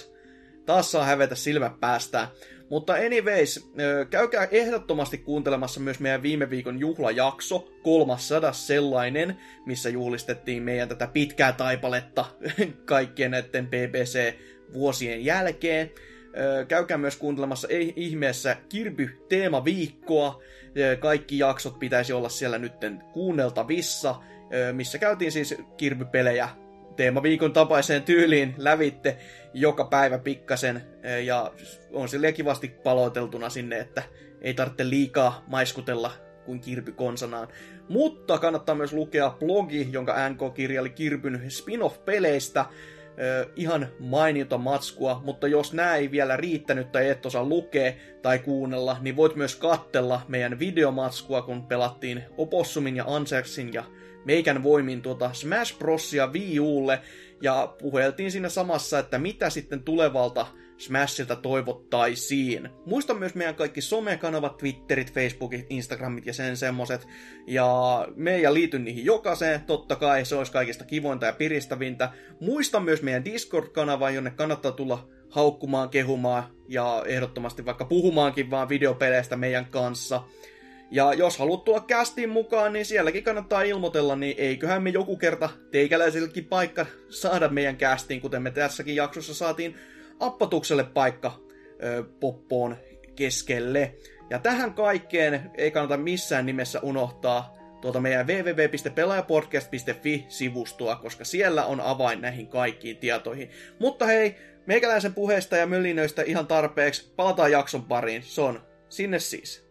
taas saa hävetä silmät päästään. Mutta anyways, käykää ehdottomasti kuuntelemassa myös meidän viime viikon juhlajakso, 300 sellainen, missä juhlistettiin meidän tätä pitkää taipaletta kaikkien näiden BBC-vuosien jälkeen. Käykää myös kuuntelemassa ihmeessä Kirby-teemaviikkoa. Kaikki jaksot pitäisi olla siellä nytten kuunneltavissa, missä käytiin siis Kirby-pelejä teemaviikon tapaiseen tyyliin lävitte joka päivä pikkasen, ja on silleen kivasti paloiteltuna sinne, että ei tarvitse liikaa maiskutella kuin Kirby konsanaan. Mutta kannattaa myös lukea blogi, jonka NK kirjali Kirbyn spin-off-peleistä. Ihan mainiota matskua, mutta jos nää ei vielä riittänyt tai et osaa lukea tai kuunnella, niin voit myös katsella meidän videomatskua, kun pelattiin Opossumin ja Ansersin ja meikän voimin Smash Brosia Wii Ulle, ja puheltiin siinä samassa, että mitä sitten tulevalta Smashilta toivottaisiin. Muista myös meidän kaikki somekanavat, Twitterit, Facebookit, Instagramit ja sen semmoset. Ja meidän liity niihin jokaiseen, totta kai se olisi kaikista kivointa ja piristävintä. Muista myös meidän Discord-kanava, jonne kannattaa tulla haukkumaan, kehumaan ja ehdottomasti vaikka puhumaankin vaan videopeleistä meidän kanssa. Ja jos haluat tulla castiin mukaan, niin sielläkin kannattaa ilmoitella, niin eiköhän me joku kerta teikäläisellekin paikka saada meidän castiin, kuten me tässäkin jaksossa saatiin Appatukselle paikka poppoon keskelle. Ja tähän kaikkeen ei kannata missään nimessä unohtaa tuolta meidän www.pelaajapodcast.fi-sivustoa, koska siellä on avain näihin kaikkiin tietoihin. Mutta hei, meikäläisen puheesta ja mölinöistä ihan tarpeeksi, palataan jakson pariin, se on sinne siis.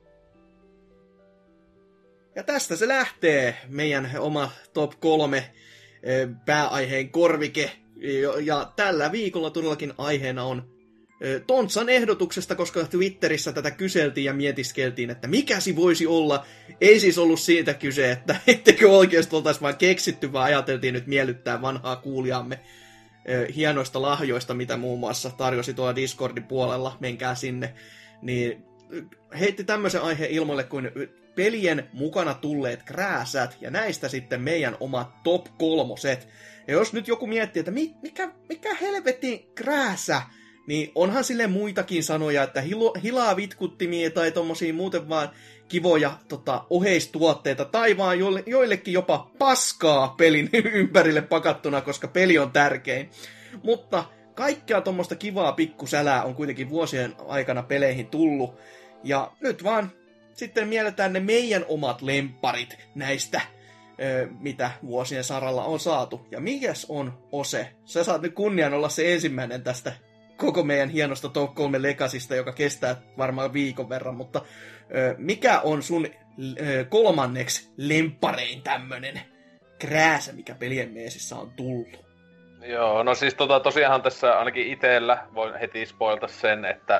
Ja tästä se lähtee, meidän oma top 3 pääaiheen korvike. Ja tällä viikolla todellakin aiheena on Tontsan ehdotuksesta, koska Twitterissä tätä kyseltiin ja mietiskeltiin, että mikä se voisi olla. Ei siis ollut siitä kyse, että ettekö oikeasti oltaisi vain keksitty, vaan ajateltiin nyt miellyttää vanhaa kuulijamme hienoista lahjoista, mitä muun muassa tarjosi tuolla Discordin puolella, menkää sinne. Niin heitti tämmöisen aiheen ilmoille kuin pelien mukana tulleet krääsät, ja näistä sitten meidän omat top 3. Ja jos nyt joku miettii, että mikä helvetin krääsä, niin onhan sille muitakin sanoja, että hilaa vitkuttimia tai tommosia muuten vaan kivoja oheistuotteita, tai vaan joillekin jopa paskaa pelin ympärille pakattuna, koska peli on tärkein. Mutta kaikkea tommoista kivaa pikkusälää on kuitenkin vuosien aikana peleihin tullut, ja nyt vaan sitten mielletään ne meidän omat lempparit näistä, mitä vuosien saralla on saatu. Ja mikäs on Ose? Sä saat nyt kunnian olla se ensimmäinen tästä koko meidän hienosta Top 3 Legacista, joka kestää varmaan viikon verran, mutta mikä on sun kolmanneksi lempparein tämmönen krääsä, mikä pelien meesissä on tullut? Joo, no siis tosiaanhan tässä ainakin itellä, voin heti spoilata sen, että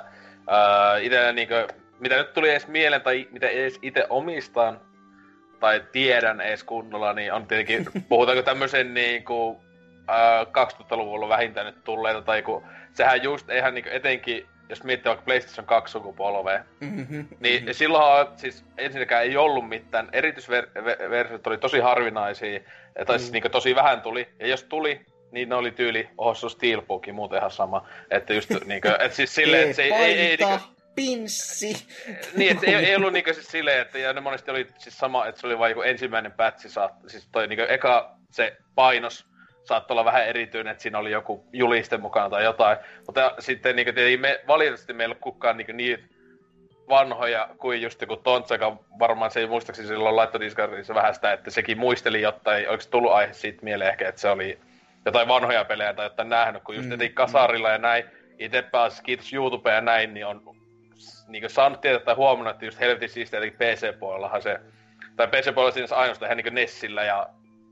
itellä niinkö, mitä nyt tuli edes mieleen tai mitä edes itse omistan tai tiedän edes kunnolla, niin on tietenkin, puhutaanko tämmöisen niinku 2000-luvulla vähintään nyt tulleita, tai kun sehän just, eihän niinku etenkin, jos miettii vaikka PlayStation 2 sukupolvea, niin silloinhan siis ensinnäkään ei ollut mitään, erityisversiot oli tosi harvinaisia, tai siis niinku tosi vähän tuli, ja jos tuli, niin ne oli tyyli, se on Steelbooki, muuten ihan sama, että just niinku, et siis silleen, että se ei niinku pinssi! Niin, että ei ollut niinku siis silleen, että ja ne monesti oli siis sama, että se oli vain joku ensimmäinen pätsi, siis toi niinku eka se painos saattoi olla vähän erityinen, että siinä oli joku juliste mukana tai jotain. Mutta sitten niinku valitettavasti meillä ei ole kukaan niinku niitä vanhoja kuin just joku Tontsa, varmaan se ei muistaakseni silloin laittoi Discordissa vähän sitä, että sekin muisteli jotain, oliko tullut aihe siitä mieleen ehkä, että se oli jotain vanhoja pelejä tai jotain nähnyt, kun just etenkin kasarilla ja näin, itse pääsi kiitos YouTubeen ja näin, niin on niinku saanut tietää tai huomannut, että just helvetin siistiä jotenkin PC-puolellahan se, tai PC-puolella siinä ainoastaan ihan niinku Nessillä ja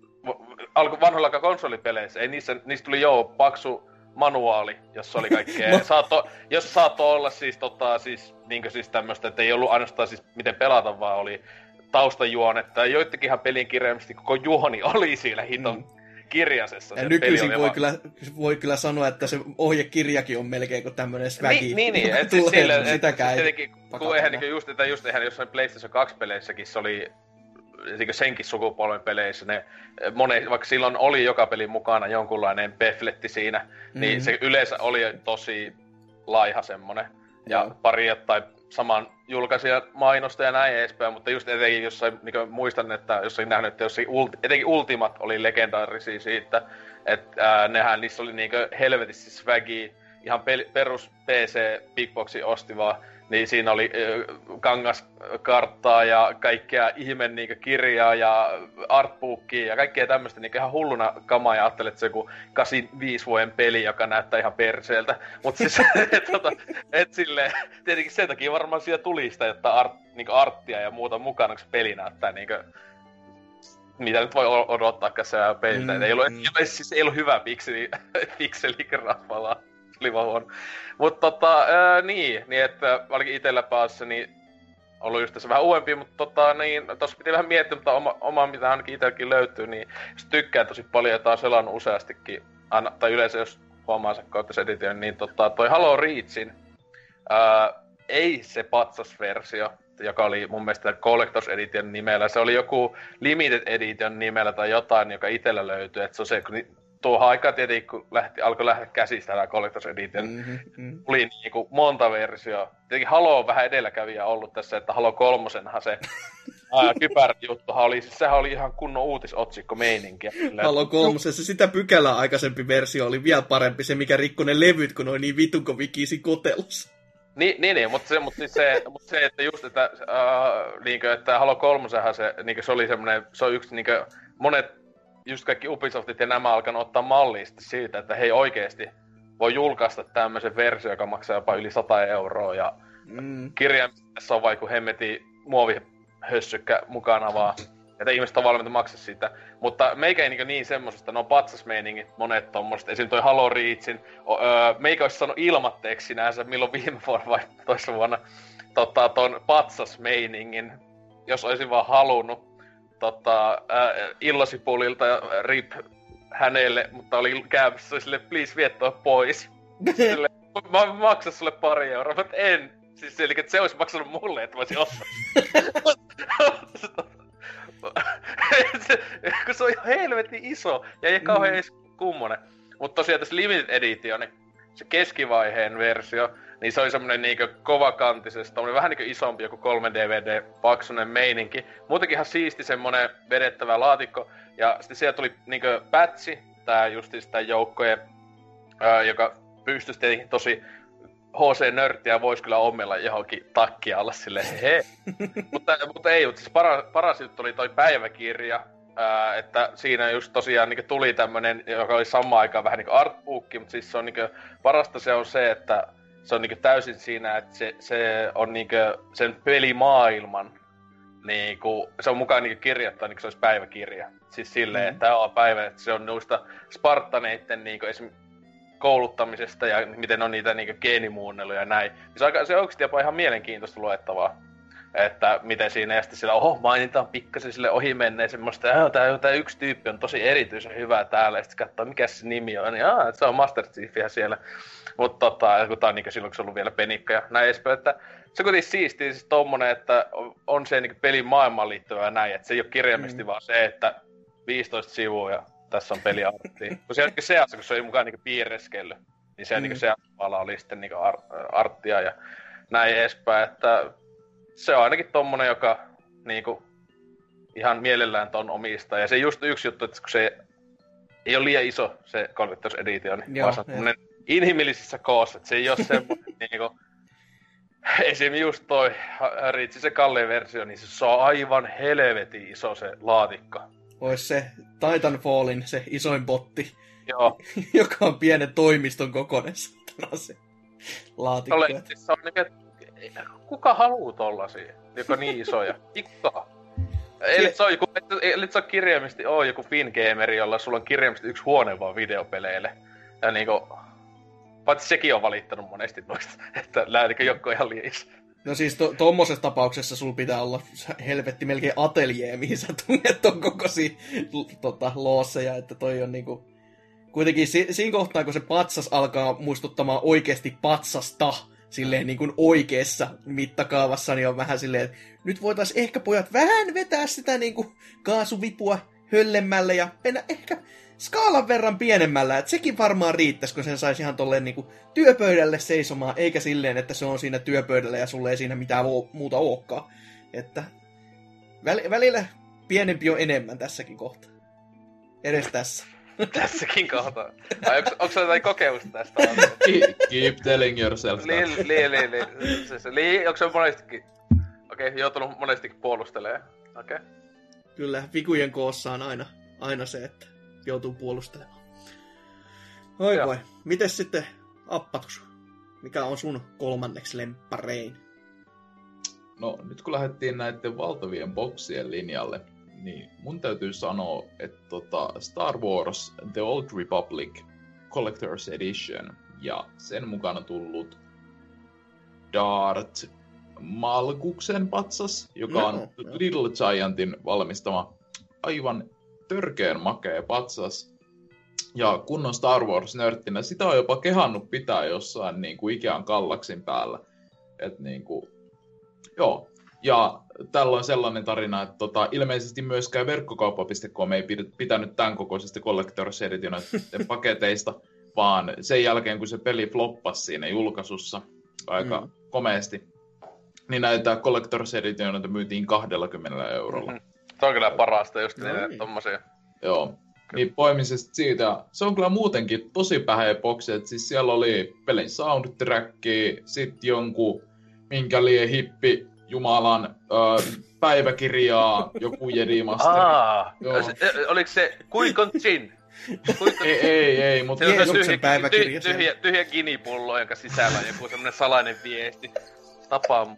vanhoilla konsolipeleissä, ei niistä tuli paksu manuaali, jossa oli kaikkea. Jos saattoi olla siis niinkö siis tämmöstä, että ei ollut ainoastaan siis miten pelata, vaan oli taustajuonetta. Ja joittekin ihan pelin kirjaimisesti koko juoni oli siinä hiton kirjasessa. Ja nykyisin voi kyllä sanoa, että se ohjekirjakin on melkein kuin tämmönen svägi. Niin, et siis silleen, sitäkään ei kun eihän niinku just eihän jossain PlayStation 2-peleissäkin se oli senkin sukupolven peleissä, vaikka silloin oli joka pelin mukana jonkunlainen pefletti siinä, niin se yleensä oli tosi laiha semmonen. Ja pari jotain saman julkaisia mainosta ja näin edespäin, mutta just etenkin jossain, niin muistan, että jossain nähnyt, että etenkin Ultimat oli legendaarisia siitä, että nehän niissä oli niinkö helvetissä swaggia, ihan perus PC Bigboxi osti vaan, niin siinä oli kangaskarttaa ja kaikkea ihmen niinkö kirjaa ja artbookia ja kaikkea tämmöstä niinkö ihan hulluna kamaa ja ajattelin, että se joku 85 vuoden peli, joka näyttää ihan perseeltä. Mut siis, et silleen, tietenkin sen takia varmaan siitä tuli sitä, että niinkö arttia ja muuta mukana, kun se peli näyttää niinkö mitä nyt voi odottaakaan se peliltä. Ei ollut hyvä pikseligrafalla. Oli vaan huono. Mutta niin, että ainakin itellä päässä niin ollut just tässä vähän uudempi, mutta niin tossa piti vähän miettiä, mutta oma mitä ainakin itselläkin löytyy, niin jos tykkään tosi paljon ja taas selannut useastikin, tai yleensä jos omansa Collector's Edition, niin toi Halo Reachin, ei se patsasversio, joka oli mun mielestä Collector's Edition nimellä, se oli joku Limited Edition nimellä tai jotain, joka itellä löytyi, että se on se, tuohon aikaan tietenkin, kun alkoi lähteä käsistä tämä Collector's Edition, tuli niinku monta versioa. Tietenkin Halo on vähän edelläkävijä ollut tässä, että Halo 3:senhan se kypäräjuttuhan oli, siis sehän oli ihan kunnon uutisotsikko meininkiä. Halo 3:ssa sitä pykälää aikaisempi versio oli vielä parempi, se mikä rikkoi ne levyt, kun oli niin vitun kovin kiisi kotelus. Niin, mutta se, että just, että, niinkö, että Halo 3:senhan se, niinkö, se oli semmoinen, se on yksi, niinkö, monet, just kaikki Ubisoftit ja nämä alkanut ottaa mallia siitä, että hei oikeesti voi julkaista tämmöisen versio, joka maksaa jopa yli 100 €, ja kirjaimissa on vaikka hemmetin muovihössykkä mukana vaan, että ihmiset on valmiita maksaa siitä. Mutta meikä ei niin semmosesta, ne on patsasmeiningit, monet tommoset, esim. Toi Halo Reachin, meikä olisi saanut ilmatteeksi sinänsä, milloin viime vuonna vai toissa vuonna, ton patsasmeiningin, jos olisin vaan halunnut. Illasipulilta ja rip hänelle, mutta oli käymässä sille, please vie toi pois. Sille, mä maksan sulle pari euroa, mutta en. Siis eli että se olisi maksanut mulle, että mä olisin ottanut. Kun se on ihan helvetin iso ja ei kauhean edes kummonen. Mutta tosiaan tässä Limited Edition, niin se keskivaiheen versio, niin se oli semmonen niinkö kovakantisesta, vähän niinkö isompi, joku 3 DVD paksunen meininki. Muutenkin ihan siisti semmonen vedettävä laatikko. Ja sitten siellä tuli niinkö patchi, tää justiin tää joukkojen, joka pystyisi tietenkin tosi HC-nörttiä voisi kyllä ommella johonkin takkia alla silleen he. mutta ei, siis paras juttu oli toi päiväkirja. Että siinä just tosiaan niin tuli tämmönen, joka oli samaan aikaan vähän niin kuin artbookki, mutta siis se on niin kuin, parasta se on se, että se on niin kuin täysin siinä, että se on niin kuin sen pelimaailman, niin kuin, se on mukaan niin kuin kirjoittaa niin kuin se olisi päiväkirja. Siis silleen, että että se on noista Spartaneitten niin kuin esim. Kouluttamisesta ja miten on niitä niin kuin geenimuunneluja ja näin. Se on oikeasti jopa ihan mielenkiintoista luettavaa. Että miten siinä ja sitten sillä, mainitaan pikkasen sille ohi menneen semmoista, tää yksi tyyppi on tosi erityisen hyvä täällä, ja sitten katsoo mikä se nimi on, niin se on Master Chiefiä siellä. Mutta kun tää on niin silloin, kun se on ollut vielä penikka ja näin edespäin, että se on kuitenkin siistiä siis tommonen, että on se niin pelin maailmaan liittyvää näin, että se ei ole kirjaimesti vaan se, että 15 sivua ja tässä on peliarttia. Kun siellä kun se oli mukaan niin piirreskellyt, niin se niin seassa oli sitten niin arttia ja näin edespäin, että se on ainakin tommonen, joka niinku ihan mielellään ton omistaa. Ja se just yksi juttu, että kun se ei ole liian iso se Collector's Edition, vaan se on tommonen inhimillisissä koossa. Että se ei oo semmonen niinku... Esim. Just toi Reachin se kallein versio, niin se on aivan helvetin iso se laatikko. Ois se Titanfallin se isoin botti. Joo. Joka on pienen toimiston kokoinen se laatikko. Se on niinku... Kuka haluu tollasia, joka on niin isoja? Kuka? Eli se on kirjaimisesti joku Fingameri, jolla sulla on kirjaimisesti yksi huone vaan videopeleille. Ja niinku... Paitsi sekin on valittanut monesti noista, että niinku joku on ihan liian iso. No siis tommosessa tapauksessa sulla pitää olla helvetti melkein ateljee, mihin sä tunnet ton kokoisia loosseja, että toi on niinku... Kuitenkin siinä kohtaa, kun se patsas alkaa muistuttamaan oikeesti patsasta, silleen niin kuin oikeassa mittakaavassa, niin on vähän silleen, että nyt voitaisiin ehkä pojat vähän vetää sitä niin kuin kaasuvipua höllemmälle ja mennä ehkä skaalan verran pienemmällä, että sekin varmaan riittäisi, kun sen saisi ihan tolleen niin kuin työpöydälle seisomaan, eikä silleen, että se on siinä työpöydällä ja sulle ei siinä mitään muuta olekaan. Että välillä pienempi on enemmän tässäkin kohtaa. Edes tässä. Tässäkin kohtaa. Onko se jotain kokemusta tästä? Keep telling yourself Onko se monestikin... joutunut monestikin puolustelemaan. Kyllä, vikujen koossa on aina se, että joutuu puolustelemaan. Voi. Mites sitten Appatus? Mikä on sun kolmanneksi lempparein? No, nyt kun lähdettiin näiden valtavien boksien linjalle, niin mun täytyy sanoa, että Star Wars The Old Republic Collector's Edition ja sen mukana tullut Darth Malkuksen patsas, joka on Little Giantin valmistama aivan törkeän makea patsas. ja kunnon Star Wars-nörttinä. Sitä on jopa kehannut pitää jossain niin kuin Ikean kallaksin päällä. Et niin kuin, joo. Ja tällä on sellainen tarina, että ilmeisesti myöskään verkkokauppa.com ei pitänyt tämän kokoisesta Collector's Edition paketeista, vaan sen jälkeen, kun se peli floppasi siinä julkaisussa aika komeasti, niin näitä Collector's Editionita myytiin 20 eurolla. Se on kyllä parasta, just niitä tommosia. Joo. Niin poimisesta siitä, se on kyllä muutenkin tosi päheä boksi, että siis siellä oli pelin soundtracki, sit jonkun minkä lie hippi Jumalan päiväkirjaa, joku Jedi Master. Oliko se Qui-Gon Jinn? Ei, mutta Jeesuksen päiväkirja. Tyhjä ginipullo, jonka sisällä on joku semmonen salainen viesti. Tapaa.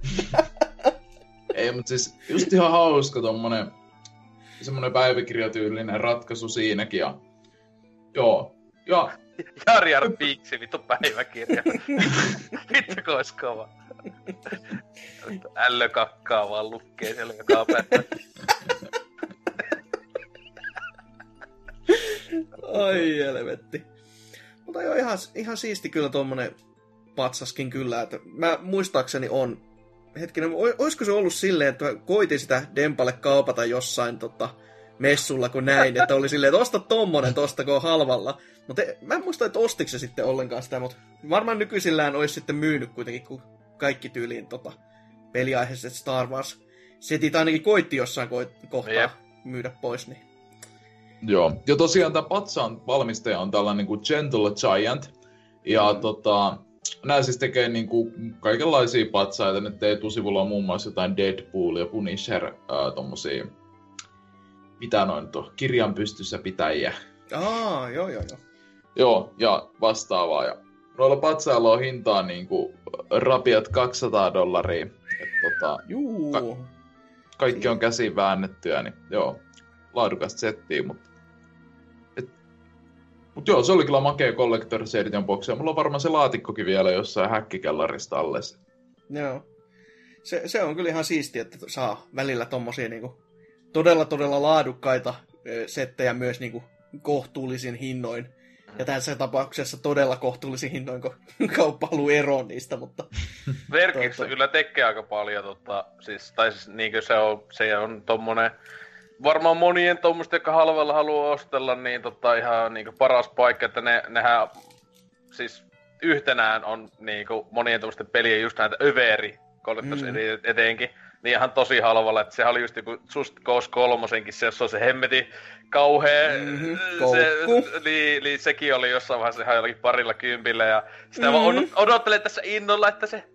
Ei, mutta siis just ihan hauska tommonen semmonen päiväkirjatyylinen ratkaisu siinäkin. Ja, joo. Ja Jar Binksi vittu päiväkirja. Vittu kun ois kova. Ällökakkaa vaan lukkee siellä joka päivä. Ai helvetti. Mutta joo, ihan siisti kyllä tommonen patsaskin kyllä, että mä muistaakseni on, hetkinen, olisiko se ollut silleen, että mä koitin sitä Dempalle kaupata jossain messulla kun näin, että oli silleen, että osta tommonen tosta, kun on halvalla. Mutta mä en muista, että ostiko se sitten ollenkaan sitä, mutta varmaan nykyisillään olisi sitten myynyt kuitenkin, kun kaikki tyyliin peliaiheiset Star Wars-setit ainakin koitti jossain kohtaa myydä pois. Niin. Joo, ja tosiaan tämä patsaan valmistaja on tällainen niin kuin Gentle Giant, ja nämä siis tekee niin kuin kaikenlaisia patsaita, nyt etusivulla on muun muassa jotain Deadpool ja Punisher, tommosia, mitä noin kirjan pystyssä pitäjiä. Joo. Joo, ja vastaavaa, ja noilla patsailla on hintaa niin kuin rapiat $200. Kaikki on käsin väännettyä, niin joo, laadukasta settiä, mutta joo, se oli kyllä makea Collector's Edition box, ja mulla on varmaan se laatikkokin vielä jossain häkkikellarista allessa. Joo. Se on kyllä ihan siistiä, että saa välillä tommosia niinku todella laadukkaita settejä myös niinku kohtuullisin hinnoin. Ja tässä tapauksessa todella kohtuullisin hinnoin, kun kauppa haluaa eroon niistä, mutta Verkissä kyllä tekee aika paljon, siis niinkö se on tommonen, varmaan monien tommoista, jotka halvalla haluaa ostella, niin ihan niinku paras paikka, että nehän siis yhtenään on niinku monien tommoisten pelien just näitä överi, etenkin, niin ihan tosi halvalla, että sehän oli just joku Just Cause 3:senkin, se on se hemmetin kauhea, sekin oli jossain vaiheessa ihan jollakin parilla kympillä, ja sitä vaan odottelen tässä innolla, että se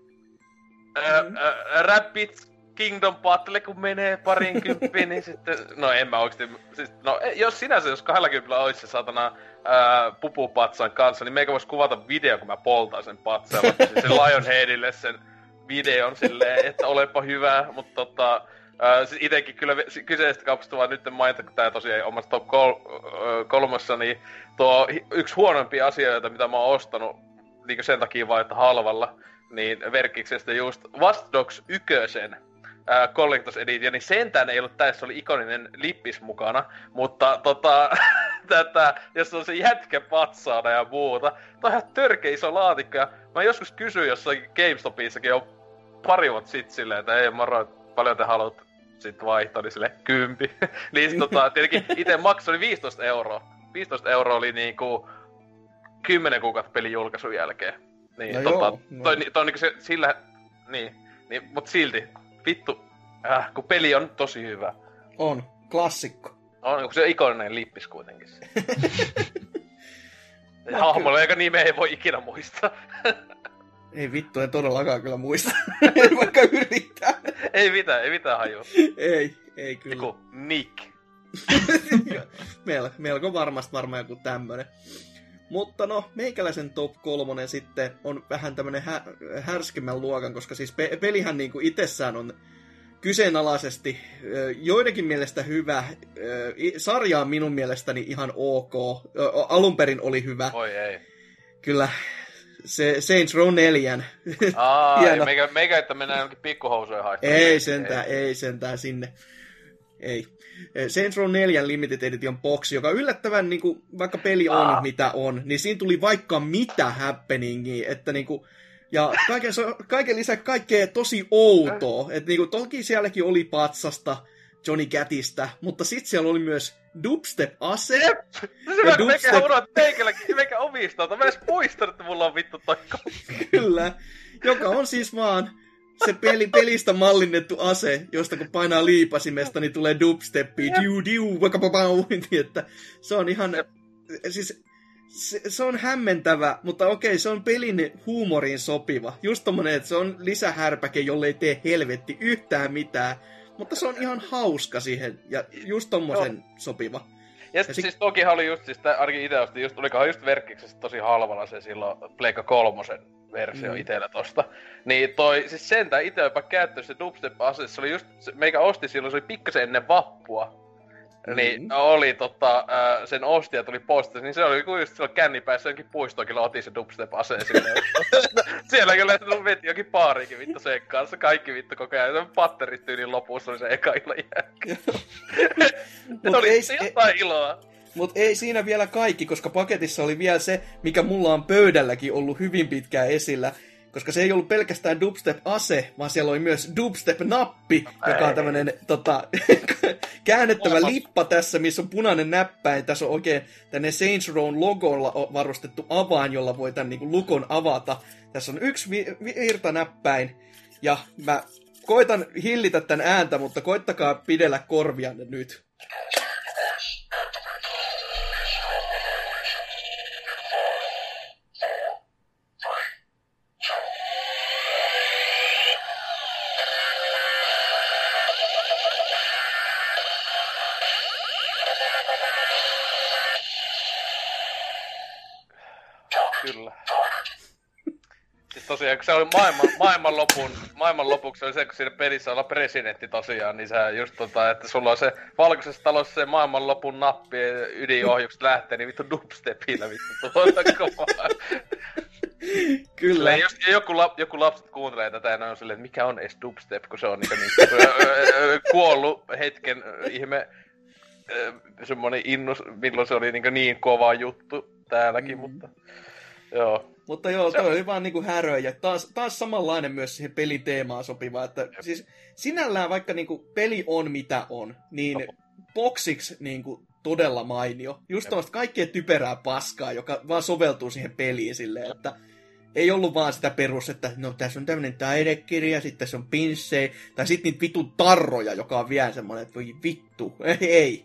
Rabbids Kingdom Battle, kun menee parin kymppiin, niin sitten, no en mä oikeesti, siis, no jos sinänsä, jos 20 olisi se satana pupupatsan kanssa, niin meikä vois kuvata video, kun mä poltaan sen patsaan, siis sen Lionheadille sen videon silleen, että olepa hyvä, mutta siis itekin kyllä kyseisestä kaupasta vaan nyt mainita, kun tää tosiaan ei omassa top 3, niin tuo yksi huonompia asioita, mitä mä oon ostanut, niin sen takia vaan, että halvalla, niin verkkiksestä just Watch Dogs 1 Collector's Edition, niin sentään ei ollut tässä, oli ikoninen lippis mukana, mutta jos on se jätkä patsaana ja muuta, tää on ihan törkeä iso laatikko, ja mä joskus kysyin jossain GameStopissakin jo pari vuotta sit silleen, että ei moro, paljon te haluat sit vaihtaa, niin silleen 10. niin sit tietenkin ite maksu oli 15 euroa. 15 euroa oli niinku 10 kuukautta pelin julkaisun jälkeen. Niin toi niinku se sillä, niin, mut silti, vittu, kun peli on tosi hyvä. On, klassikko. On, kun se ikoninen lippis kuitenkin. Hahmolla, joka nimeä ei voi ikinä muistaa. Ei vittu, en todellakaan kyllä muista. Vaikka yrittää. Ei mitään hajua. Ei kyllä. Joku Nick. Melko varmaan joku tämmönen. Mutta no, meikäläisen top 3 sitten on vähän tämmönen härskemmän luokan, koska siis pelihän niinku itsessään on kyseenalaisesti joidenkin mielestä hyvä. Sarja on minun mielestäni ihan ok. Alun perin oli hyvä. Oi ei. Kyllä. Se Saints Row 4. Meikä, että mennään jonkin pikkuhousujen haistaan. Ei sentään sinne. Ei. Saints Row 4 Limited Edition box, joka yllättävän, niin kuin, vaikka peli on mitä on, niin siinä tuli vaikka mitä happeningia, että niin kuin, ja kaiken lisäksi kaikkea tosi outoa, että niin kuin, toki sielläkin oli patsasta Johnny Catista, mutta sitten siellä oli myös dubstep-ase. Ja dubstep... Meikä omistaa, mä edes muistan, että mulla on vittu toi. Kyllä, joka on siis vaan se pelistä mallinnettu ase, josta kun painaa liipasimesta, niin tulee dubsteppi, diu, että se on ihan, siis se on hämmentävä, mutta okei, se on pelin huumoriin sopiva. Just tommonen, että se on lisähärpäke, jolle ei tee helvetti yhtään mitään, mutta se on ihan hauska siihen, ja just tommosen sopiva. Ja siis tokihan oli just, siis ainakin ite ostin, olikohan just verkkiksessä tosi halvalla se silloin Pleikka 3 versio itellä tosta. Niin toi, siis sentään ite jopa käyttänyt se dubstep-ase, se oli just, meikä osti silloin, se oli pikkasen ennen vappua. Niin oli sen ostia tuli postissa, niin se oli kuin just silloin kännipäissä jonkin puistoon, kyllä otin se dubstep-aseen silleen. Siellä kyllä veti jokin baarikin vittu sen kanssa, kaikki vittu koko ajan. Se patterit tyyliin lopussa oli se eka illan jälkeen. Oli jotain iloa. Mut ei siinä vielä kaikki, koska paketissa oli vielä se, mikä mulla on pöydälläkin ollut hyvin pitkään esillä. Koska se ei ollut pelkästään dubstep-ase, vaan siellä oli myös dubstep-nappi, joka on tämmönen käännettävä lippa tässä, missä on punainen näppäin. Tässä on oikein tänne Saints Rown logolla varustettu avain, jolla voi tämän niin lukon avata. Tässä on yksi virtanäppäin, ja mä koitan hillitä tämän ääntä, mutta koittakaa pidellä korvianne nyt. Kyllä. Siis tosiaan, kun se oli maailman lopuksi oli se, kun siinä pelissä olla presidentti tosiaan, niin sä just että sulla on se valkoisessa talossa se maailmanlopun nappi ja ydinohjukset lähtee, niin vittu dubstepillä vittu tuota kovaa. Kyllä. Just, joku lapset kuuntelee tätä ja ne on silleen, että mikä on edes dubstep, kun se on niin kuollut hetken ihme semmonen innus, milloin se oli niin kova juttu täälläkin, mutta joo. Mutta joo, toi oli vaan niinku häröjä. Taas samanlainen myös siihen pelin teemaan sopiva, että siis sinällään vaikka niinku peli on mitä on, niin boksiksi niinku todella mainio. Just tommoista kaikkea typerää paskaa, joka vaan soveltuu siihen peliin silleen, että ei ollut vaan sitä perus, että no tässä on tämmönen taidekirja, sitten tässä on pinssejä, tai sitten niitä vitun tarroja, joka on vielä semmonen, että voi vittu, ei.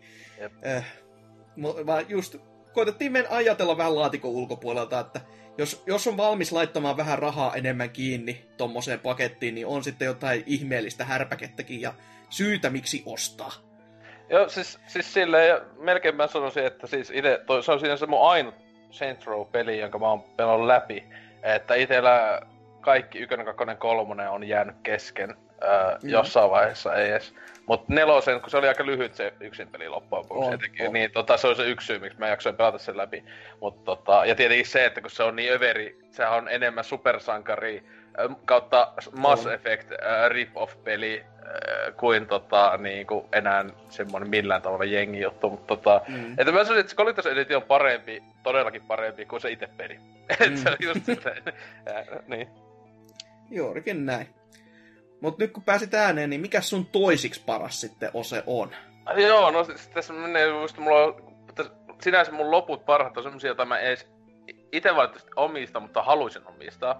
Vaan just koitettiin meidän ajatella vähän laatikon ulkopuolelta, että jos on valmis laittamaan vähän rahaa enemmän kiinni tommoseen pakettiin, niin on sitten jotain ihmeellistä härpäkettäkin ja syytä miksi ostaa. Joo, siis silleen, ja melkein mä sanoisin, että siis ite, se on siinä se mun ainut Saints Row-peli, jonka mä oon pelannut läpi. Että itellä kaikki 1, 2, 3 on jäänyt kesken jossain vaiheessa ei edes. Mut 4, kun se oli aika lyhyt se yksin peli loppujen lopuksi etenkin, niin se oli se yksi syy, miksi mä jaksoin pelata sen läpi. Mut ja tietenkin se, että kun se on niin överi, sehän on enemmän supersankari kautta Mass Effect rip-off-peli kuin niinku enää semmonen millään tavalla jengi juttu, mutta että mä sanoisin, että se Collector's Edition on parempi, todellakin parempi kuin se itse peli. Et se on just silleen, niin. Juurikin näin. Mut nyt kun pääsit ääneen, niin mikä sun toisiksi paras sitten ose on? Joo, no tässä menee just mulla on, sinänsä mun loput parhaat on semmosia, joita mä edes ite valitettavasti omista, mutta haluaisin omistaa.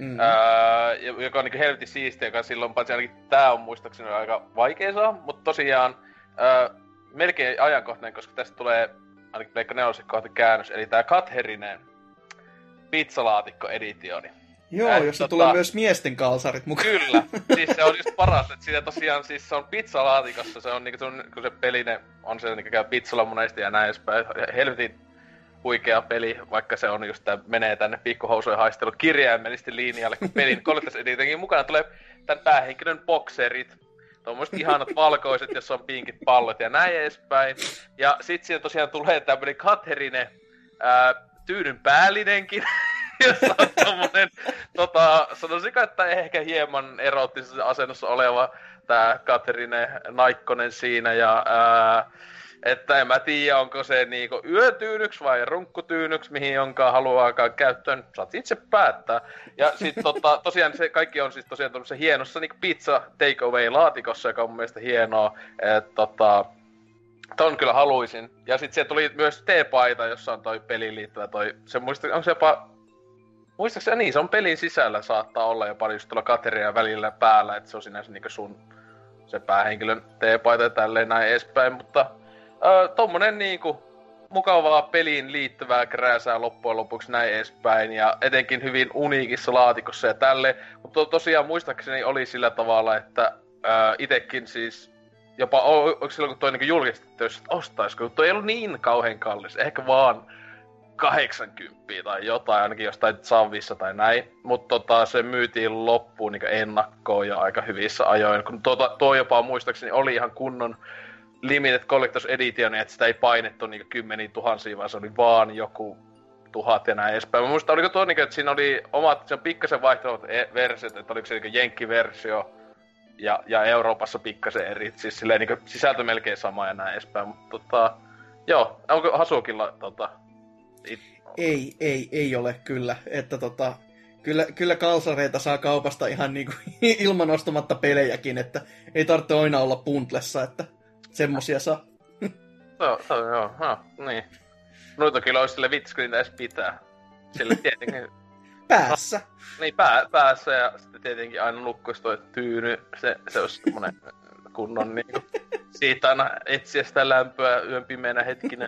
Joka on niinku helvetin siistiä, joka silloin paitsi ainakin tää on muistaakseni aika vaikea saa, mutta tosiaan melkein ajankohtainen, koska tästä tulee ainakin Pleikka 4 kohta käännös, eli tää Katherinen pizzalaatikko-editioni. Joo, jossa tulee myös miesten kalsarit mukaan. Kyllä, siis se on just parasta, että siinä tosiaan siis se on pizzalaatikossa, se on niinku kun se peline on se niinku käy pizzalla monesti ja näin edespäin, helvetin huikea peli, vaikka se on just menee tänne pikkuhousujen haistelu kirjaimellisesti linjalle, kun pelin Collector's Editionin mukana tulee tän päähenkilön bokserit, tommoset ihanat valkoiset, jossa on pinkit pallot ja näin edespäin. Ja sit siinä tosiaan tulee tämmönen Katherine tyynyn päällinenkin, jossa on tommonen, sanoisinko, että ehkä hieman erottisessa asennossa oleva tää Katerine Naikkonen siinä, ja että en mä tiedä, onko se niinku yötyynyks vai runkkutyynyks, mihin jonkaan haluaakaan käyttöön, saat itse päättää. Ja sit tosiaan se kaikki on siis tosiaan tuollaisessa hienossa niinku pizza takeaway-laatikossa, joka on mun mielestä hienoa, että ton kyllä haluisin. Ja sit siellä tuli myös teepaita, jossa on toi peliin liittyvä se on se jopa, muistaakseni niin, se on pelin sisällä saattaa olla jopa just tuolla Kateria välillä päällä, että se on sinänsä niinku sun se päähenkilön teepaita ja tälleen näin edespäin, mutta tommonen niinku mukavaa peliin liittyvää krääsää loppujen lopuksi näin edespäin ja etenkin hyvin uniikissa laatikossa ja tälleen. Mutta tosiaan muistaakseni oli sillä tavalla, että itekin siis jopa onko silloin kun toi niinku julkistettu, jos ostaisiko, toi ei ollut niin kauhean kallis, ehkä vaan 80 tai jotain, ainakin jostain Savissa tai näin. Mutta se myytiin loppuun niinku ennakkoon ja aika hyvissä ajoin, kun tuo jopa muistaakseni oli ihan kunnon Limited Collectors Edition, että sitä ei painettu niinku kymmeniä tuhansia, vaan se oli vaan joku 1000 ja näin edespäin. Mä muistan, oliko tuo niinku, että siinä oli omat, se on pikkasen vaihtelevat versiot, että oliko se niinku jenkkiversio ja Euroopassa pikkasen eri, siis silleen niinku sisältö melkein sama ja näin edespäin, mutta joo, onko Hasukilla Ei ole kyllä, että kyllä kalsareita saa kaupasta ihan niinku ilman ostamatta pelejäkin, että ei tarvitse aina olla bundlessa, että semmosia saa. Joo, niin. Noita kyllä olisi sille vitskrintä edes pitää. Sille tietenkin päässä. Niin, päässä ja sitten tietenkin aina lukkoisi toi tyyny. Se olisi semmonen kunnon niinku. Siitä aina etsiä sitä lämpöä yön pimeänä hetkinä.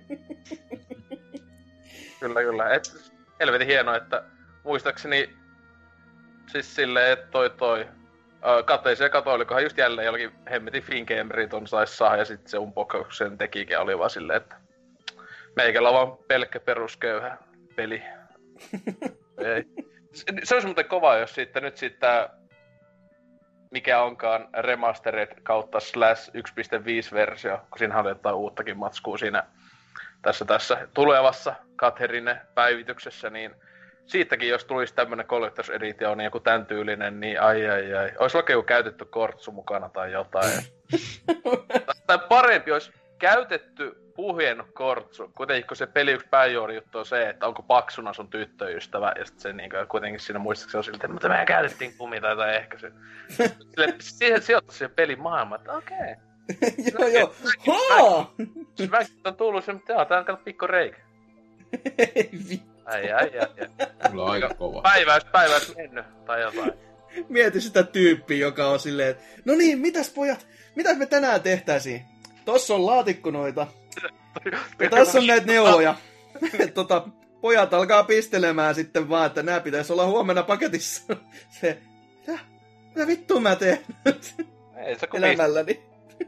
Kyllä. Et helvetin hienoa, että muistaakseni siis silleen, että toi kateisia katoa, olikohan just jälleen jollakin hemmetin Fingamerin ton sais saada, ja sit se unboxauksen tekikin oli vaan silleen, että meikällä on vaan pelkkä perusköyhä peli. Ei. Se olisi muuten kova, jos sitten nyt sitten mikä onkaan remastered kautta slash 1.5 versio, kun siinähän oli jotain uuttakin matskua siinä tässä tulevassa Katerine päivityksessä, niin siitäkin, jos tulisi tämmönen Collector's Edition, niin joku tän tyylinen, niin ai. Ois vaikka joku käytetty kortsu mukana tai jotain. Tai parempi, olisi käytetty puhjennut kortsu. Kuitenkin kun se peli yksi pääjuoni juttu on se, että onko paksuna sun tyttöystävä, ja sitten se niin kuitenkin siinä muistaakseni on siltä, että mutta mehän käytettiin kumia tai ehkä se. Siihen sijoittaisi se pelin maailma, että okei. Joo. Haa! Se väkit on tullut se, mutta tää on kato pikku reikä. Ei vittu. Ai. Kyllä aika kova. Päiväys mennyt, tai jotain. Mieti sitä tyyppiä, joka on silleen, että no niin, mitäs pojat, mitäs me tänään tehtäisiin? Tossa on laatikkonoita. Ja tässä on näitä neuloja. Pojat alkaa pistelemään sitten vaan, että nää pitäisi olla huomenna paketissa. Se, mitä vittua mä teen ei se elämälläni?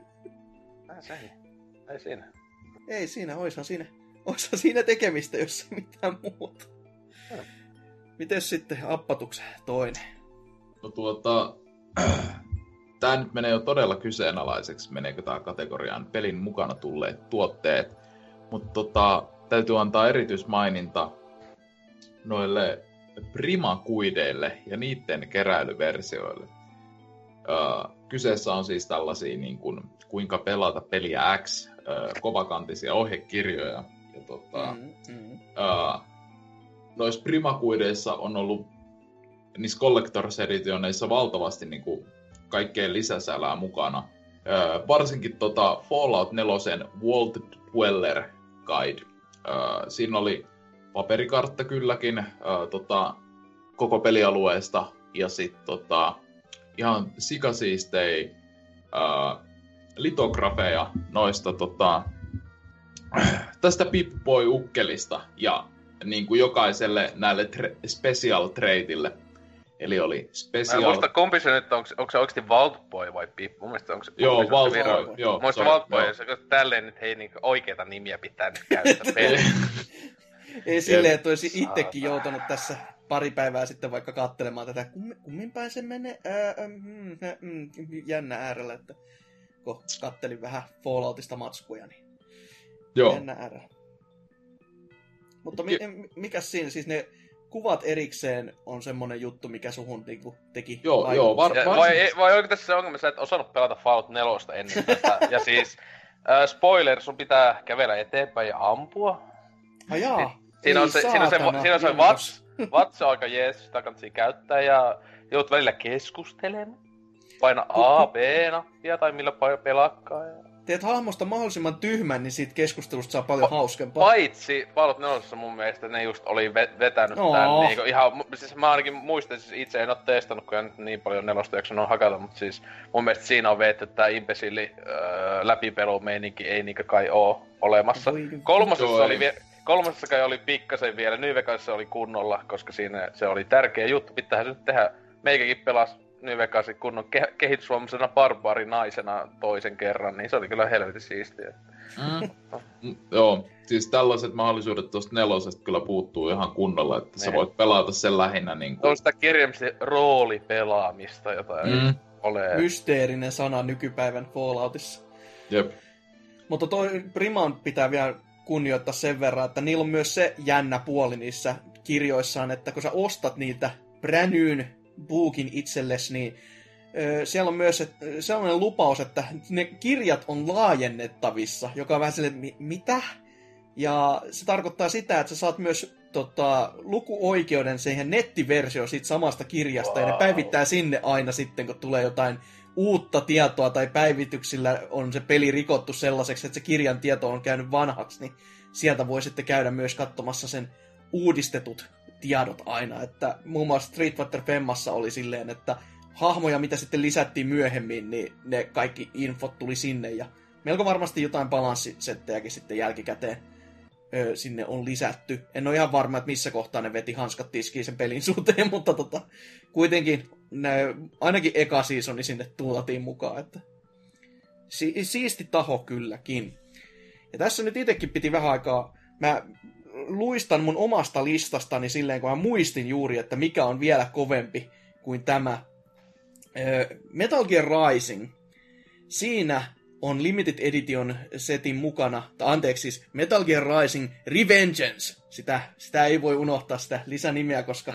Ei Ei siinä. siinä, oishan siinä tekemistä, jos ei mitään muuta. Mites sitten appatuksen toinen? No tää nyt menee jo todella kyseenalaiseksi, meneekö tää kategoriaan pelin mukana tulleet tuotteet. Mutta täytyy antaa erityismaininta noille primakuideille ja niiden keräilyversioille. Kyseessä on siis tällaisia niin kuin, kuinka pelata peliä X, kovakantisia ohjekirjoja. Ja noissa primakuideissa on ollut niissä Collector's Editioneissa valtavasti niin kuin, kaikkeen lisäsälää mukana. Varsinkin Fallout 4 World Dweller Guide. Siinä oli paperikartta kylläkin koko pelialueesta ja sitten ihan sikasiistei litografeja noista tästä Pip-Boy-ukkelista ja niin kuin jokaiselle näille special traitille. Eli oli special... Mä en muista, kumpi se nyt on, onko se oikeasti Vault-Boy vai Pip? Mun mielestä onko se... Joo, Vault-Boy. Mun mielestä Vault-Boy, se tälleen nyt ei niinku oikeita nimiä pitää nyt käyttää peliä. Ei silleen, että olisi itsekin joutunut tässä pari päivää sitten vaikka katselemaan tätä, kummin päin se menee, jännä äärellä, että kun kattelin vähän Falloutista matskuja, niin joo. Jännä äärellä. Mutta mikäs siinä, siis ne kuvat erikseen on semmonen juttu, mikä suhun niinku teki Joo, vai oliko tässä se ongelma, että sä et osannut pelata Fallout 4 ennen tätä? Ja siis, spoiler, sun pitää kävellä eteenpäin ja ampua. Jaa. Siinä on se vatsa aika jees, sitä kannattaa käyttää ja joudut välillä keskustelemaan. Paina A, B-nappia tai millä pelakkaa. Teet hahmosta mahdollisimman tyhmän, niin siitä keskustelusta saa paljon hauskempaa. Paitsi Fallout 4 mun mielestä ne just oli vetänyt tän niinku ihan... Siis mä ainakin muistan, siis itse en oo testannut, kun en nyt niin paljon 4 jaksanut hakata, mutta siis mun mielestä siinä on vetty, että tää imbesilli läpipelumeininki ei niinkö kai oo olemassa. Kolmosessa kai oli pikkasen vielä, New Vegasissa oli kunnolla, koska siinä se oli tärkeä juttu. Pitäähän se nyt tehdä, meikäkin pelas New Vegasin kunnon kehitysvoimaisena barbaarinaisena toisen kerran, niin se oli kyllä helvetin siistiä. Joo, siis tällaiset mahdollisuudet tuosta 4 kyllä puuttuu ihan kunnolla, että sä voit pelata sen lähinnä niinku... On sitä kirjaimisesti roolipelaamista, jota ei ole... Mysteerinen sana nykypäivän Falloutissa. Jep. Mutta toi Priman pitää vielä kunnioittaa sen verran, että niillä on myös se jännä puoli niissä kirjoissaan, että kun sä ostat niitä bränyyn bookin itsellesi, niin siellä on myös sellainen lupaus, että ne kirjat on laajennettavissa, joka on vähän silleen, mitä? Ja se tarkoittaa sitä, että sä saat myös lukuoikeuden siihen nettiversioon siitä samasta kirjasta, ja ne päivittää sinne aina sitten, kun tulee jotain uutta tietoa tai päivityksillä on se peli rikottu sellaiseksi, että se kirjan tieto on käynyt vanhaksi, niin sieltä voi sitten käydä myös katsomassa sen uudistetut tiedot aina, että muun muassa Street Fighter Femmassa oli silleen, että hahmoja, mitä sitten lisättiin myöhemmin, niin ne kaikki infot tuli sinne, ja melko varmasti jotain balanssisettejäkin sitten jälkikäteen sinne on lisätty. En ole ihan varma, että missä kohtaa ne veti hanskat tiskiin sen pelin suhteen, mutta kuitenkin ainakin eka seasoni sinne tuotiin mukaan, että siisti taho kylläkin. Ja tässä nyt itsekin piti vähän aikaa, mä luistan mun omasta listastani silleen, kun mä muistin juuri, että mikä on vielä kovempi kuin tämä. Metal Gear Rising. Siinä on Limited Edition setin mukana, siis Metal Gear Rising Revengeance. Sitä ei voi unohtaa sitä lisänimeä, koska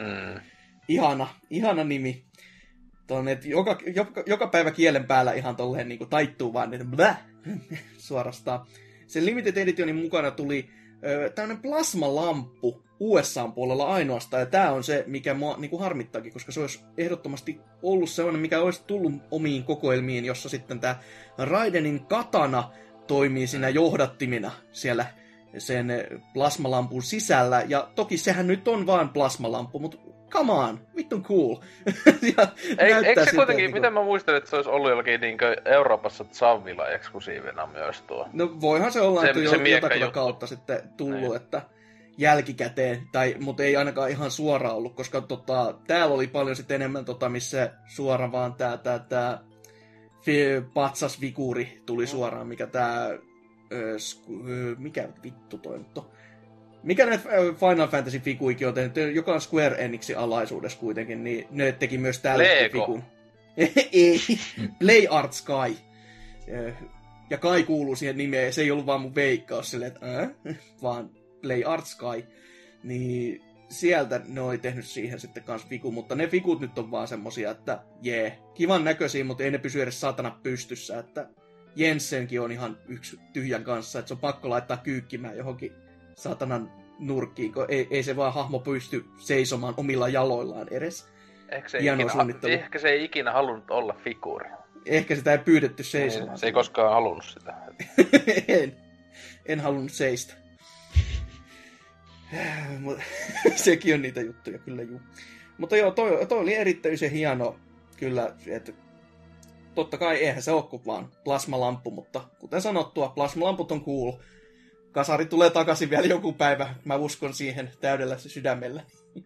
ihana nimi. Tuonne, että joka päivä kielen päällä ihan tolleen niin kuin taittuu vaan, että suorastaan. Sen Limited Editionin mukana tuli tämmönen plasmalamppu USA:n puolella ainoastaan, ja tää on se, mikä mua niinku harmittaakin, koska se olisi ehdottomasti ollut sellainen, mikä olisi tullut omiin kokoelmiin, jossa sitten tää Raidenin katana toimii siinä johdattimina siellä sen plasmalampun sisällä, ja toki sehän nyt on vaan plasmalamppu, mutta come on, vittun cool. Eikö se kuitenkin, miten mä muistelin, että se olisi ollut jollakin niinkö Euroopassa Zavilla eksklusiivina myös tuo? No voihan se olla, että jotakuta kautta sitten tullut, että jälkikäteen, mutta ei ainakaan ihan suoraan ollut, koska täällä oli paljon sitten enemmän missä suora vaan tää patsasvikuri tuli suoraan, mikä tää mikä vittu toi nyt on? Mikä ne Final Fantasy-figuikin on tehnyt, joka on Square Enixin alaisuudessa kuitenkin, niin ne teki myös tällaisen fikun. Ei, Play Art Sky. Ja Kai kuuluu siihen nimeen, se ei ollut vaan mun veikkaus silleen, että vaan Play Art Sky. Niin sieltä ne oli tehnyt siihen sitten kans fikun, mutta ne fikut nyt on vaan semmosia, että kivan näköisiä, mutta ei ne pysy edes saatana pystyssä, että Jensenkin on ihan yksi tyhjän kanssa, että se on pakko laittaa kyykkimään johonkin saatanan nurkkiin, kun ei se vaan hahmo pysty seisomaan omilla jaloillaan edes. Ehkä se ei ikinä halunnut olla figuuri. Ehkä sitä ei pyydetty seisomaan. Se ei koskaan halunnut sitä. en halunnut seistä. Sekin on niitä juttuja, kyllä juu. Mutta joo, toi oli erityisen hieno, kyllä, että totta kai eihän se ole kuin vaan plasmalamppu, mutta kuten sanottua, plasmalamput on cool. Kasari tulee takaisin vielä joku päivä, mä uskon siihen täydellä sydämellä.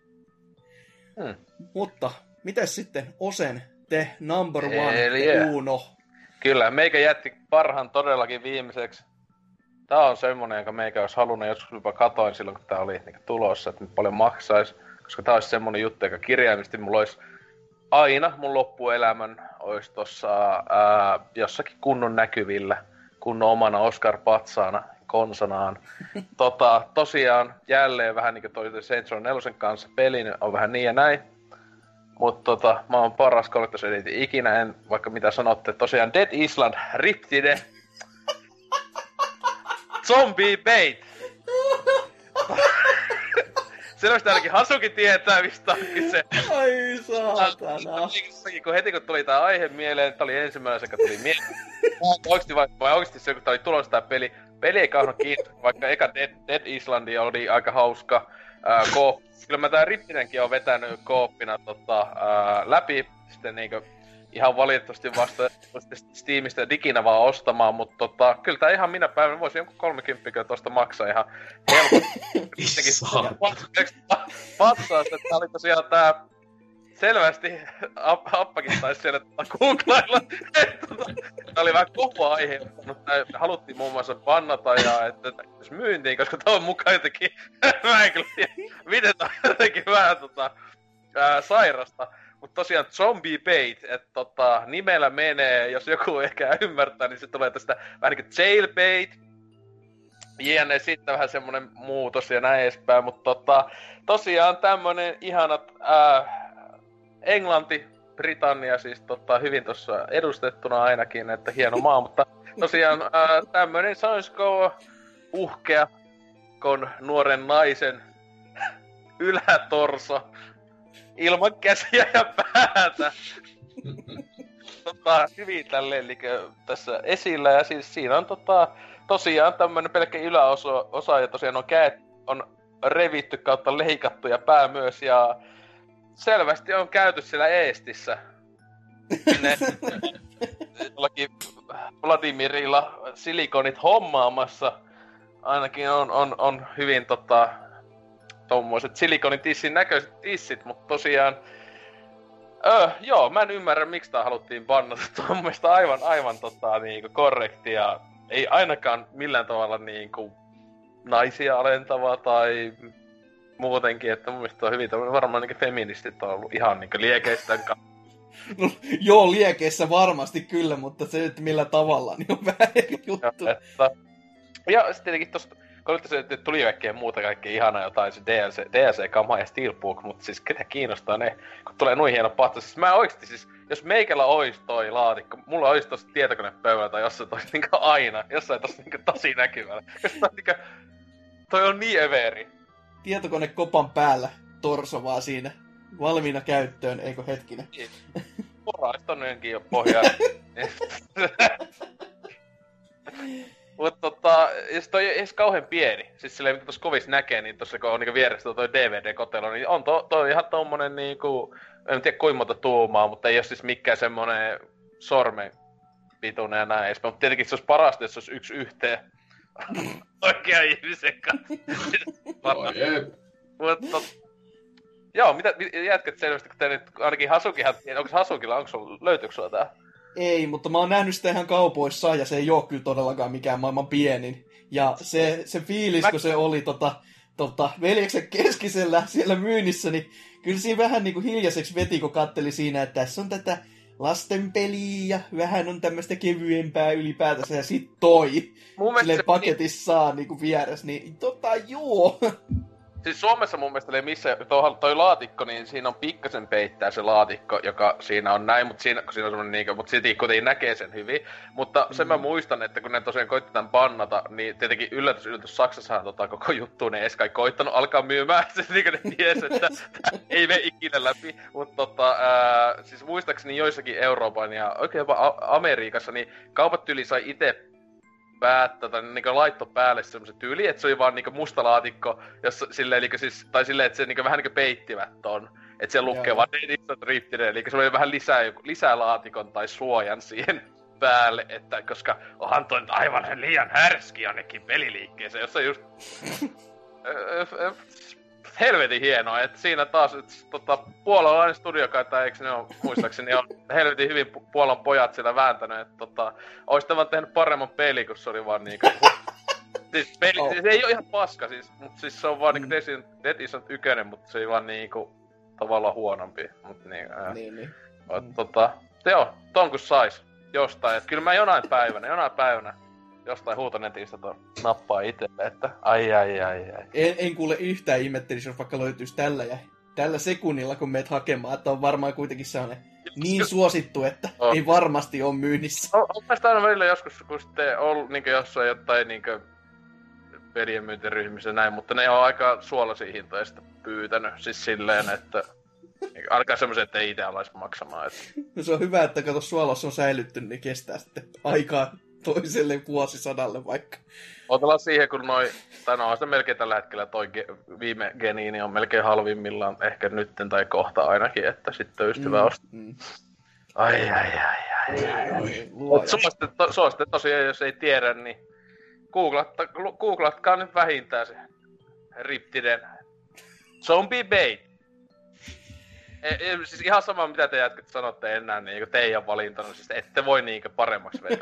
Mutta, mitäs sitten Osen, te number one, uno? Kyllä, meikä jätti parhaan todellakin viimeiseksi. Tää on semmonen, jonka meikä olisi halunnut, joskus jopa katoin silloin, kun tää oli tulossa, että paljon maksaisi. Koska tää olisi semmonen juttu, joka kirjaimisesti mulla olisi aina mun loppuelämän olisi tossa jossakin kunnon näkyvillä, kunnon omana Oscar-patsaana konsanaan. Tosiaan jälleen vähän niinku toi Saints Row 4 kanssa pelin on vähän niin ja näin. Mut mä oon paras Collector's Edition ikinä, en vaikka mitä sanotte. Tosiaan Dead Island Riptide. Zombie Bait. Selvästi ainakin Hasuki tietää, mistä onkin se. Ai saatana. Heti kun tuli tää aihe mieleen, tää oli ensimmäinen, joka tuli mieleen. Oikeesti se, kun tää oli tulossa tää peli. Peli ei kauhean kiinnostaa, vaikka eka Dead Islandi oli aika hauska. Kyllä mä tää Riptinenkin on vetänyt kooppina läpi. Sitten niinkö ihan valitettavasti vasta Steamista diginä vaan ostamaan, mutta kyllä tää ihan minä päivänä voisin jonkun 30 tosta maksaa ihan helposti. Patsaa, että tää oli tosiaan tää selvästi Appakin taisi siellä googlailla, tää oli vähän kova aihe, mutta haluttiin muun muassa bannata ja että jos myyntiin, koska tää on mukaan jotenkin, mä en kyllä tiedä, miten tää on jotenkin vähän sairasta. Mut tosiaan Zombie Bait, että nimellä menee, jos joku ehkä ymmärtää, niin se tulee tästä vähän niinku Jailbait. Jne, sitten vähän semmonen muutos ja näin edespäin, mutta tosiaan tämmönen ihanat Englanti, Britannia siis hyvin tossa edustettuna ainakin, että hieno maa, mutta tosiaan tämmönen sanoisiko uhkea, kun nuoren naisen ylätorso ilman käsiä ja päätä. Hyvin tälleen tässä esillä ja siis siinä on tosiaan tämmönen pelkkä yläosa ja tosiaan on revitty kautta leikattu ja pää myös ja selvästi on käyty siellä Eestissä. Ne jollakin Vladimirilla silikonit hommaamassa. Ainakin on hyvin tommoiset silikonitissin näköiset tissit, mutta tosiaan joo, mä en ymmärrä miksi tää haluttiin bannata. Tuo on mun mielestä aivan niinku korrektia. Ei ainakaan millään tavalla niinku naisia alentavaa tai muutenkin, että mun mielestä on hyvin varmaan niinku feministit on ollut ihan niinku liekeistään No, joo, liekeissä varmasti kyllä, mutta se, että millä tavalla, niin on vähän eri juttu. Ja sitten tietenkin tosta, kun tuli kaikkea ihanaa jotain se DLC-kama ja Steelbook, mutta siis ketä kiinnostaa ne, kun tulee noin hieno patsa. Siis mä oikeesti siis, jos meikällä ois toi laatikko, mulla ois tossa tietokonepöydällä tai jossain tossa niinku aina, jossain tossa niinku tosi näkyvällä. Koska niinku, toi on niin överi. Tietokone kopan päällä, torso vaan siinä, valmiina käyttöön, eikö hetkinen? Poraista onnekin jo pohjaa. Mutta jos toi ei edes kauhean pieni, siis silleen mitä tossa kovissa näkee, niin tossa kun on niinku vieressä toi DVD-kotelo, niin on toi ihan tommonen niinku, en tiedä kuinka monta tuumaa, mutta ei oo siis mikään semmonen sormen pituinen ja näin edespäin. Mutta tietenkin se olisi parasta, jos se olisi yksi yhteen oikean ihmisen kanssa. Mutta joo, mitä jätkät selvästi, kun te nyt ainakin Hasukihan, onko Hasukilla, löytyykö sulla tää? Ei, mutta mä oon nähnyt sitä ihan kaupoissa ja se ei oo kyllä todellakaan mikään maailman pienin. Ja se fiilis, kun se oli veljeksen keskisellä siellä myynnissä, niin kyllä siinä vähän niinku hiljaiseksi veti, kun katteli siinä, että tässä on tätä lastenpeliä ja vähän on tämmöistä kevyempää ylipäätänsä ja sit toi. Silleen paketissaan niinku vieressä, niin joo. Siis Suomessa mun mielestä ei missä toi laatikko, niin siinä on pikkasen peittää se laatikko, joka siinä on näin, mutta siinä on semmonen niinkö, mut silti kuitenkin näkee sen hyvin. Mutta sen mä muistan, että kun ne tosiaan koitti tän bannata, niin tietenkin yllätys Saksassahan koko juttu, ne ei edes kai koittanut alkaa myymään, siis niinkö ne ties, että ei mene ikinä läpi. Mutta siis muistaakseni joissakin Euroopan ja oikein jopa Amerikassa, niin kaupat tyli sai ite päättää, tai niinku laitto päälle semmosen tyyli, että se oli vaan niinku musta laatikko, jossa silleen niinku siis, tai silleen, että se niinku vähän niinku peittivät ton. Että se lukee vaan Dead Riptide, eli se oli vähän lisää laatikon tai suojan siihen päälle, että koska onhan toi nyt aivan liian härski jonnekin peliliikkeeseen, jossa just helvetin hienoa, että siinä taas puolalainen studio kai, tai eikö ne ole, muistaakseni on helvetin hyvin Puolan pojat siellä vääntänyt, että ois tämän tehnyt paremman peli, kun se oli vaan niinku siis peli, se ei oo ihan paska siis, mut siis se on vaan niinku Dead Island 1, mutta se ei vaan niinku tavallaan huonompi, mut niin. Joo, ton kun sais jostain, et kyllä mä jonain päivänä, jostain huutonetistä nappaa itselle, että ai. En kuule yhtään ihmettelisi, jos vaikka löytyisi tällä sekunnilla, kun meet hakemaan, että on varmaan kuitenkin sellainen niin suosittu, että ei varmasti ole myynnissä. On näistä aina välillä joskus, kun sitten on niin jossain jotain niin pelien myyntiryhmissä näin, mutta ne on aika suolaisia hintoja sitä pyytänyt. Siis silleen, että alkaa semmoisen, että ei itse alaisi maksamaan. Että... No se on hyvä, että kato suolassa on säilytty, niin kestää sitten aikaa toiselle vuosisadalle vaikka. Otellaan siihen, kun on sitä melkein tällä hetkellä toi viime geniini on melkein halvimmillaan, ehkä nytten tai kohta ainakin, että sitten on ystävä ostaa. Ai. Suosittelen tosiaan, jos ei tiedä, niin googlatkaa nyt vähintään se Riptiden Zombie Bait. Siis ihan sama mitä te jätkät sanotte enää, niin teidän valintana, siis ette voi niinkö paremmaksi vetää.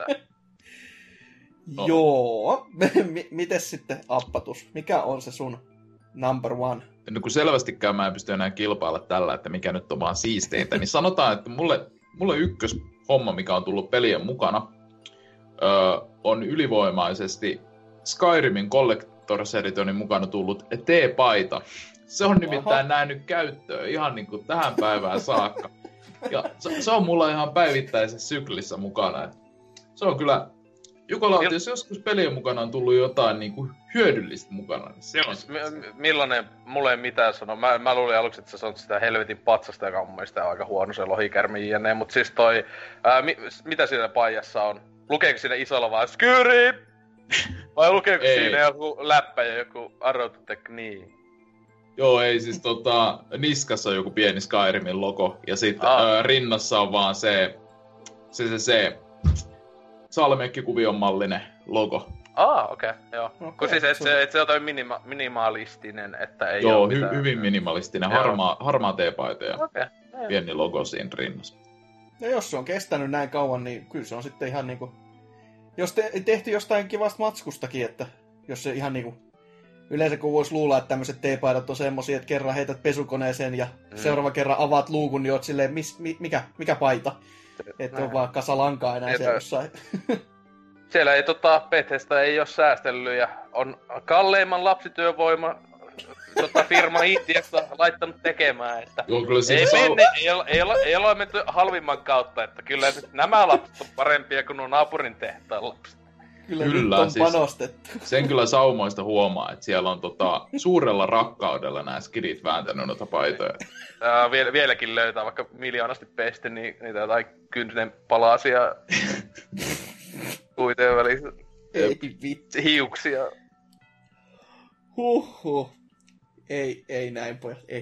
Joo. Mites sitten Appatus? Mikä on se sun number one? No kun selvästikään mä en pysty enää kilpailla tällä, että mikä nyt on vaan siisteintä, niin sanotaan, että mulle ykköshomma, mikä on tullut pelien mukana, on ylivoimaisesti Skyrimin Collector's Editionin mukana tullut T-paita. Se on nimittäin nähnyt käyttöön ihan niin kuin tähän päivään saakka. Ja se on mulla ihan päivittäisessä syklissä mukana. Se on kyllä... Jukola, jos joskus pelien mukana on tullut jotain niin kuin hyödyllistä mukana, niin se on... Millainen, mulle ei mitään sano. Mä luulin aluksi, että sä sanot sitä helvetin patsasta, joka on mun mielestä aika huono se lohikärmi jne. Mut siis toi... mitä siinä paijassa on? Lukeeko siinä isolla vaan Skyrim? Vai lukeeko siinä joku läppä ja joku Arrow to the Knee? Joo, ei siis niskassa on joku pieni Skyrimin logo, ja sitten rinnassa on vaan se salmiakkikuvion mallinen logo. Okei, joo. Kun siis et se on toi minimalistinen, että ei joo, ole mitään... hyvin minimalistinen, harmaa teepaita ja pieni logo siinä rinnassa. No jos se on kestänyt näin kauan, niin kyllä se on sitten ihan niinku... Jos tehty jostain kivasta matskustakin, että jos se ihan niinku... Yleensä kun vois luulla, että tämmöiset teepaidat on semmosia, että kerran heität pesukoneeseen ja seuraava kerran avaat luukun, niin oot silleen, mikä paita? Että on vaan kasalankaa enää siellä jossain. Siellä ei Bethesda ei oo säästellyt ja on kalleimman lapsityövoima firma Intiasta laittanut tekemään, että joo, kyllä siis ei olla menty halvimman kautta, että kyllä nämä lapset on parempia kuin nuo naapurin tehtaan lapset. Kyllä nyt on siis panostettu. Sen kyllä saumoista huomaa, että siellä on suurella rakkaudella nämä skidit vääntänyt noita paitoja. Vieläkin löytää vaikka miljoonasti pesti, niin niitä jotain kynsinen palasia kuiteen välissä. Ei vitsi. Hiuksia. Huhhuh. Ei näin pojat, ei.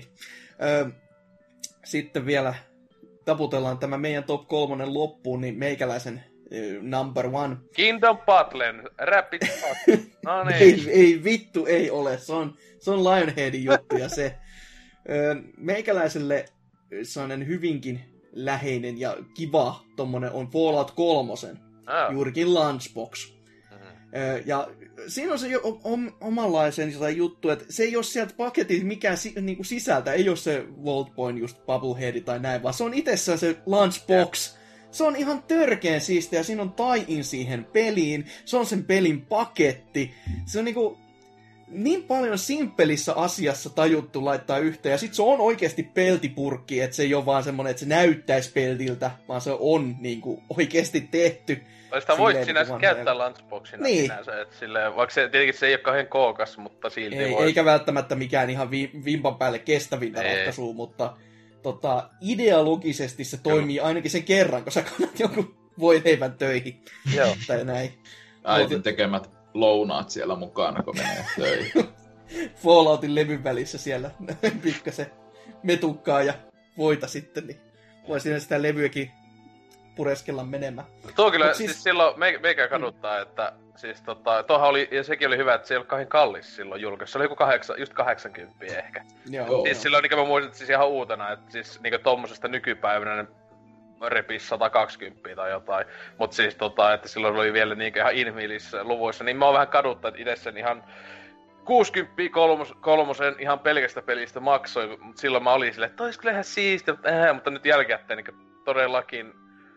Sitten vielä taputellaan tämä meidän top 3 loppuun, niin meikäläisen number one. Kingdom Battlen, Rapid Battle. No niin. ei vittu, ei ole. Se on Lionheadin juttu ja se. Meikäläiselle sellainen hyvinkin läheinen ja kiva tommonen on Fallout 3. Juurikin Lunchbox. Ja siinä on se omanlaisen jotain juttu, että se ei ole sieltä paketin mikään niinku sisältä, ei ole se Vault Point just Bubblehead tai näin, vaan se on itsessään se Lunchbox. Se on ihan törkeen siistiä, siinä on tie-in siihen peliin, se on sen pelin paketti. Se on niinku niin paljon simppelissä asiassa tajuttu laittaa yhteen, ja sit se on oikeasti peltipurkki, että se ei ole vaan semmonen, että se näyttäisi peltiltä, vaan se on niinku oikeasti tehty. Sitä voit sinänsä käyttää Lunchboxina niin. Sinänsä, että silleen, vaikka tietenkin se ei ole kauhean kookas, mutta silti ei, voi. Eikä välttämättä mikään ihan vimpan päälle kestävintä ratkaisua, mutta ideologisesti se toimii ainakin sen kerran, kun sä kannat jonkun voileivän töihin. Joo. Tai näin. Äitin tekemät lounaat siellä mukana, kun menee töihin. Falloutin levyn välissä siellä pikkasen metukkaa ja voita sitten, niin voi siinä sitä levyäkin pureskella menemään. Tuo kyllä, siis silloin meikä kaduttaa, että siis tuohan oli, ja sekin oli hyvä, että se ei ollut kauhean kallis silloin julkaisu. Se oli joku 80 ehkä. Joo. Siis silloin niin mä muistin, että siis ihan uutena, että siis niin tommosesta nykypäivänä ne repisi 120 tai jotain. Mut siis että silloin oli vielä niin ihan inhimillisissä luvuissa, niin mä oon vähän kaduttaa, että itse sen ihan 60 kolmosen ihan pelkästä pelistä maksoi, mutta silloin mä olin silleen, että ois kyllä ihan siistiä, mutta nyt jälkikäteen niin todellakin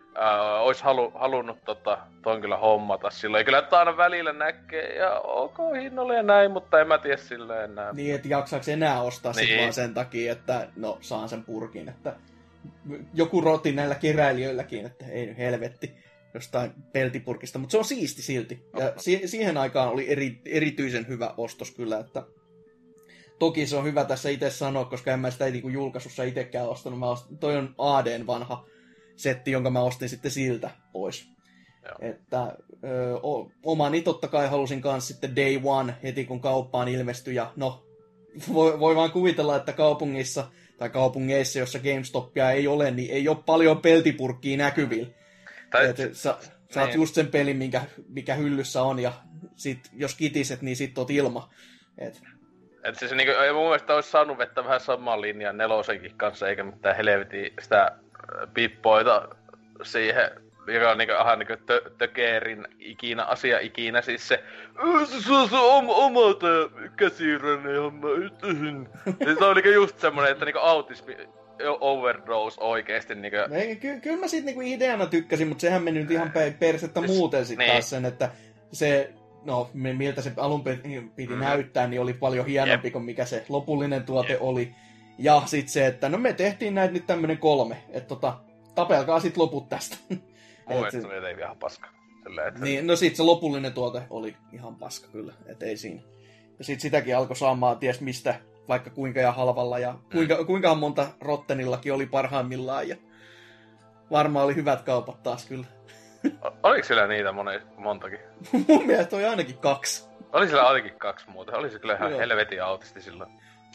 ois halunnut ton kyllä hommata silloin. Ja kyllä että aina välillä näkee ja ok hinnolla ja näin, mutta en mä tiedä silleen enää. Niin, että jaksaaks enää ostaa niin. Sit vaan sen takia, että no saan sen purkin, että joku roti näillä keräilijöilläkin, että ei nyt helvetti jostain peltipurkista, mutta se on siisti silti. Ja siihen aikaan oli erityisen hyvä ostos kyllä, että toki se on hyvä tässä itse sanoa, koska en mä sitä niinku julkaisussa itsekään ostanut. Toi on AD:n vanha setti, jonka mä ostin sitten siltä pois. Joo. Että omani totta kai halusin kanssa sitten day one heti kun kauppaan ilmestyi. Ja no, voi vaan kuvitella, että kaupungissa tai kaupungeissa, jossa GameStopia ei ole, niin ei ole paljon peltipurkkia näkyvillä. Saat just sen pelin, mikä hyllyssä on, ja sit, jos kitiset, niin sit oot ilma. Et siis niinku, mun mielestä olisi saanut vettä vähän samaan linjaan nelosenkin kanssa, eikä mitään helvetin sitä pippoita siihen, joka on niinku, tökeerin asia ikinä, siis se oma tää käsiränne homma. Se oli just semmonen, että niinku autismi overdose oikeesti niinku. Kyllä mä sit niinku ideana tykkäsin, mutta sehän meni nyt ihan persettä muuten sit taas sen, että se, no miltä se alun piti näyttää, niin oli paljon hienompi kuin mikä se lopullinen tuote oli. Ja sit se, että no me tehtiin näitä nyt tämmönen 3, että tapelkaa sit loput tästä. Mun mielestä se oli ihan paska. Niin, no sit se lopullinen tuote oli ihan paska kyllä, et ei siinä. Ja sit sitäkin alkoi saamaan ties mistä, vaikka kuinka ja halvalla, ja kuinka monta Rottenillakin oli parhaimmillaan, ja varmaan oli hyvät kaupat taas kyllä. Oliko siellä niitä montakin? Mun mielestä oli ainakin 2. Oli siellä ainakin 2 muuten, oli se kyllä ihan helvetin autisti silloin.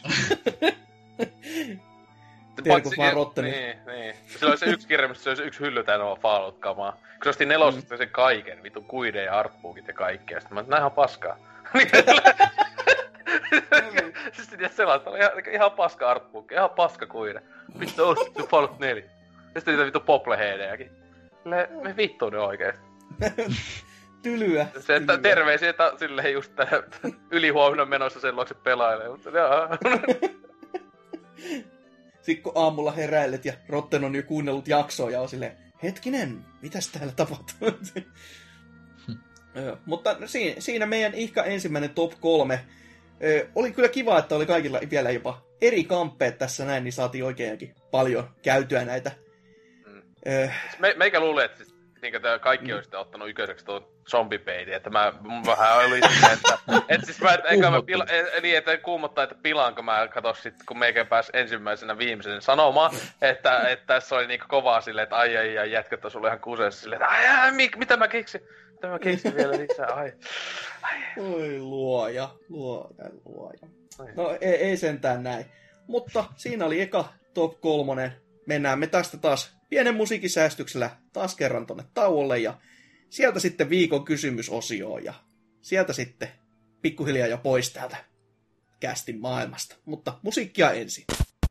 Terkut vaan Rottenilla. Niin. Sillä oli se yksi kirja, se olisi yksi hylly täynnä vaan Fallout-kamaa. Kun se osti 4 sen kaiken, vittu kuide ja artbookit ja kaikkea. Sitten mä oon, nää ihan paskaa. Siis tiedät sellaista, oli ihan paska artbook, ihan paska kuide. Vittu ostit sun Fallout 4. Ja sitten niitä vittu popleheidejäkin. Me vittu ne oikeesti. Tylyä. Se, että terveisiä, että silleen just ylihuomenna menossa sen luokse pelailee, mutta sitten kun aamulla heräilet ja Rotten on jo kuunnellut jaksoa ja on silleen, hetkinen, mitäs täällä tapahtuu? Mutta siinä meidän ihka ensimmäinen top 3. Oli kyllä kiva, että oli kaikilla vielä jopa eri kamppeet tässä näin, niin saatiin oikeinkin paljon käytyä näitä. Meikä luulee, että siis, niin kaikki on sitten ottanut ykköseksi tuon zombipeidin, että mä vähän oli silleen, että siis että kuumottaa, että pilaanko mä katos sit, kun meikä pääsi ensimmäisenä viimeisen sanomaan, että tässä oli niinku kovaa silleen, että ai jätkät on sulle ihan kuseessa silleen, että mitä mä keksin vielä lisää, ai. Oi luoja. No ei sentään näin. Mutta siinä oli eka top 3. Mennään me tästä taas pienen musiikkisäästyksellä taas kerran tonne tauolle ja sieltä sitten viikon kysymysosioon ja sieltä sitten pikkuhiljaa jo pois täältä kästin maailmasta. Mutta musiikkia ensin.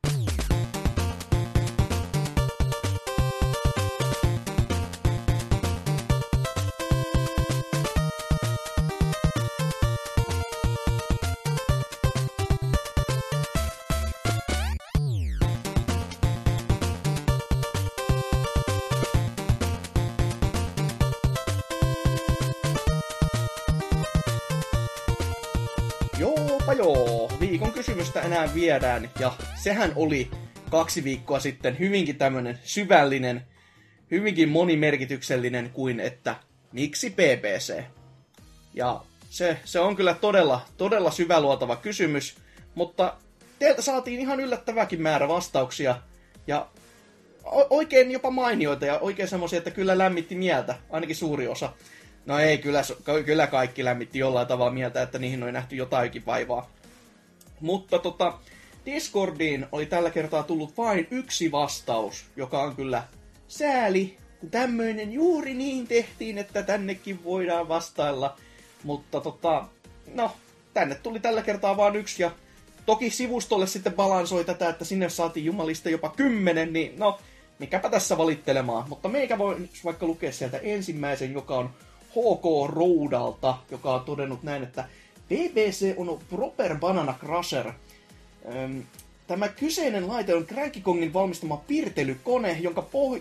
Viikon kysymystä enää viedään, ja sehän oli 2 viikkoa sitten hyvinkin tämmönen syvällinen, hyvinkin monimerkityksellinen kuin, että miksi PPC? Ja se on kyllä todella syväluotava kysymys, mutta teiltä saatiin ihan yllättäväkin määrä vastauksia, ja oikein jopa mainioita, ja oikein semmoisia, että kyllä lämmitti mieltä, ainakin suuri osa. No ei, kyllä kaikki lämmitti jollain tavalla mieltä, että niihin on nähty jotainkin vaivaa. Mutta Discordiin oli tällä kertaa tullut vain yksi vastaus, joka on kyllä sääli, kun tämmöinen juuri niin tehtiin, että tännekin voidaan vastailla. Mutta tänne tuli tällä kertaa vain yksi, ja toki sivustolle sitten balansoi tätä, että sinne saatiin jumalista jopa 10, niin no, mikäpä tässä valittelemaan. Mutta meikä voi vaikka lukea sieltä ensimmäisen, joka on HK Roudalta, joka on todennut näin, että BBC on proper banana crusher. Tämä kyseinen laite on Cranky Kongin valmistama piirtelykone, jonka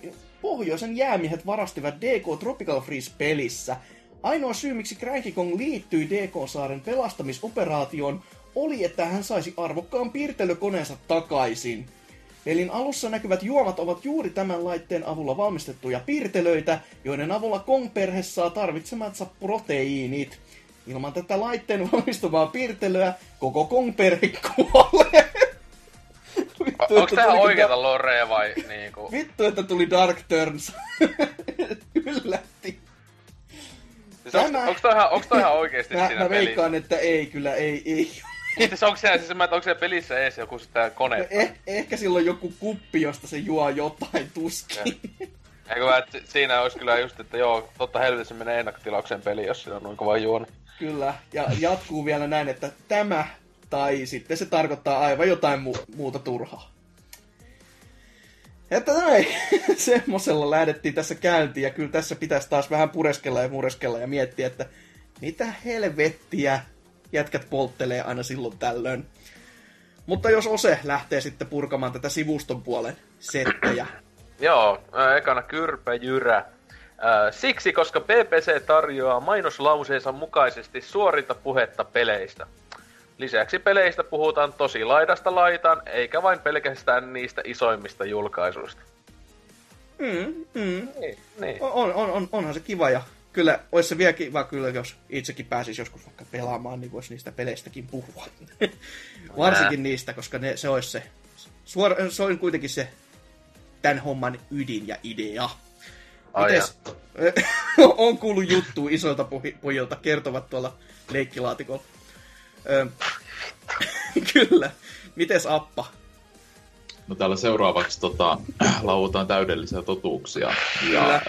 pohjoisen jäämiehet varastivat DK Tropical Freeze-pelissä. Ainoa syy, miksi Cranky Kong liittyi DK-saaren pelastamisoperaatioon, oli, että hän saisi arvokkaan piirtelykoneensa takaisin. Pelin alussa näkyvät juomat ovat juuri tämän laitteen avulla valmistettuja piirtelöitä, joiden avulla Kong-perhe saa tarvitsemansa proteiinit. Ilman tätä laitteen valmistumaa piirtelöä koko Kong-perhe kuolee. Onko tää oikeeta lorea vai niinku? Vittu, että tuli Dark Turns. Yllätti. Siis onko toi ihan oikeesti siinä pelissä? Mä veikkaan, että ei kyllä, ei. Siis onko siellä pelissä ees joku sitä kone? Ehkä silloin joku kuppi, josta se juo jotain tuskin. Eikö mä, että siinä olisi kyllä just, että joo, totta helvetissä menee ennakkotilaukseen peli, jos siinä on noin kova juonut. Kyllä, ja jatkuu vielä näin, että tämä, tai sitten se tarkoittaa aivan jotain muuta turhaa. Että näin, semmosella lähdettiin tässä käyntiin, ja kyllä tässä pitäisi taas vähän pureskella ja miettiä, että mitä helvettiä jätkät polttelee aina silloin tällöin. Mutta jos Ose lähtee sitten purkamaan tätä sivuston puolen settejä. Joo, ekana Kyrpä Jyrä. Siksi, koska PPC tarjoaa mainoslauseensa mukaisesti suorinta puhetta peleistä. Lisäksi peleistä puhutaan tosi laidasta laitaan, eikä vain pelkästään niistä isoimmista julkaisuista. Niin. Onhan se kiva, ja kyllä olisi se vielä kiva, kyllä, jos itsekin pääsisi joskus vaikka pelaamaan, niin voisi niistä peleistäkin puhua. Varsinkin niistä, koska se olisi se on kuitenkin se tämän homman ydin ja idea. Mites? On kuullut juttua isoilta pojilta, kertovat tuolla leikkilaatikolla. Kyllä. Mites Appa? No täällä seuraavaksi lauutaan täydellisiä totuuksia. Ja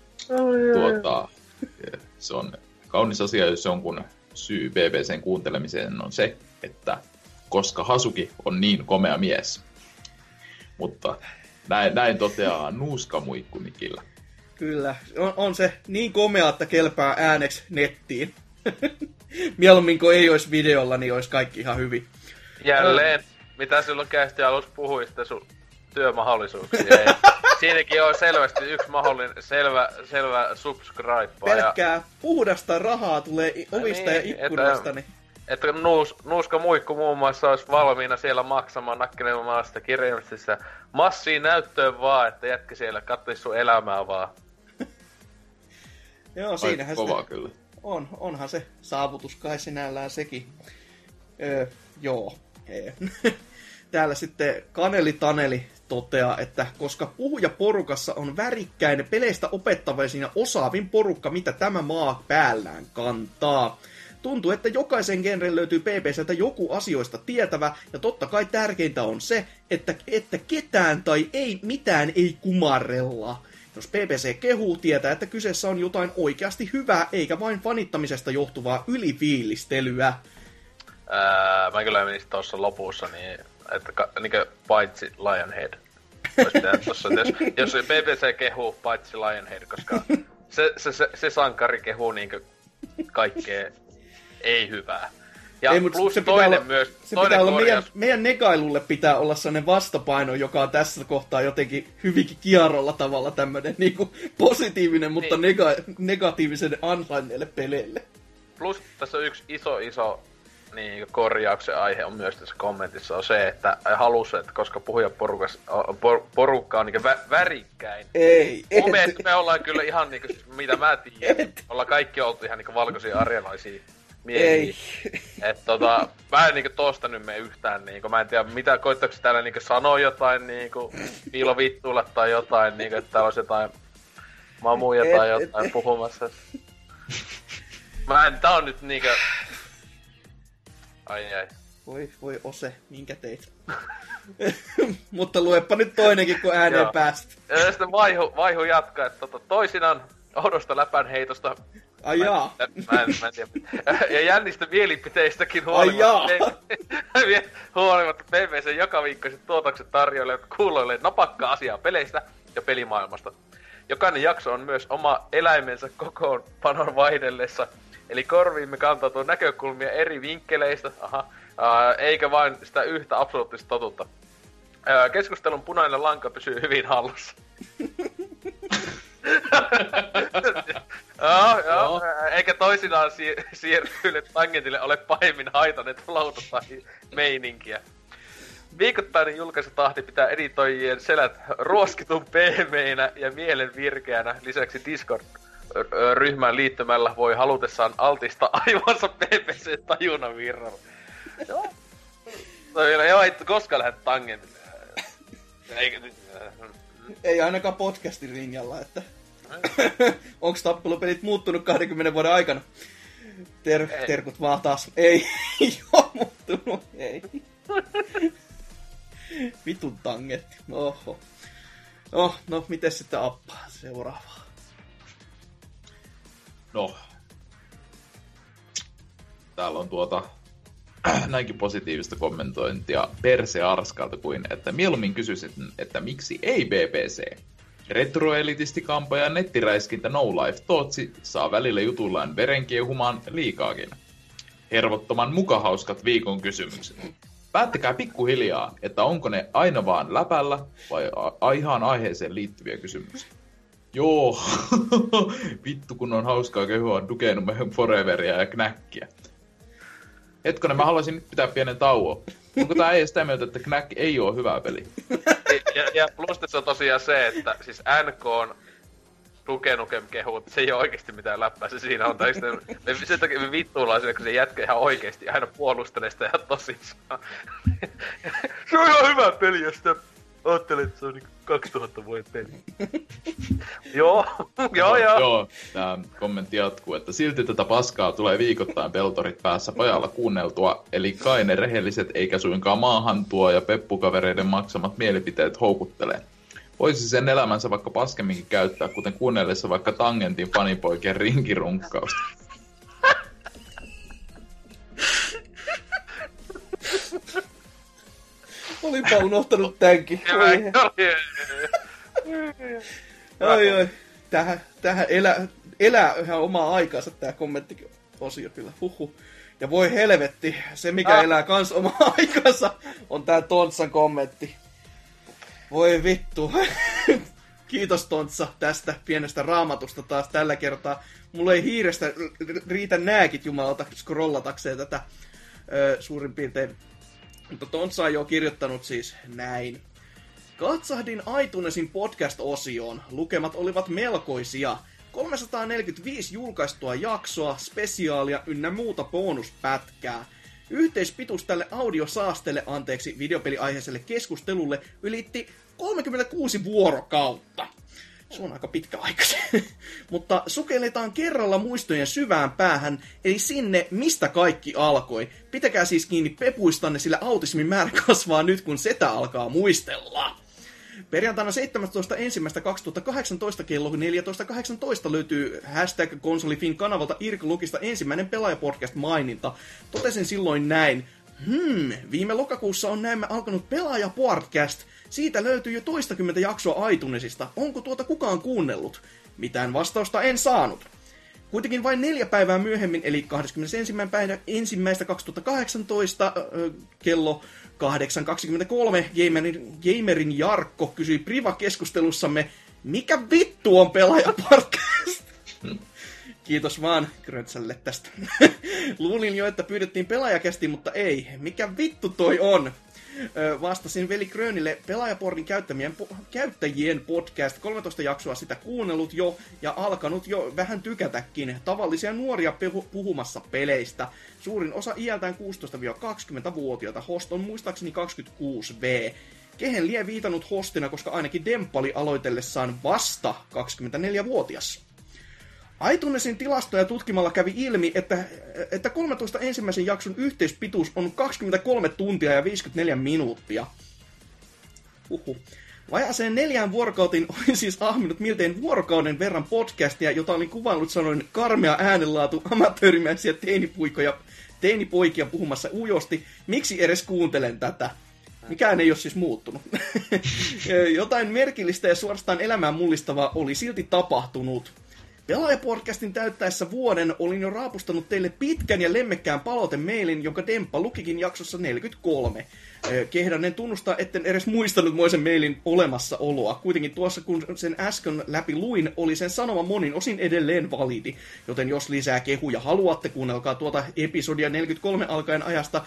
se on kaunis asia, jos jonkun syy BBCn kuuntelemiseen on se, että koska Hasuki on niin komea mies. Mutta näin toteaa Nuuskamuikkunikillä. Kyllä, on se niin komea, että kelpää ääneksi nettiin. Mieluummin kun ei olisi videolla, niin olisi kaikki ihan hyvin. Jälleen, mitä silloin kästi alussa puhuit sun työmahdollisuuksia. Siinäkin on selvästi yksi mahdollinen, selvä subscribe. Pelkkää puhdasta rahaa tulee ovista ja ikkunasta. Että Nuuska Muikku muun muassa olisi valmiina siellä maksamaan nakkelemaan sitä kirjoimista massiin näyttöön vaan, että jätkä siellä katsoisi sun elämää vaan. Joo, siinähän kova sitä kyllä. Onhan se saavutus kai sinällään sekin. Joo. Täällä sitten Kaneli Taneli toteaa, että koska puhujaporukassa on värikkäin, peleistä opettavaisin ja osaavin porukka, mitä tämä maa päällään kantaa. Tuntuu, että jokaisen genren löytyy PPCltä joku asioista tietävä, ja totta kai tärkeintä on se, että ketään tai mitään ei kumarrella. Jos PPC kehuu, tietää, että kyseessä on jotain oikeasti hyvää, eikä vain fanittamisesta johtuvaa ylifiilistelyä. Mä kyllä menisin tuossa lopussa, niin paitsi Lionhead. Tossa, jos PPC kehuu paitsi Lionhead, koska se sankari kehuu niinkö kaikkea ei hyvää. Ja ei, plus toinen myös. Meidän negailulle pitää olla sellainen vastapaino, joka on tässä kohtaa jotenkin hyvinkin kierrolla tavalla tämmönen niinku positiivinen, mutta negatiivisen ansainneille peleille. Plus tässä on yksi iso niin korjauksen aihe on myös tässä kommentissa on se, että halusi, että koska porukka on niin värikkäin. Mun mielestä me ollaan kyllä ihan niinku, mitä mä tiedän, ollaan kaikki oltu ihan niinku valkoisia arjalaisia miehiä. Että mä en niinku tosta nyt mene yhtään niinku, mä en tiedä mitä, koittaako täällä niinku sanoa jotain niinku piilovittuilla tai jotain niinku, että täällä olisi jotain mamuja tai jotain puhumassa. Tää on nyt niinkö. Ai. Voi Ose, minkä teit? Mutta luepa nyt toinenkin, kun ääneen päästä. Ja sitten Vaihu jatkaa, että toisinaan oudosta läpänheitosta. Ai jaa. Mä en tiedä. Ja jännistä mielipiteistäkin huolimatta PPC joka viikkoiset tuotokset tarjoilevat kuuloille napakkaa asiaa peleistä ja pelimaailmasta. Jokainen jakso on myös oma eläimensä kokoonpanon vaihdellessa. Eli korviimme kantautuu näkökulmia eri vinkkeleistä, eikä vain sitä yhtä absoluuttista totuutta. Keskustelun punainen lanka pysyy hyvin hallussa. Joo. Eikä toisinaan siirtyille tangentille ole pahemmin haitaneet lauta tai meininkiä. Viikoittainen julkaisutahti pitää editoijien selät ruoskitun pehmeinä ja mielen virkeänä. Lisäksi Discord-ryhmään liittymällä voi halutessaan altistaa aivansa PPC-tajunnan virralla. Joo, ei koskaan lähde tangentille. Ei ainakaan podcastin linjalla, että onks tappelupelit muuttunut 20 vuoden aikana? Terkut vaan taas. Ei oo muuttunut, ei. Vitun tangetti. Oho. No, miten sitten appaa seuraavaa? No. Täällä on näinkin positiivista kommentointia Perse Arskalta kuin, että mieluummin kysyisin, että miksi ei BBC? Retroelitistikampa ja nettiräiskintä No Life Tootsi saa välillä jutullaan verenkiehumaan liikaakin. Hervottoman mukahauskat viikon kysymykset. Päättäkää pikkuhiljaa, että onko ne aina vaan läpällä vai ihan aiheeseen liittyviä kysymyksiä. Joo, vittu kun on hauskaa kehua Duke Nukem Foreveria ja Knäkkiä. Hetkonen, mä haluaisin nyt pitää pienen tauon. Onko tää ei sitä mieltä, että Knack ei oo hyvä peli? Ja plus tässä on tosiaan se, että siis NK on Duke Nukem kehu, että se ei oo oikeesti mitään läppää se siinä on. Tai sen takia me vittuillaan siinä, kun se jätkä ihan oikeesti aina puolustelee sitä ihan tosissaan. Se on ihan hyvä peli, jos sitä ajattelee, että se on niinku 2000 vuoden peli. Joo. Joo, tää kommentti jatkuu, että silti tätä paskaa tulee viikoittain peltorit päässä pajalla kuunneltua, eli kai ne rehelliset eikä suinkaan maahantuo ja peppukavereiden maksamat mielipiteet houkuttelee. Voisi sen elämänsä vaikka paskemminkin käyttää, kuten kuunnellessa vaikka Tangentin fanipoikien rinkirunkkausta. Olipa unohtanut tämänkin. Oi. Tähän elää ihan omaa aikaansa tää kommenttiosio kyllä. Huhhuh. Ja voi helvetti, se mikä elää kans omaa aikaansa on tää Tontsan kommentti. Voi vittu. Kiitos Tontsa tästä pienestä raamatusta taas tällä kertaa. Mulla ei hiirestä riitä nääkit jumalalta scrollatakseen tätä suurin piirtein. Mutta Tontsa on jo kirjoittanut siis näin. Katsahdin iTunesin podcast-osioon. Lukemat olivat melkoisia. 345 julkaistua jaksoa, spesiaalia ynnä muuta bonuspätkää. Yhteispituus tälle audiosaasteelle, videopeliaiheiselle keskustelulle, ylitti 36 vuorokautta. Se on aika pitkä aika. Mutta sukelletaan kerralla muistojen syvään päähän, eli sinne, mistä kaikki alkoi. Pitäkää siis kiinni pepuistanne, sillä autismin määrä kasvaa nyt, kun setä alkaa muistella. Perjantaina 17.1.2018 kello 14.18 löytyy #konsolifin kanavalta Irklogista ensimmäinen Pelaaja-podcast-maininta. Totesin silloin näin. Viime lokakuussa on näemme alkanut Pelaaja-podcast. Siitä löytyy jo 20 jaksoa iTunesista. Onko tuota kukaan kuunnellut? Mitään vastausta en saanut. Kuitenkin vain 4 päivää myöhemmin, eli 21.1.2018 kello 8.23 Gamerin Jarkko kysyi Priva-keskustelussamme, mikä vittu on Pelaaja-podcast? Kiitos vaan Grötsälle tästä. Luulin jo, että pyydettiin Pelaajakästi, mutta ei. Mikä vittu toi on? Vastasin veli Grönille Pelaajaportin käyttäjien podcast. 13 jaksoa sitä kuunnellut jo ja alkanut jo vähän tykätäkin. Tavallisia nuoria puhumassa peleistä. Suurin osa iältään 16-20-vuotiaita. Host on muistaakseni 26V. Kehen lie viitannut hostina, koska ainakin Demppali aloitellessaan vasta 24-vuotias. iTunesin tilastoja tutkimalla kävi ilmi, että 13 ensimmäisen jakson yhteispituus on 23 tuntia ja 54 minuuttia. Vajaaseen 4 vuorokautiin olin siis ahminut miltei vuorokauden verran podcastia, jota olin kuvaillut sanoin karmea äänenlaatu, amatöörimäisiä teinipoikia puhumassa ujosti. Miksi edes kuuntelen tätä? Mikään ei ole siis muuttunut. Jotain merkillistä ja suorastaan elämään mullistavaa oli silti tapahtunut. Pelaajapodcastin täyttäessä vuoden olin jo raapustanut teille pitkän ja lemmekkään palautemeilin, jonka Demppa lukikin jaksossa 43. Kehdannen tunnustaa, etten edes muistanut moisen mailin olemassaoloa. Kuitenkin tuossa, kun sen äsken läpi luin, oli sen sanoma monin osin edelleen validi. Joten jos lisää kehuja haluatte, kuunnelkaa tuota episodia 43 alkaen ajasta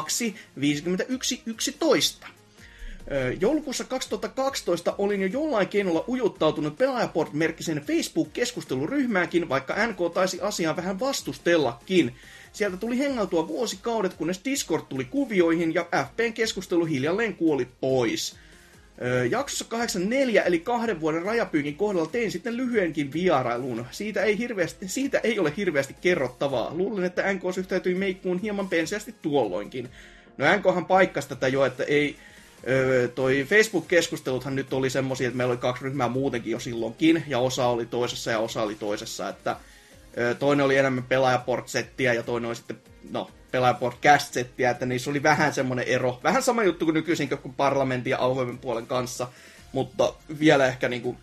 2.51.11. Joulukuussa 2012 olin jo jollain keinolla ujuttautunut Pelaajaport-merkkisen Facebook-keskusteluryhmäänkin, vaikka NK taisi asiaan vähän vastustellakin. Sieltä tuli hengautua vuosikaudet, kunnes Discord tuli kuvioihin ja FP:n keskustelu hiljalleen kuoli pois. Jaksossa 84 eli 2 vuoden rajapyykin kohdalla tein sitten lyhyenkin vierailun. Siitä ei ole hirveästi kerrottavaa. Luulen, että NK syhtäytyi meikkuun hieman penseästi tuolloinkin. No NKhan paikkasi tätä jo, että ei... Toi Facebook-keskusteluthan nyt oli semmosia, että meillä oli 2 ryhmää muutenkin jo silloinkin, ja osa oli toisessa ja osa oli toisessa, että toinen oli enemmän Pelaajaport-settiä ja toinen oli sitten, Pelaajaport-cast-settiä, että niissä oli vähän semmoinen ero. Vähän sama juttu kuin nykyisin kuin parlamentin ja avoimen puolen kanssa, mutta vielä ehkä niinku,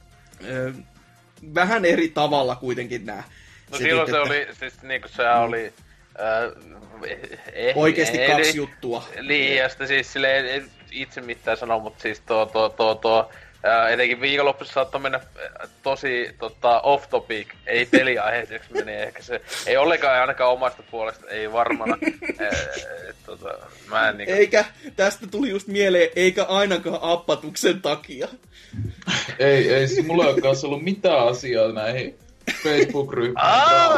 vähän eri tavalla kuitenkin nämä. No silloin se oli, siis niinku se oli... oikeesti 2 juttua. Niin, ja sitten siis silleen itse mitään sanoa, mutta siis etenkin viikonloppuissa saattoi mennä tosi off topic, ei peliaiheiseksi meni ehkä se, ei ollenkaan ainakaan omasta puolesta, ei varmana. Mä en niinku... Eikä, tästä tuli just mieleen, eikä ainakaan appatuksen takia. Ei, siis mulla ei ole kanssa ollut mitään asiaa näihin Facebook-ryhmiin.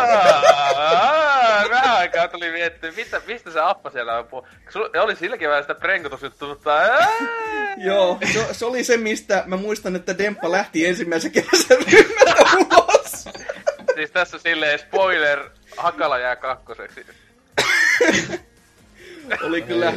Vähän aikaa tuli miettiä, mistä se appa siellä on puhunut. Oli silläkin vähän sitä prenkotusjuttu, mutta... Joo, se oli se, mistä mä muistan, että Demppa lähti ensimmäisen kerran sen ryhmältä ulos. Siis tässä silleen spoiler, Hakala jää 2. Oli kyllä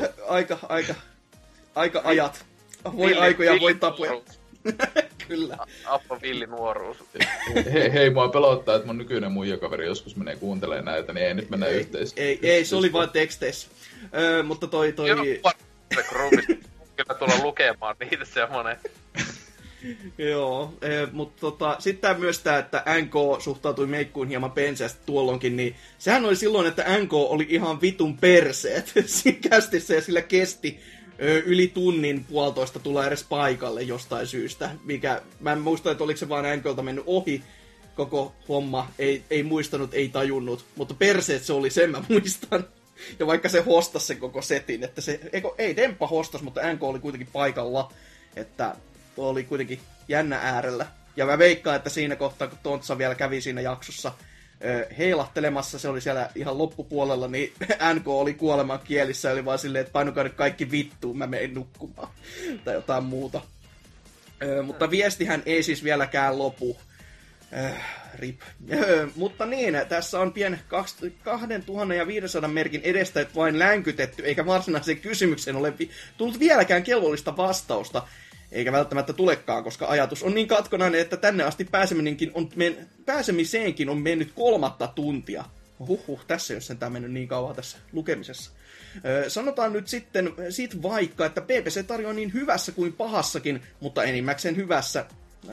aika ajat. Voi aikoja, voi tapoja. Kyllä. Appa villi nuoruus. Hei, mua pelottaa, että mun nykyinen muijakaveri joskus menee kuuntelemaan näitä, niin ei nyt mennä yhteistyössä. Ei, se oli vain teksteissä. Mutta toi... Kyllä tulla lukemaan niitä semmonen. Joo, mutta sitten myös tää, että NK suhtautui meikkuun hieman penseästi tuolloinkin, niin sehän oli silloin, että NK oli ihan vitun perseet siinä kästissä ja sillä kesti yli tunnin 1,5 tulla edes paikalle jostain syystä, mikä, mä en muista, että oliko se vaan NK:lta mennyt ohi koko homma, ei muistanut, ei tajunnut, mutta perseet se oli, sen mä muistan. Ja vaikka se hostasi sen koko setin, että se, ei Demppa hostas, mutta NK oli kuitenkin paikalla, että oli kuitenkin jännä äärellä. Ja mä veikkaan, että siinä kohtaa, kun Tontsa vielä kävi siinä jaksossa heilahtelemassa, se oli siellä ihan loppupuolella, niin NK oli kuoleman kielissä, eli vaan silleen, että painukaa nyt kaikki vittuun, mä menen nukkumaan. Tai jotain muuta. Mutta viestihän ei siis vieläkään lopu. Rip. Mutta niin, tässä on pieni 2500 merkin edestä vain länkytetty, eikä varsinaiseen kysymykseen ole tullut vieläkään kelvollista vastausta. Eikä välttämättä tulekaan, koska ajatus on niin katkonainen, että tänne asti pääsemiseenkin on mennyt 3 tuntia. Tässä ei ole sentään mennyt niin kauan tässä lukemisessa. Sanotaan nyt sitten vaikka, että PPC tarjoaa niin hyvässä kuin pahassakin, mutta enimmäkseen hyvässä.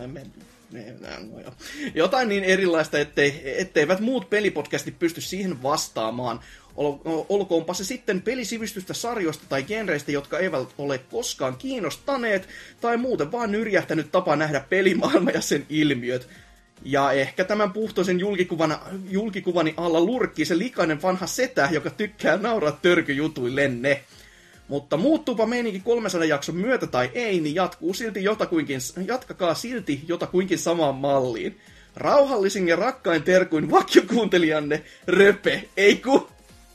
Jotain niin erilaista, etteivät muut pelipodcastit pysty siihen vastaamaan. Olkoonpa se sitten pelisivistystä sarjoista tai genreistä, jotka eivät ole koskaan kiinnostaneet, tai muuten vaan nyrjähtänyt tapa nähdä pelimaailma ja sen ilmiöt. Ja ehkä tämän puhtoisen julkikuvani alla lurkkii se likainen vanha setä, joka tykkää nauraa törkyjutuillenne. Mutta muuttuupa meininki 300 jakson myötä tai ei, niin jatkakaa silti jotakuinkin samaan malliin. Rauhallisin ja rakkain terkuin vakiokuuntelijanne, Röpe, ei ku...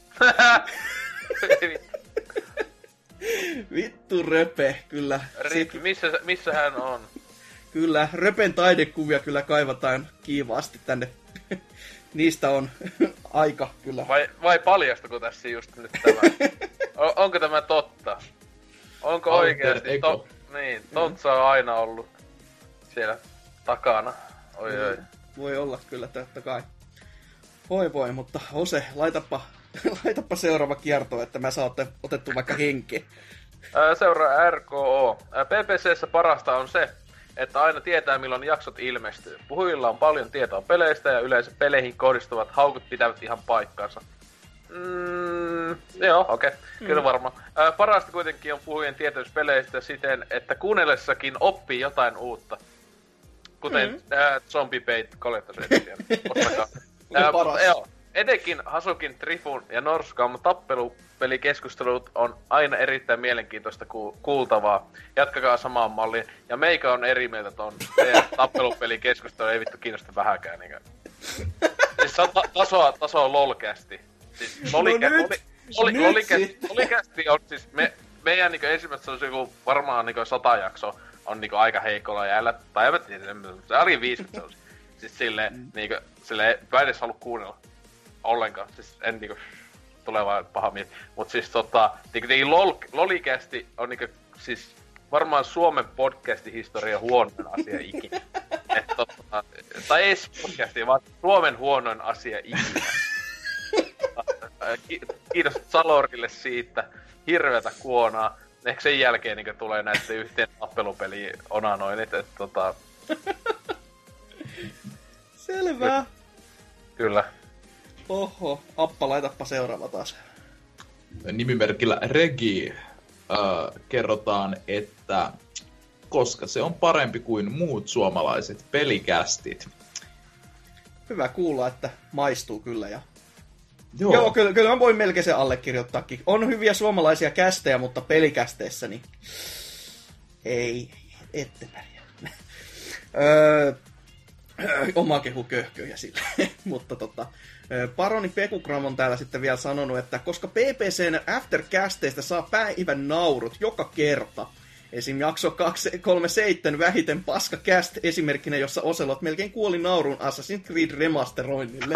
Vittu Röpe, kyllä. Missä hän on? Kyllä, Röpen taidekuvia kyllä kaivataan kiivaasti tänne. Niistä on aika kyllä. Vai paljastuko tässä just nyt tämä? Onko tämä totta? Onko oikeasti? Niin, Tontsa on aina ollut siellä takana. Oi. Voi olla kyllä, totta kai. Voi, mutta Ose, laitapa seuraava kierto, että mä saan otettu vaikka henke. Seuraa RKO. PPC:ssä parasta on se, että aina tietää milloin jaksot ilmestyy. Puhujilla on paljon tietoa peleistä ja yleensä peleihin kohdistuvat haukut pitävät ihan paikkansa. Joo, okei. Kyllä varmaan. Parasta kuitenkin on puhujien tietämys peleistä siten, että kuunnellessakin oppii jotain uutta. Kuten Zombie Bait Collector's Edition. Joo. Etenkin Hasukin, Trifun ja Norskam tappelupelikeskustelut on aina erittäin mielenkiintoista kuultavaa. Jatkakaa samaan malliin. Ja meikä on eri mieltä ton tappelupelikeskustelu ei vittu kiinnosta vähäkään. Siis tasoa lolkästi. Siis lolikästi on siis meidän niinku ensimmäistä se on varmaan niinku 100 jaksoa on niinku aika heikolla jäällä. Tai en mä tiedä, se oli 50 se on. Siis silleen niinku mä en edes halua kuunnella. Ollenkaan, siis en niinku tulee vaan paha mieli. Mut siis lolikästi on niinku siis varmaan Suomen podcasti-historian huonoin asia ikinä. Tai ei podcasti, vaan Suomen huonoin asia ikinä. Kiitos Salorille siitä. Hirveätä kuonaa. Ehkä sen jälkeen niinku tulee näitten yhteen tappelupeliin onanoinnit, Selvä. Kyllä. Oho, Appa, laitappa seuraava taas. Nimimerkillä Regi kerrotaan, että koska se on parempi kuin muut suomalaiset pelikästit. Hyvä kuulla, että maistuu kyllä. Ja... Joo, kyllä mä voin melkein sen allekirjoittaakin. On hyviä suomalaisia kästejä, mutta pelikästeissä niin ei, ette pärjää. Oma kehu köhköjä sille. Mutta Paroni Pekugram on täällä sitten vielä sanonut, että koska PPCn Aftercasteista saa päivän naurut joka kerta, esim. Jakso 237 vähiten paska cast esimerkkinä, jossa Ocelot melkein kuoli nauruun Assassin's Creed remasteroinnille.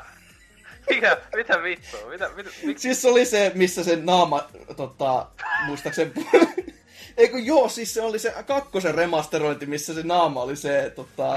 Mitä vittua? Siis oli se, missä se naama, muistaakseni... Siis se oli se kakkosen remasterointi, missä se naama oli se,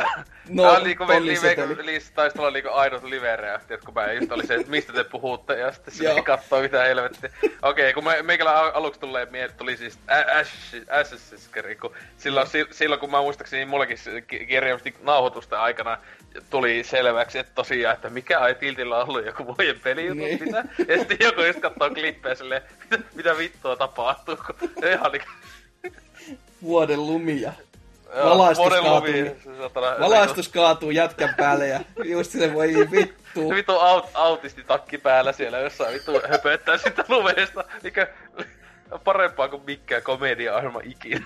taisi tulla niinku ainoat live-reaktiot, kun mä just oli se, että mistä te puhutte, ja sitten se kattoo mitä helvettiä. Okei, kun meikällä aluksi tuli siis Assassin's Creed, kun silloin kun mä muistaakseni mullekin kirjallisesti nauhoitusten aikana tuli selväksi, että tosiaan, että mikä ai Tiltillä on ollut joku vuoden pelijutut niin. Mitä. Ja sitten joku just kattoo klippejä silleen, mitä vittua tapahtuu, kun ihan niinku... Vuoden lumia. Valaistus kaatuu jätkän päälle ja just se voi vittu. Vittu autisti takki päällä siellä jossain vittu höpöttää sitä lumesta, mikä parempaa kuin mikään komedia-ohjelma ikinä.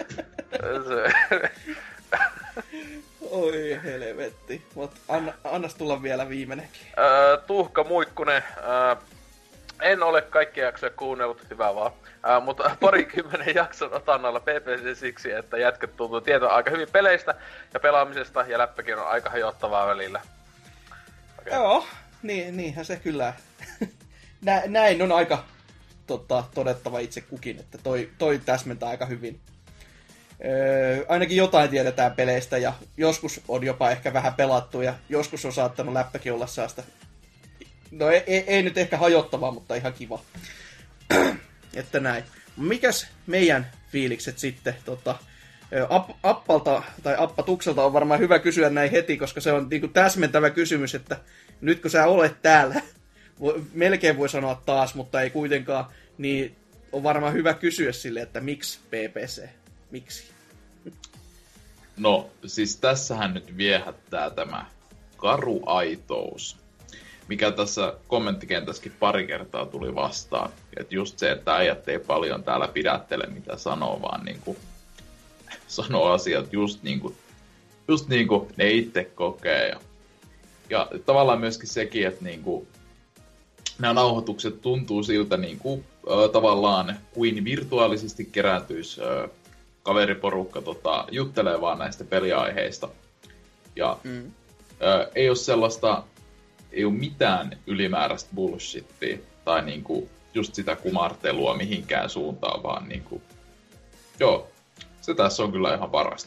Oi helvetti. Mut annas tulla vielä viimeinenkin. Tuhka Muikkunen. En ole kaikkia jaksoja kuunnellut, hyvä vaan. Mutta parikymmenen jakson otan alla PPC siksi, että jätkät tuntuu tietoa aika hyvin peleistä ja pelaamisesta, ja läppäkin on aika hajottavaa välillä. Okay. Joo, niinhän se kyllä. Näin on aika todettava itse kukin, että toi täsmentää aika hyvin. Ainakin jotain tiedetään peleistä, ja joskus on jopa ehkä vähän pelattu, ja joskus on saattanut läppäkin olla sellaista... No ei nyt ehkä hajottavaa, mutta ihan kiva. Että näin. Mikäs meidän fiilikset sitten? Appalta tai Appatukselta on varmaan hyvä kysyä näin heti, koska se on niinku täsmentävä kysymys, että nyt kun sä olet täällä, melkein voi sanoa taas, mutta ei kuitenkaan, niin on varmaan hyvä kysyä sille, että miksi PPC? Miksi? No, siis tässähän nyt viehättää tämä karu aitous, mikä tässä kommenttikentässäkin pari kertaa tuli vastaan. Että just se, että äijät ei paljon täällä pidättele, mitä sanoo, vaan niinku sanoo asiat just niinku ne itse kokee. Ja tavallaan myöskin sekin, että niinku nämä nauhoitukset tuntuu siltä niinku tavallaan kuin virtuaalisesti kerääntyisi kaveriporukka juttelee vaan näistä peliaiheista. Ja ei ole sellaista... Ei ole mitään ylimääräistä bullshittia tai niinku just sitä kumartelua mihinkään suuntaan, vaan niinku... Joo, se tässä on kyllä ihan parasta.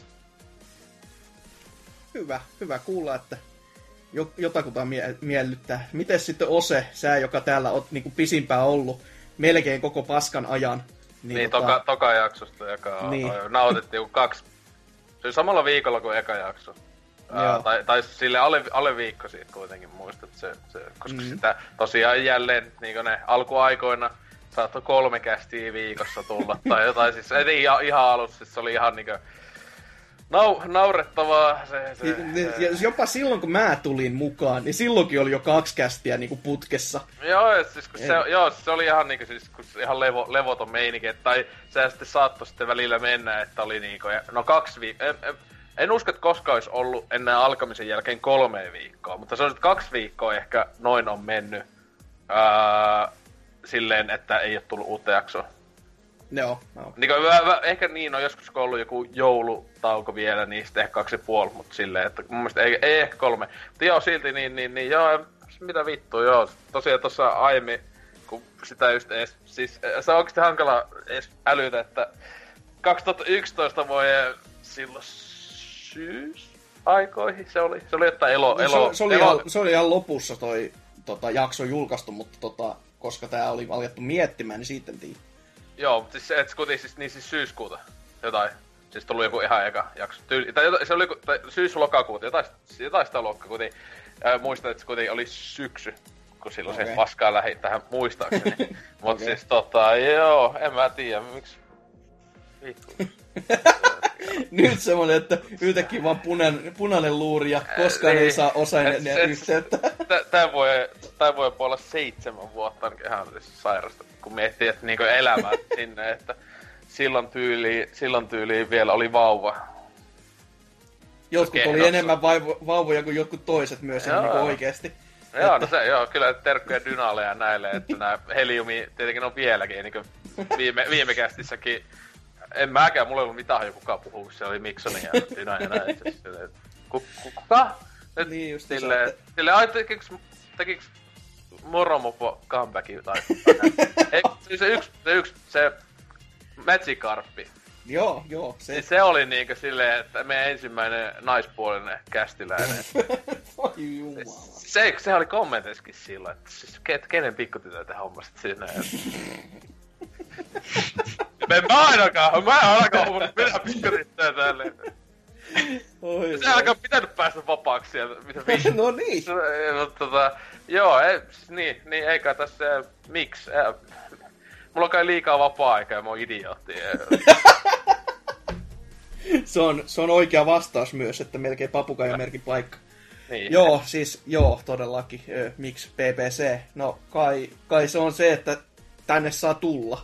Hyvä kuulla, että jotakuta miellyttää. Mites sitten Ose, sä joka täällä oot niinku pisimpään ollut melkein koko paskan ajan? Niin toka jaksosta, joka niin. Nautettiin 2 samalla viikolla kuin eka jakso. Tai sille alle viikko siitä kuitenkin muistat se koska sitä tosiaan jälleen niinku ne alkuaikoina saattoi 3 kästiä viikossa tulla tai jotain siis ihan alussa se oli ihan niinku naurettavaa se. Ja jopa silloin kun mä tulin mukaan, niin silloinkin oli jo 2 kästiä niinku putkessa. Joo, siis kun se oli ihan niinku siis kun ihan levoton meininki, tai se sitten saattoi sitten välillä mennä, että oli niinku 2 viikkoa. En usko, että koskaan olisi ollut ennen alkamisen jälkeen 3 viikkoa, mutta se on 2 viikkoa ehkä noin on mennyt silleen, että ei ole tullut uutta jaksoa. Joo. Niin, ehkä niin on joskus kun on ollut joku joulutauko vielä, niin sitten ehkä 2,5, mutta silleen, että mun mielestä ei ehkä 3. Mutta joo, silti niin joo, mitä vittua, joo. Tosiaan tossa aiemmin, kun sitä just edes, siis se on oikeesti hankala edes älytä, että 2011 voi silloin syysaikoihin se oli jotain se oli ihan lopussa toi jakso julkaistu, mutta koska tää oli alettu miettimään, niin siitä en tiedä. Joo, mutta siis et siis syyskuuta jotain. Siis tullut joku ihan eka jakso. Se oli syys-lokakuuta, jotain sitä lokakuuta. Muistan, että se kuitenkin oli syksy, kun silloin se paskaa lähi tähän muistaakseni. Mut siis joo, en mä tiedä, miksi. Vittu. Nyt semmonen, että yhtäkkiä vaan punainen luuri ja koskaan ei saa osainen yhteyttä. Tää voi olla 7 vuotta ihan sairasta, kun miettii, että niinku elämää sinne, että silloin tyyliin vielä oli vauva. Jotkut oli enemmän vauvoja kuin jotkut toiset myös niinku oikeesti. Joo, no se joo, kyllä terkkuja Dynalle ja näille, että nää heliumi tietenkin on vieläkin, niinku viime kästissäkin. En mäkään, mulla ei ollut mitään kukaan puhuu, kun se oli Miksonen ja Dyna ja näin. Kuka? Nyt niin just silleen, tekiks Moromopo comebackin tai se Magikarppi. Joo, se oli niinku silleen, että meidän ensimmäinen naispuolinen kästiläinen. Voi jumala. Se oli kommenteissakin silloin, että siis kenen pikkutytöitä hommasit sinne. Mä ainakaan hommannut mitään pikkutyttöä tälleen. Se alkaa pitänyt päästä vapaaksi sieltä. No niin. Joo, niin eikä tässä miksi. Mulla on kai liikaa vapaa-aikaa ja mä oon idiootti. Se on oikea vastaus myös, että melkein papukaijamerkin paikka. Niin. Joo, todellakin. Miksi PPC? No kai se on se, että tänne saa tulla.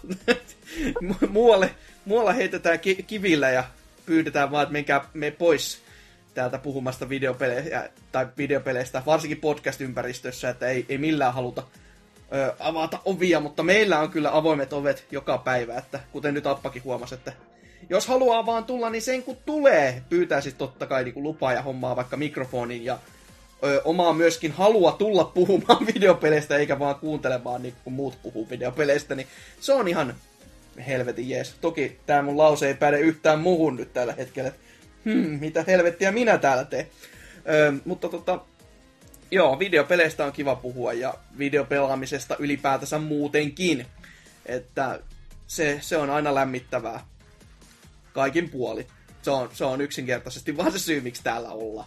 Muualle heitetään kivillä ja pyydetään vaan, että menkää pois täältä puhumasta videopeleistä, varsinkin podcast-ympäristössä, että ei millään haluta avata ovia, mutta meillä on kyllä avoimet ovet joka päivä, että kuten nyt Appakin huomasi, että jos haluaa vaan tulla, niin sen kun tulee, pyytää siis totta kai niin kuin lupaa ja hommaa vaikka mikrofonin ja omaa myöskin halua tulla puhumaan videopeleistä, eikä vaan kuuntelemaan niin kuin muut puhuu videopeleistä, niin se on ihan helvetin jees. Toki tää mun lause ei päde yhtään muuhun nyt tällä hetkellä. Mitä helvettiä minä täällä teen. Mutta joo, videopeleistä on kiva puhua ja videopelaamisesta ylipäätänsä muutenkin. Että se on aina lämmittävää. Kaikin puolin. Se on yksinkertaisesti vaan se syy, miksi täällä ollaan.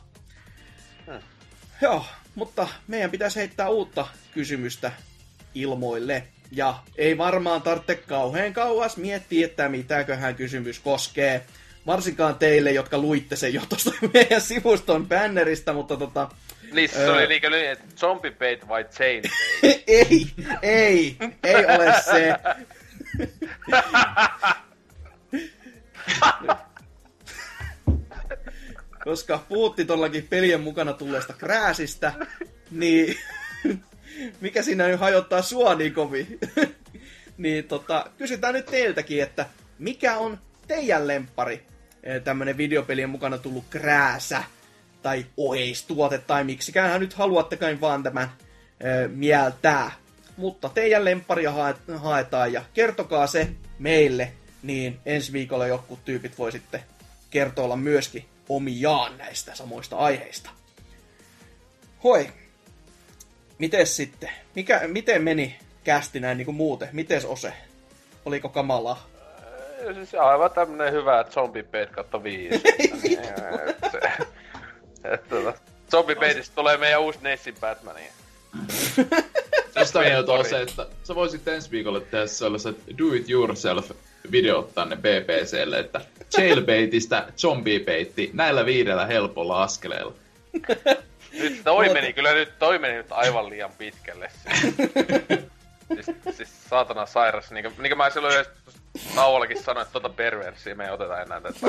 Joo, mutta meidän pitäisi heittää uutta kysymystä ilmoille. Ja ei varmaan tarvitse kauhean kauas miettiä, että mitäköhän kysymys koskee. Varsinkaan teille, jotka luitte sen jo tuosta meidän sivuston bannerista, mutta niin, se oli niinkö niin, että zombie bait vai chain bait? ei ole se. Koska puhuttiin tollakin pelien mukana tulleesta krääsistä, niin mikä siinä nyt hajottaa sua niin kovin? Niin kysytään nyt teiltäkin, että mikä on teidän lemppari tämmönen videopelien mukana tullut krääsä tai oheistuote tai miksikäänhän nyt haluattekaan vaan tämän mieltää. Mutta teidän lempparia haetaan ja kertokaa se meille, niin ensi viikolla jotkut tyypit voi sitten kertoilla myöskin omiaan näistä samoista aiheista. Hoi. Mites sitten? Miten meni kästi näin niin kuin muuten? Mites Ose? Oliko kamalaa? Siis aivan tämmönen hyvä zombie bait 5. Zombibaitista tulee meidän uusi Nessin Batmania. Jostain on se, että sä voisit ensi viikolla tehdä sellaiset do-it-yourself-videot tänne BBClle, että jailbaitista zombibaitti näillä 5 helpolla askeleella. Nyt toi meni nyt aivan liian pitkälle. siis saatana sairas. Niinkö mä silloin yhdessä tauollakin sanoin, että perversiä me ei oteta enää tätä.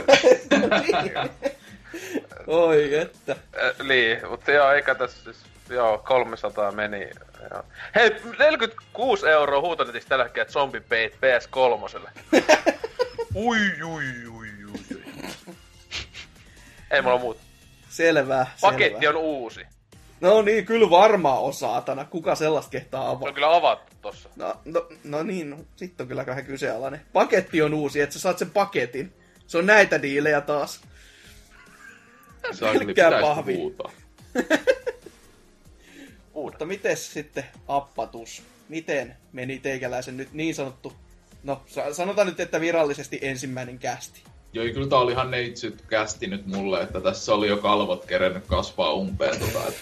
Oi että. Niin, mutta joo, eikä tässä siis... Joo, 300 meni. Joo. Hei, 46 € huutonetissä tällä hetkellä Zombibait PS3. Ui. Ei mulla muuta. Selvä. Paketti on uusi. No niin, kyllä varmaan on saatana. Kuka sellaista kehtaa avaa? Se on kyllä avattu tossa. No niin, sit on kyllä vähän kyseenalainen. Paketti on uusi, että sä saat sen paketin. Se on näitä diilejä taas. Pelkkää pahvi. Mutta mites sitten appatus? Miten meni teikäläisen nyt niin sanottu... No, sanotaan nyt, että virallisesti ensimmäinen kästi. Joo, kyllä tää oli ihan neitsyt kästi nyt mulle, että tässä oli jo kalvot kerennyt kasvaa umpeen.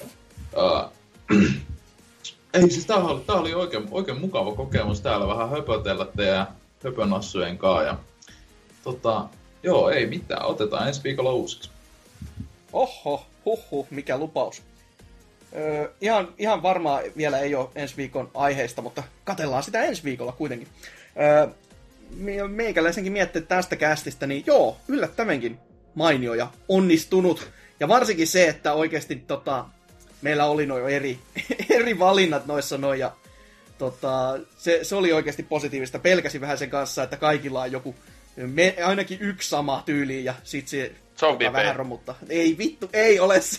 Ei siis tää oli oikein mukava kokemus täällä vähän höpötellä teidän höpönassujen kaa. Ja, joo, ei mitään, otetaan ensi viikolla uusiksi. Oho, mikä lupaus. Ihan varmaan vielä ei ole ensi viikon aiheista, mutta katellaan sitä ensi viikolla kuitenkin. Meikäläisenkin miettii tästä kästistä, niin joo, yllättävänkin mainio ja onnistunut. Ja varsinkin se, että oikeasti meillä oli noin eri valinnat noissa noin, ja se oli oikeasti positiivista. Pelkäsin vähän sen kanssa, että kaikilla on joku, ainakin yksi sama tyyli, ja sit se vähän romuttaa. Ei vittu, ei ole se.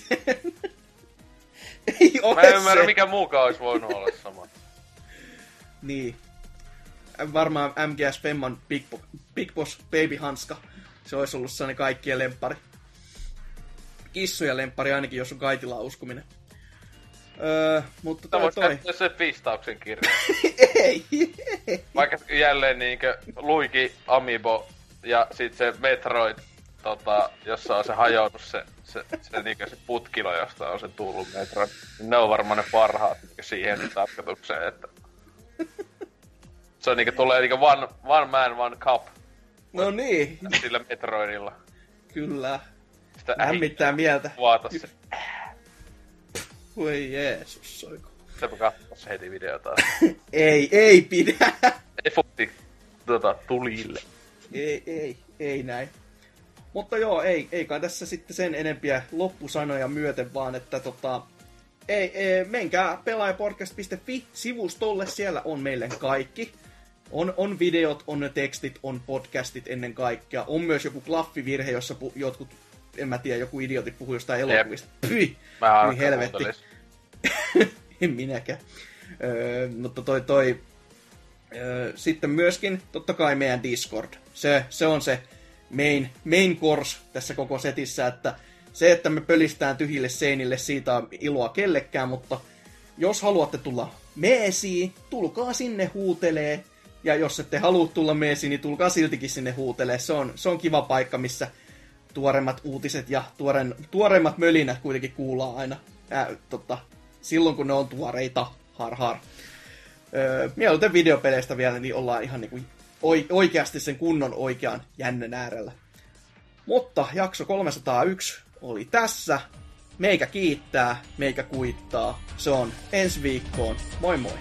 Ei ole. Mä en ymmärrä, mikä muukaan olisi voinut olla sama. Niin. Varmaan MGS Femman Big Boss Baby Hanska. Se olisi ollut sellainen kaikkien lemppari. Kissuja lemppari ainakin, jos on kaikilla uskominen. Mutta toi... käyttää se pistauksen kirja. Ei. Vaikka jälleen niinkö Luigi Amiibo ja sit se Metroid, jossa on se hajonnut se putkilo, josta on se tullut Metroid. Ne on varmaan ne parhaat siihen tarkoitukseen, että... Se on tulee one man, one cup. No niin. Sillä Metroidilla. Kyllä. Lämmittää mieltä. Vuota se. Voi Jeesus, soiko. Sepä katsoa se heti videota. ei pidä. Ei futti tulille. Ei näin. Mutta joo, ei kai tässä sitten sen enempiä loppusanoja myöten, vaan että menkää pelaajapodcast.fi-sivustolle, siellä on meille kaikki. On videot, on tekstit, on podcastit ennen kaikkea. On myös joku klaffivirhe, jossa jotkut, en mä tiedä, joku idiotit puhuu jostain elokuvista. Pyi, helvetti. En minäkään. Mutta sitten myöskin, totta kai meidän Discord. Se on se main course tässä koko setissä, että se, että me pölistään tyhjille seinille, siitä on iloa kellekään, mutta jos haluatte tulla meesiin, tulkaa sinne huutelee. Ja jos ette halua tulla meesiin, niin tulkaa siltikin sinne huutelee. Se on kiva paikka, missä tuoreimmat uutiset ja tuoreimmat mölinät kuitenkin kuullaan aina silloin, kun ne on tuoreita. Har. Mieluiten videopeleistä vielä, niin ollaan ihan niin kuin oikeasti sen kunnon oikean jännän äärellä. Mutta jakso 301 oli tässä. Meikä kiittää, meikä kuittaa. Se on ensi viikkoon. Moi moi!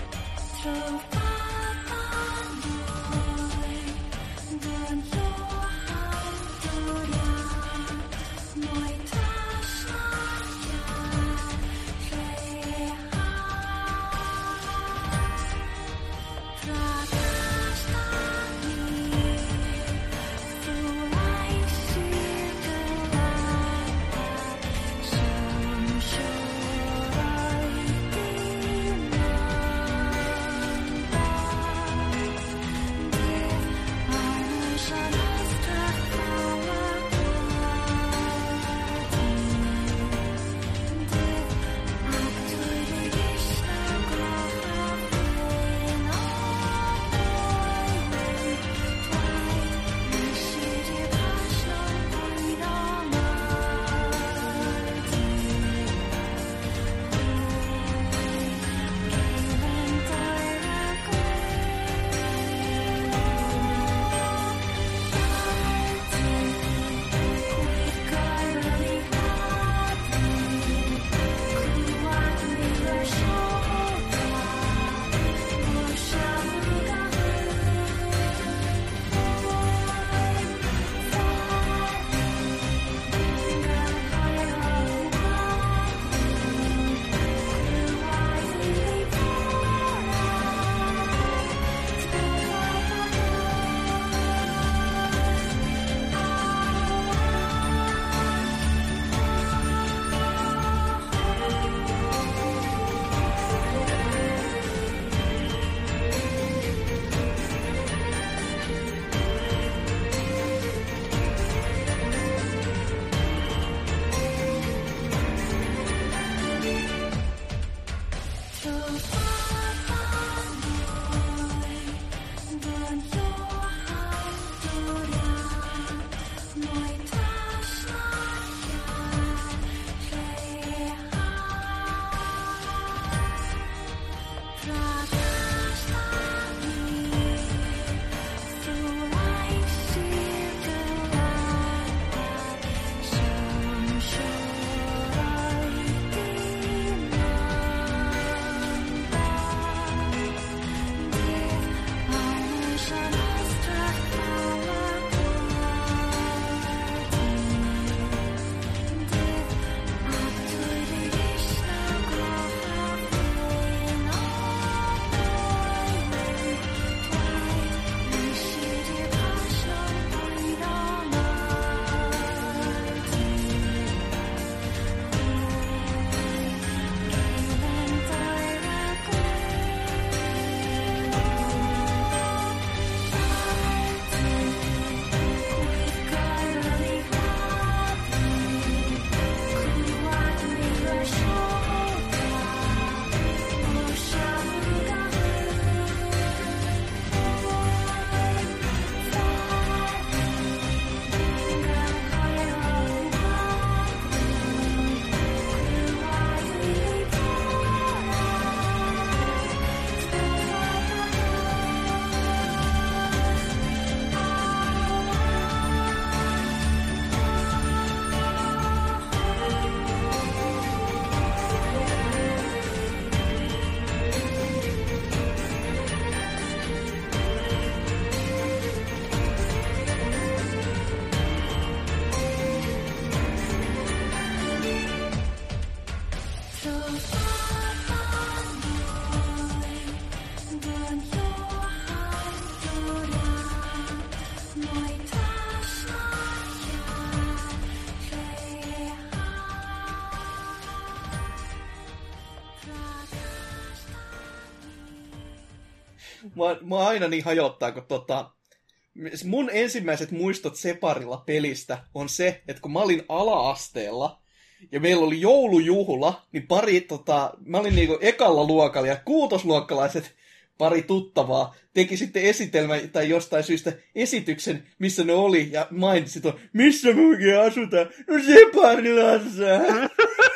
Mua aina niin hajottaa, kun mun ensimmäiset muistot Separilla pelistä on se, että kun mä olin ala-asteella, ja meillä oli joulujuhla, niin mä olin niinku ekalla luokalla, ja kuutosluokkalaiset pari tuttavaa teki sitten esitelmän tai jostain syystä esityksen, missä ne oli, ja mainitsi missä me oikein asutaan? No Separilassa!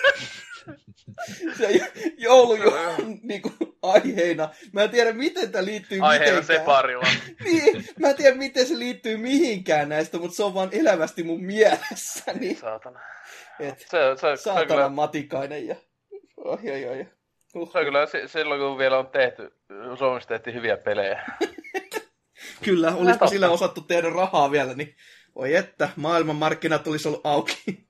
Se joulujuhlan niinku aiheena. Mä en tiedä, miten tämä liittyy aiheena mitenkään. Separilla. Niin, mä en tiedä, miten se liittyy mihinkään näistä, mutta se on vaan elävästi mun mielessäni. Saatana. Saatana kyllä... Matikainen ja... Oi. Se on kyllä silloin, kun vielä on tehty, Suomessa tehtiin hyviä pelejä. Kyllä, olisiko sillä osattu tehdä rahaa vielä, niin voi että, maailmanmarkkinat olisi ollut auki.